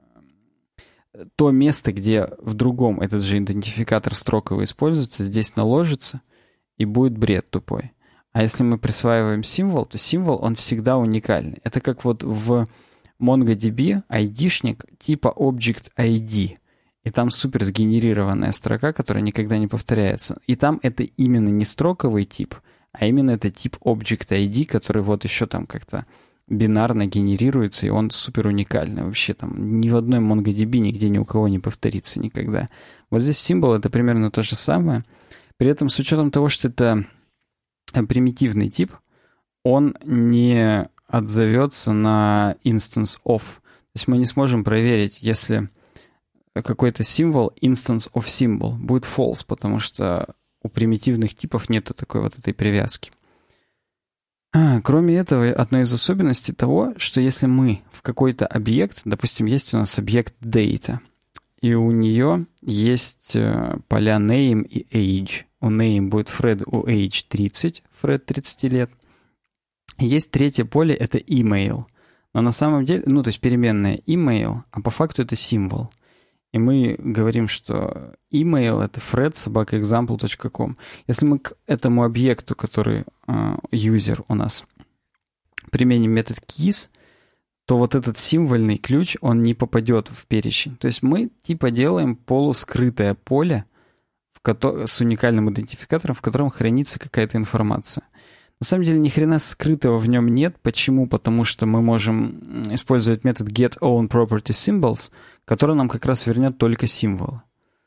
То место, где в другом этот же идентификатор строковый используется, здесь наложится, и будет бред тупой. А если мы присваиваем символ, то символ, он всегда уникальный. Это как вот в MongoDB айдишник типа Object ай ди. И там супер сгенерированная строка, которая никогда не повторяется. И там это именно не строковый тип, а именно это тип Object ай ди, который вот еще там как-то бинарно генерируется, и он супер уникальный. Вообще там ни в одной MongoDB нигде ни у кого не повторится никогда. Вот здесь символ — это примерно то же самое. При этом с учетом того, что это примитивный тип, он не отзовется на instance of. То есть мы не сможем проверить, если какой-то символ instance of symbol будет false, потому что у примитивных типов нету такой вот этой привязки. А, кроме этого, одной из особенностей того, что если мы в какой-то объект, допустим, есть у нас объект data, и у нее есть поля name и age. У name будет Фред, у age тридцать, Фред тридцать лет. Есть третье поле, это email. Но на самом деле, ну, то есть переменная email, а по факту это символ. И мы говорим, что email — это фред собака экзампл точка ком. Если мы к этому объекту, который uh, user у нас, применим метод keys, то вот этот символьный ключ, он не попадет в перечень. То есть мы типа делаем полускрытое поле в ко- с уникальным идентификатором, в котором хранится какая-то информация. На самом деле ни хрена скрытого в нем нет. Почему? Потому что мы можем использовать метод getOwnPropertySymbols, который нам как раз вернет только символы.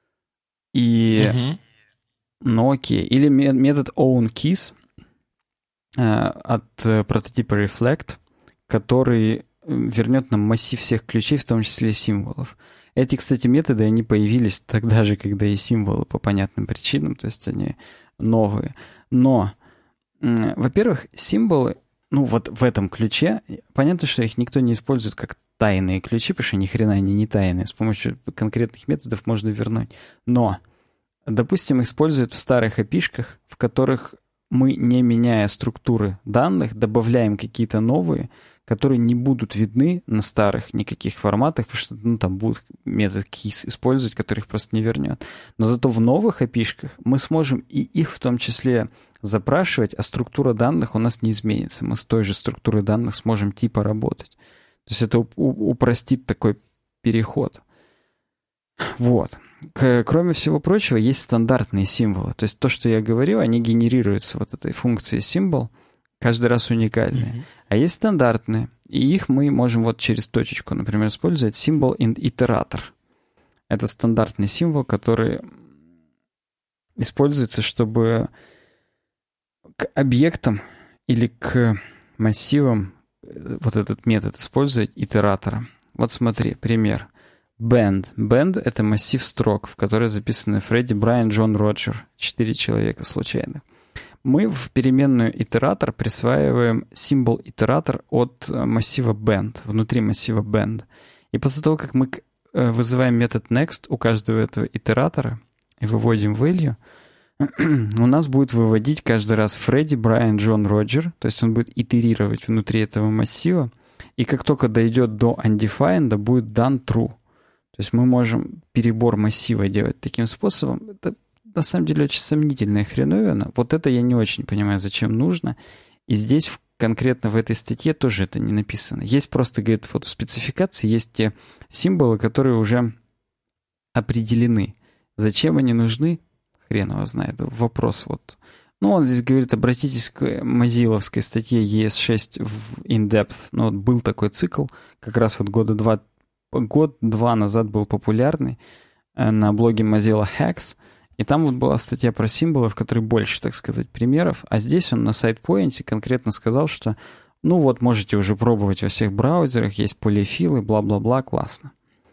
И uh-huh. ну окей. Или метод ownKeys э, от прототипа Reflect, который вернет нам массив всех ключей, в том числе и символов. Эти, кстати, методы, они появились тогда же, когда и символы, по понятным причинам, то есть они новые. Но, э, во-первых, символы, ну вот в этом ключе, понятно, что их никто не использует как тайные ключи, потому что ни хрена они не тайные, с помощью конкретных методов можно вернуть. Но, допустим, используют в старых эй пи ай-шках, в которых мы, не меняя структуры данных, добавляем какие-то новые, которые не будут видны на старых никаких форматах, потому что ну, там будет метод keys использовать, который их просто не вернет. Но зато в новых эй пи ай-шках мы сможем и их в том числе запрашивать, а структура данных у нас не изменится. Мы с той же структурой данных сможем типа работать. То есть это упростит такой переход. Вот. К, кроме всего прочего, есть стандартные символы. То есть то, что я говорил, они генерируются вот этой функцией символ, каждый раз уникальные. Mm-hmm. А есть стандартные, и их мы можем вот через точечку, например, использовать символ iterator. Это стандартный символ, который используется, чтобы к объектам или к массивам вот этот метод использовать итератора. Вот смотри, пример. Band. Band — это массив строк, в который записаны Фредди, Брайан, Джон, Роджер. Четыре человека случайно. Мы в переменную итератор присваиваем символ итератор от массива band, внутри массива band. И после того, как мы вызываем метод next у каждого этого итератора и выводим value, у нас будет выводить каждый раз Фредди, Брайан, Джон, Роджер, то есть он будет итерировать внутри этого массива, и как только дойдет до undefined, будет done true. То есть мы можем перебор массива делать таким способом. Это на самом деле очень сомнительная хреновина. Вот это я не очень понимаю, зачем нужно. И здесь конкретно в этой статье тоже это не написано. Есть просто, говорит, вот в спецификации есть те символы, которые уже определены. Зачем они нужны? Хрен его знает. Вопрос вот. Ну, он здесь говорит, обратитесь к мозиловской статье и эс шесть в in-depth. Ну, вот был такой цикл, как раз вот года два, год-два назад был популярный на блоге Mozilla Hacks. И там вот была статья про символы, в которой больше, так сказать, примеров. А здесь он на сайт-поинте конкретно сказал, что ну вот, можете уже пробовать во всех браузерах, есть полифилы, бла-бла-бла, классно.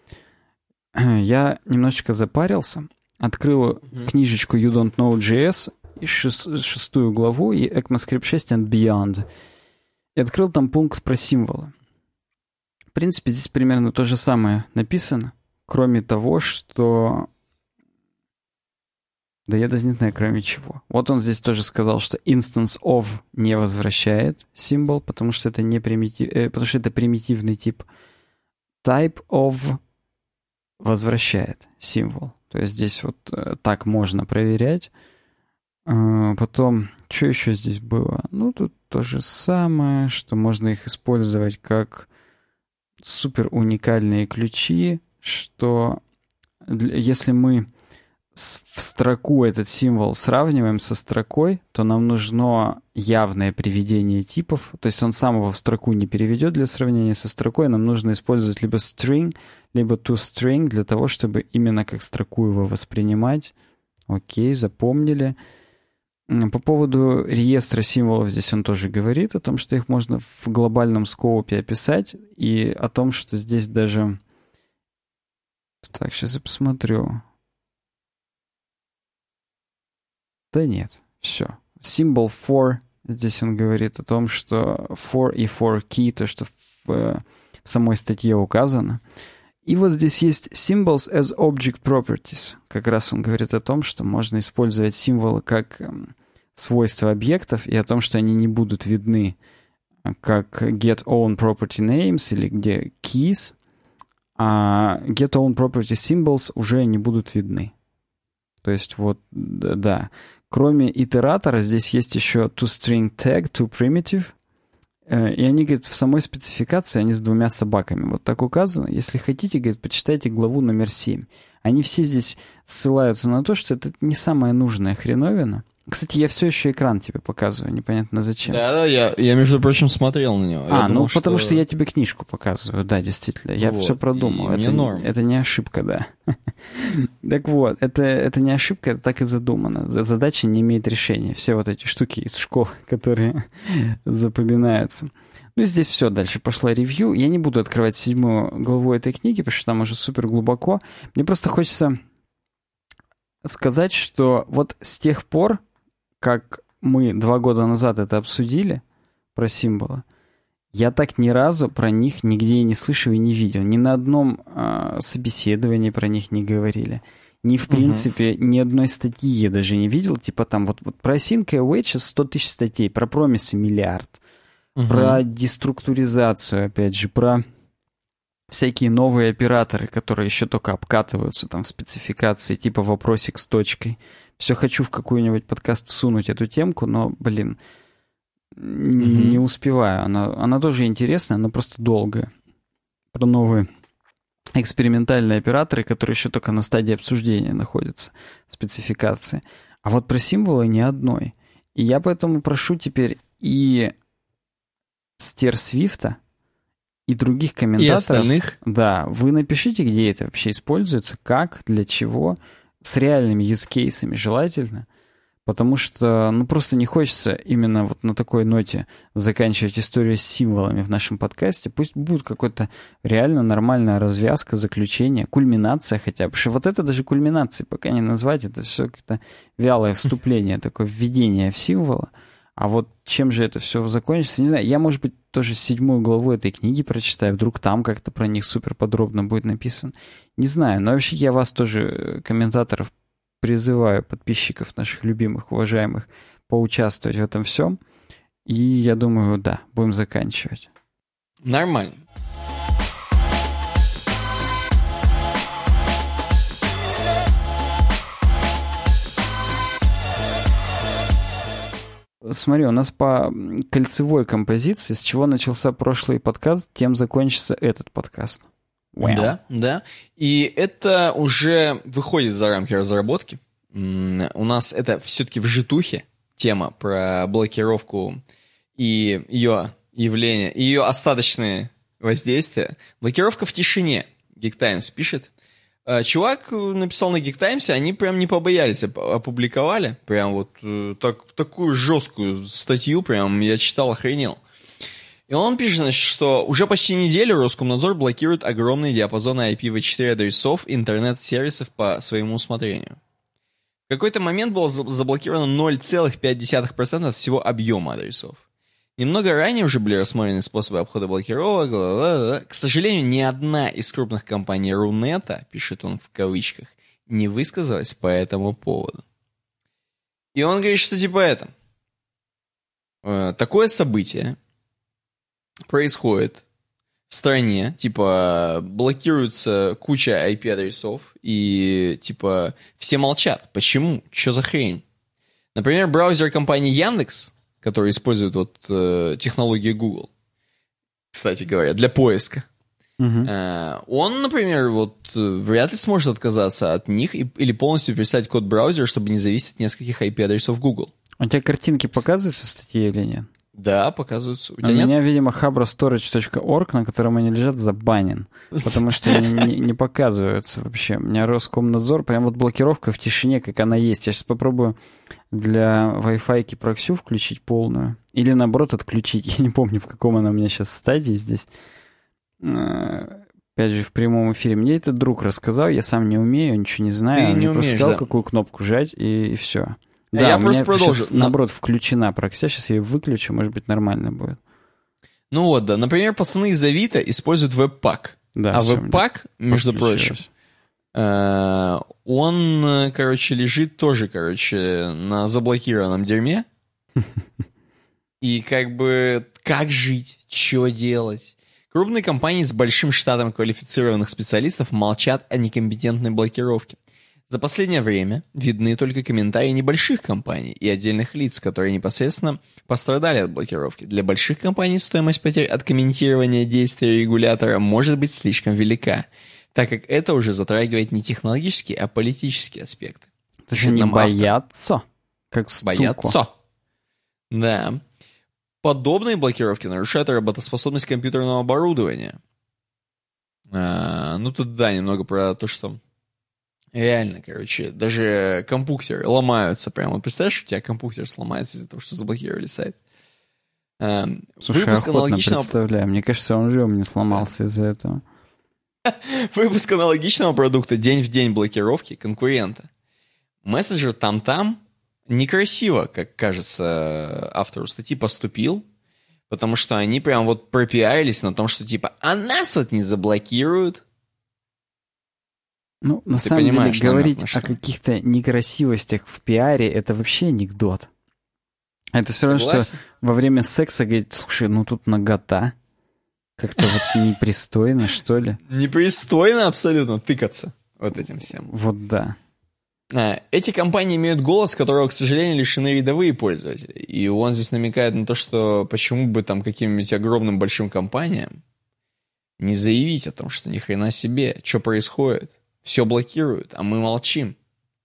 Я немножечко запарился. Открыл mm-hmm. книжечку You Don't Know джей эс, и шест, шестую главу, и ECMAScript шесть and Beyond. И открыл там пункт про символы. В принципе, здесь примерно то же самое написано. кроме того, что... Да я даже не знаю, кроме чего. Вот он здесь тоже сказал, что instance of не возвращает символ, потому что это не примитив... э, потому что это примитивный тип. Type of возвращает символ. То есть здесь вот э, так можно проверять. А, потом, что еще здесь было? Ну, тут то же самое, что можно их использовать как супер уникальные ключи, что для... если мы в строку этот символ сравниваем со строкой, то нам нужно явное приведение типов. То есть он сам его в строку не переведет для сравнения со строкой. Нам нужно использовать либо string, либо toString для того, чтобы именно как строку его воспринимать. Окей, запомнили. По поводу реестра символов здесь он тоже говорит о том, что их можно в глобальном скоупе описать, и о том, что здесь даже... Так, сейчас я посмотрю. Да нет, все. Symbol for, здесь он говорит о том, что for и for key, то, что в, в самой статье указано. И вот здесь есть symbols as object properties. Как раз он говорит о том, что можно использовать символы как эм, свойства объектов, и о том, что они не будут видны как get own property names или где keys, а get own property symbols уже не будут видны. То есть вот, да. Кроме итератора, здесь есть еще toString tag, toPrimitive. И они, говорят, в самой спецификации, они с двумя собаками. Вот так указано. Если хотите, говорят, почитайте главу номер семь. Они все здесь ссылаются на то, что это не самая нужная хреновина. Кстати, я все еще экран тебе показываю, непонятно зачем. Да-да, я, я, между прочим, смотрел на него. А, я ну думал, потому что... что я тебе книжку показываю, да, действительно. Я вот, все продумал. Это, норм. это не ошибка, да. Так вот, это, это не ошибка, это так и задумано. Задача не имеет решения. Все вот эти штуки из школ, которые запоминаются. Ну и здесь все, дальше пошла ревью. Я не буду открывать седьмую главу этой книги, потому что там уже супер глубоко. Мне просто хочется сказать, что вот с тех пор, как мы два года назад это обсудили, про символы, я так ни разу про них нигде и не слышал и не видел. Ни на одном э, собеседовании про них не говорили. Ни, в принципе, uh-huh. ни одной статьи я даже не видел. Типа там вот, вот про Async и Await сейчас сто тысяч статей, про промисы миллиард, uh-huh. про деструктуризацию, опять же, про всякие новые операторы, которые еще только обкатываются там в спецификации, типа вопросик с точкой. Все хочу в какой-нибудь подкаст всунуть эту темку, но, блин, mm-hmm. не успеваю. Она, она тоже интересная, но просто долгая. Про новые экспериментальные операторы, которые еще только на стадии обсуждения находятся в спецификации. А вот про символы ни одной. И я поэтому прошу теперь и Стер Свифта, и других комментаторов. И остальных. Да, вы напишите, где это вообще используется, как, для чего, с реальными юзкейсами желательно, потому что, ну, просто не хочется именно вот на такой ноте заканчивать историю с символами в нашем подкасте. Пусть будет какая-то реально нормальная развязка, заключение, кульминация хотя бы. Потому что вот это даже кульминацией пока не назвать, это все какое-то вялое вступление, такое введение в символы. А вот чем же это все закончится, не знаю. Я, может быть, тоже седьмую главу этой книги прочитаю, вдруг там как-то про них супер подробно будет написано. Не знаю, но вообще я вас тоже, комментаторов, призываю, подписчиков наших любимых, уважаемых, поучаствовать в этом всем. И я думаю, да, будем заканчивать. Нормально. Смотри, у нас по кольцевой композиции, с чего начался прошлый подкаст, тем закончится этот подкаст. Wow. Да, да. И это уже выходит за рамки разработки. У нас это все-таки в житухе тема про блокировку и ее явление, и ее остаточные воздействия. Блокировка в тишине. Geek Times пишет. Чувак написал на Geek Times, они прям не побоялись, опубликовали. Прям вот так, такую жесткую статью, прям я читал, охренел. И он пишет, значит, что уже почти неделю Роскомнадзор блокирует огромный диапазон ай пи ви четыре адресов интернет-сервисов по своему усмотрению. В какой-то момент было заблокировано ноль целых пять десятых процента от всего объема адресов. Немного ранее уже были рассмотрены способы обхода блокировок. Ла-ла-ла. К сожалению, ни одна из крупных компаний Рунета, пишет он в кавычках, не высказалась по этому поводу. И он говорит, что типа это. Э, такое событие происходит в стране, типа блокируется куча ай пи-адресов, и типа все молчат. Почему? Что за хрень? Например, браузер компании Яндекс, который использует вот э, технологии Google, кстати говоря, для поиска. Uh-huh. Э, он, например, вот э, вряд ли сможет отказаться от них и, или полностью переписать код браузера, чтобы не зависеть от нескольких ай пи-адресов Google. У тебя картинки показываются в статье или нет? Да, показываются. У, У тебя нет? меня, видимо, хабросторидж точка орг, на котором они лежат, забанен. Потому что они не, не показываются вообще. У меня Роскомнадзор, прям вот блокировка в тишине, как она есть. Я сейчас попробую для Wi-Fi проксю включить полную. Или, наоборот, отключить. Я не помню, в каком она у меня сейчас стадии здесь. Опять же, в прямом эфире. Мне этот друг рассказал, я сам не умею, ничего не знаю. Ты Он не мне просто умеешь, сказал, да. какую кнопку жать, и, и все. А Да, я у просто меня продолжу. сейчас, наоборот, включена прокся. Сейчас я ее выключу, может быть, нормально будет. Ну вот, да. Например, пацаны из Авито используют веб-пак. Да, а всё, веб-пак, между прочим, э, он, короче, лежит тоже, короче, на заблокированном дерьме. И как бы, как жить? Что делать? Крупные компании с большим штатом квалифицированных специалистов молчат о некомпетентной блокировке. За последнее время видны только комментарии небольших компаний и отдельных лиц, которые непосредственно пострадали от блокировки. Для больших компаний стоимость потерь от комментирования действий регулятора может быть слишком велика, так как это уже затрагивает не технологические, а политические аспекты. То есть они Нам автор. боятся? Как стуку. Боятся. Да. Подобные блокировки нарушают работоспособность компьютерного оборудования. А, ну, тут, да, немного про то, что реально, короче, даже компьютеры ломаются прямо. Вот представляешь, у тебя компьютер сломается из-за того, что заблокировали сайт. А, Слушай, выпуск охотно аналогичного... представляю. Мне кажется, он же у меня сломался из-за этого. Выпуск аналогичного продукта день в день блокировки конкурента. Мессенджер Там-Там некрасиво, как кажется автору статьи, поступил, потому что они прям вот пропиарились на том, что типа, а нас вот не заблокируют. Ну, на Ты самом деле, понимаешь, говорить наверное, о каких-то некрасивостях в пиаре, это вообще анекдот. Это все равно, что Согласен? во время секса говорить, слушай, ну тут нагота. Как-то вот непристойно, что ли. Непристойно абсолютно тыкаться вот этим всем. Вот да. А, эти компании имеют голос, которого, к сожалению, лишены рядовые пользователи. И он здесь намекает на то, что почему бы там каким-нибудь огромным большим компаниям не заявить о том, что ни хрена себе, что происходит. Все блокируют, а мы молчим.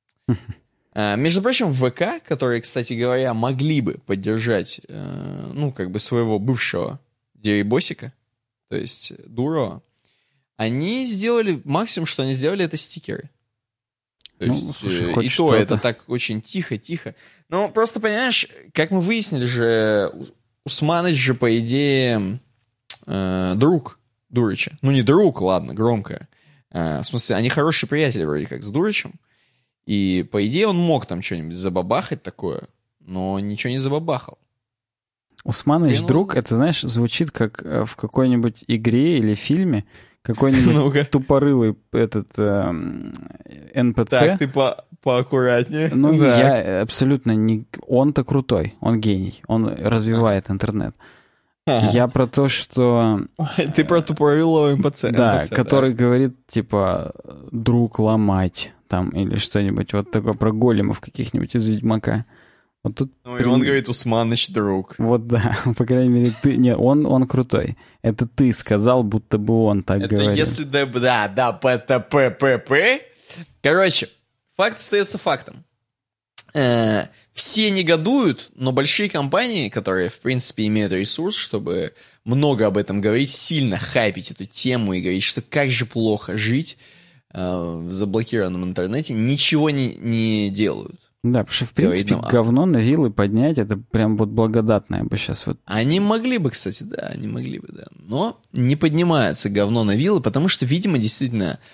А, между прочим, в ВК, которые, кстати говоря, могли бы поддержать, э, ну, как бы своего бывшего дерибосика, то есть Дурова, они сделали, максимум, что они сделали, это стикеры. То Ну, есть, слушай, э, хоть и то что-то. это так очень тихо-тихо. Но просто, понимаешь, как мы выяснили же, Усманыч же, по идее, э, друг Дурыча. Ну, не друг, ладно, громко. Э, в смысле, они хорошие приятели вроде как с Дурычем. И, по идее, он мог там что-нибудь забабахать такое, но ничего не забабахал. Усманович Хрен друг, узнает. это, знаешь, звучит как э, в какой-нибудь игре или фильме какой-нибудь Ну-ка. тупорылый этот эм, эн пи си. Так, ты по поаккуратнее. Ну, Так. я абсолютно не... Он-то крутой, он гений, он развивает интернет. Ага. Я про то, что... Ты про тупорылого эм пэ цэ. Да, эм пэ цэ, который говорит, типа, друг ломать, там, или что-нибудь вот такое про големов каких-нибудь из Ведьмака. Вот тут... Ну, и он говорит, Усманыч друг. Вот да, по крайней мере, ты... Не, он, он крутой. Это ты сказал, будто бы он так Это говорил. если да, да, да, пэ тэ пэ пэ пэ. Короче, факт остается фактом. Э, все негодуют, но большие компании, которые, в принципе, имеют ресурс, чтобы много об этом говорить, сильно хайпить эту тему и говорить, что как же плохо жить э, в заблокированном интернете, ничего не, не делают. Да, потому что, в принципе, Говорит нам говно на вилы поднять, это прям вот благодатное бы сейчас вот. Они могли бы, кстати, да, они могли бы, да. Но не поднимается говно на вилы, потому что, видимо, действительно,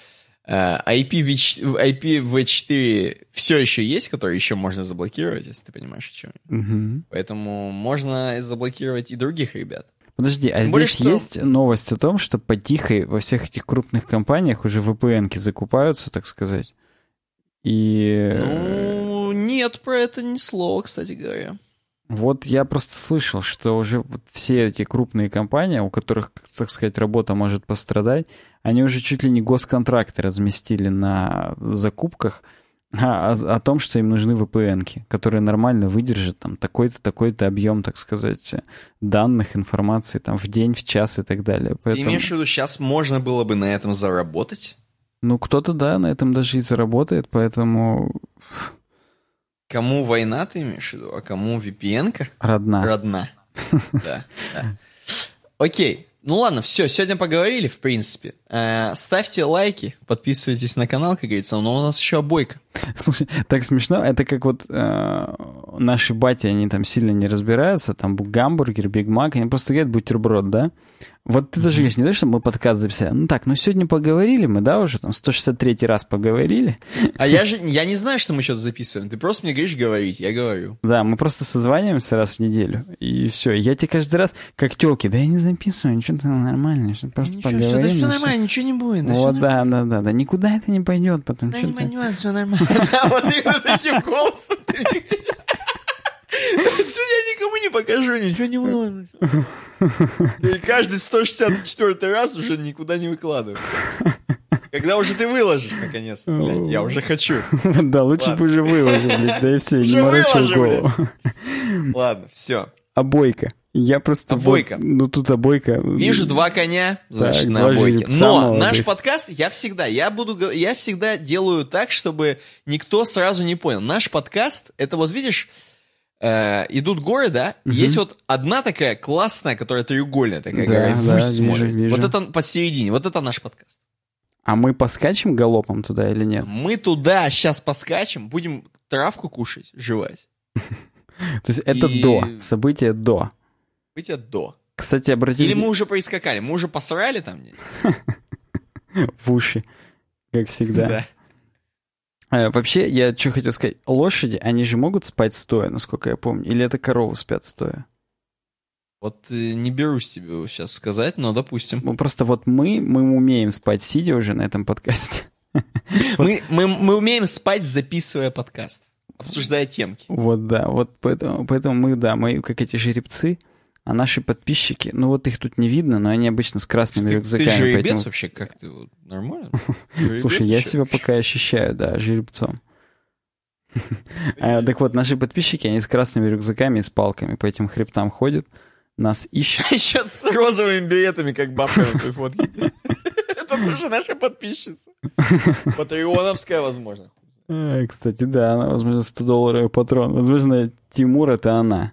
ай пи ви четыре все еще есть, который еще можно заблокировать, если ты понимаешь, о чем я. Угу. Поэтому можно заблокировать и других ребят. Подожди, а Тем здесь более, что... есть новость о том, что по тихой во всех этих крупных компаниях уже ви пи эн-ки закупаются, так сказать. И... Ну, нет, про это ни слова, кстати говоря. Вот я просто слышал, что уже вот все эти крупные компании, у которых, так сказать, работа может пострадать, они уже чуть ли не госконтракты разместили на закупках о, о том, что им нужны ви пи эн-ки, которые нормально выдержат там такой-то, такой-то объем, так сказать, данных, информации там в день, в час и так далее. Поэтому... Ты имеешь в виду, сейчас можно было бы на этом заработать? Ну, кто-то, да, на этом даже и заработает, поэтому... Кому война, ты имеешь в виду, а кому ви пи эн-ка? Родна. Родна. Да, да. Окей. Ну ладно, все, сегодня поговорили, в принципе. Ставьте лайки, подписывайтесь на канал, как говорится, но у нас еще обойка. Слушай, так смешно, это как вот э, наши бати, они там сильно не разбираются, там гамбургер, Биг Мак, они просто говорят бутерброд, да? Вот ты даже говоришь, не то, что мы подкаст записали. Ну так, ну сегодня поговорили мы, да, уже там сто шестьдесят третий раз поговорили. А я же, я не знаю, что мы что-то записываем. Ты просто мне говоришь говорить, я говорю. Да, мы просто созваниваемся раз в неделю, и все. Я тебе каждый раз, как тёлки, да я не записываю, ничего там нормально, что просто ничего, поговорим. Все, да, все все нормально, ничего не будет. Да, вот, да, да, да, да, никуда это не пойдет потом. Да не понимаю, все нормально. Вот именно таким голосом ты мне говоришь. Я никому не покажу, ничего не выложу. И каждый сто шестьдесят четвёртый раз уже никуда не выкладываю. Когда уже ты выложишь, наконец-то, блядь, я уже хочу. Да, лучше бы уже выложил, блядь, да и все, не морочил голову. Ладно, все. Обойка. Я просто... Обойка. Вот, ну, тут обойка. Вижу два коня, значит, так, на обойке. Но молодых. наш подкаст, я всегда, я буду, я всегда делаю так, чтобы никто сразу не понял. Наш подкаст, это вот, видишь, э, идут горы, да, угу. Есть вот одна такая классная, которая треугольная, такая, да, гора, да, ввысь вижу, смотрит. вижу. Вот это посередине, вот это наш подкаст. А мы поскачем галопом туда или нет? Мы туда сейчас поскачем, будем травку кушать, жевать. То есть это И... до, событие до. Событие до. Кстати, обратите... Или мы уже проискакали, мы уже посрали там? В уши, как всегда. Да. А, вообще, я что хотел сказать. Лошади, они же могут спать стоя, насколько я помню? Или это коровы спят стоя? Вот э, не берусь тебе сейчас сказать, но допустим. Ну, просто вот мы, мы умеем спать сидя уже на этом подкасте. Мы, мы, мы умеем спать, записывая подкаст, обсуждая темки. Вот, да, вот поэтому, поэтому мы, да, мы как эти жеребцы, а наши подписчики, ну вот их тут не видно, но они обычно с красными ты, рюкзаками. Ты жеребец поэтому... вообще, как ты, вот, нормально? Слушай, я себя пока ощущаю, да, жеребцом. Так вот, наши подписчики, они с красными рюкзаками и с палками по этим хребтам ходят, нас ищут. Еще с розовыми беретами, как бабка на той фотке. Это тоже наша подписчица. Патреоновская, возможно. Кстати, да, она, возможно, сто долларовый патрон. Возможно, Тимур — это она.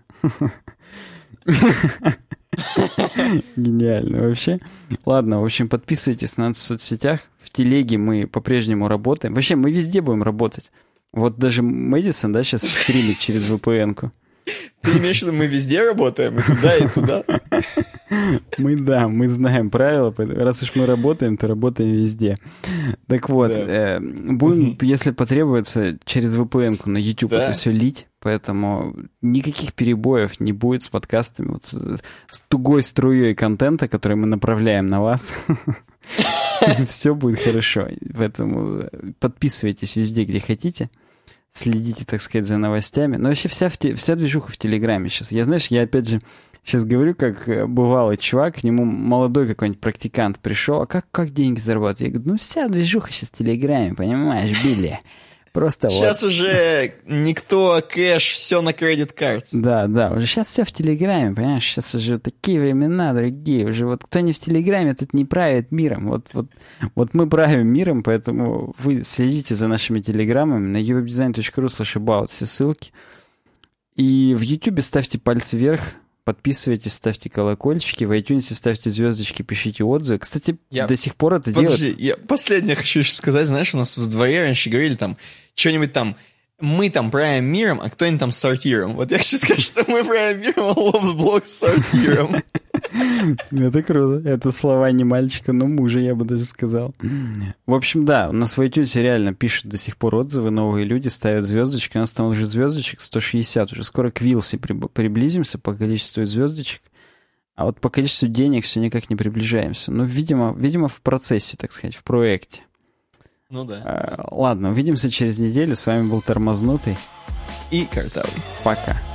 Гениально вообще. Ладно, в общем, подписывайтесь на нас в соцсетях. В телеге мы по-прежнему работаем. Вообще, мы везде будем работать. Вот даже Мэдисон, да, сейчас стримит через ви пи эн-ку. Ты имеешь в виду, мы везде работаем, и туда, и туда? Мы, да, мы знаем правила, раз уж мы работаем, то работаем везде. Так вот, да. э, будем, если потребуется, через ви пи эн-ку на YouTube да. это все лить, поэтому никаких перебоев не будет с подкастами, вот с, с тугой струей контента, который мы направляем на вас. Все будет хорошо, поэтому подписывайтесь везде, где хотите. Следите, так сказать, за новостями. Но вообще вся, вся движуха в Телеграме сейчас. Я, знаешь, я опять же сейчас говорю, как бывалый чувак, к нему молодой какой-нибудь практикант пришел, а как, как деньги зарабатывать? Я говорю, ну вся движуха сейчас в Телеграме, понимаешь, Билли? Просто сейчас вот. уже никто кэш, все на кредит-карте. Да, да, уже сейчас все в Телеграме, понимаешь? Сейчас уже такие времена другие. Уже вот кто не в Телеграме, тот не правит миром. Вот, вот, вот мы правим миром, поэтому вы следите за нашими телеграммами на uwebdesign точка ру слэш about, все ссылки. И в Ютубе ставьте пальцы вверх, подписывайтесь, ставьте колокольчики, в iTunes ставьте звездочки, пишите отзывы. Кстати, я... до сих пор это Подожди, делают. Я последнее хочу еще сказать. Знаешь, у нас в дворе раньше говорили там, что-нибудь там, мы там правим миром, а кто-нибудь там с сортиром. Вот я хочу сказать, что мы правим миром, а Ловсблог с сортиром. Это круто. Это слова не мальчика, но мужа, я бы даже сказал. В общем, да, у нас в iTunes реально пишут до сих пор отзывы, новые люди ставят звездочки. У нас там уже звездочек сто шестьдесят. Уже скоро к Вилси приблизимся по количеству звездочек. А вот по количеству денег все никак не приближаемся. Ну, видимо, видимо, в процессе, так сказать, в проекте. Ну да. А, ладно, увидимся через неделю. С вами был Тормознутый. И Картавый. Пока.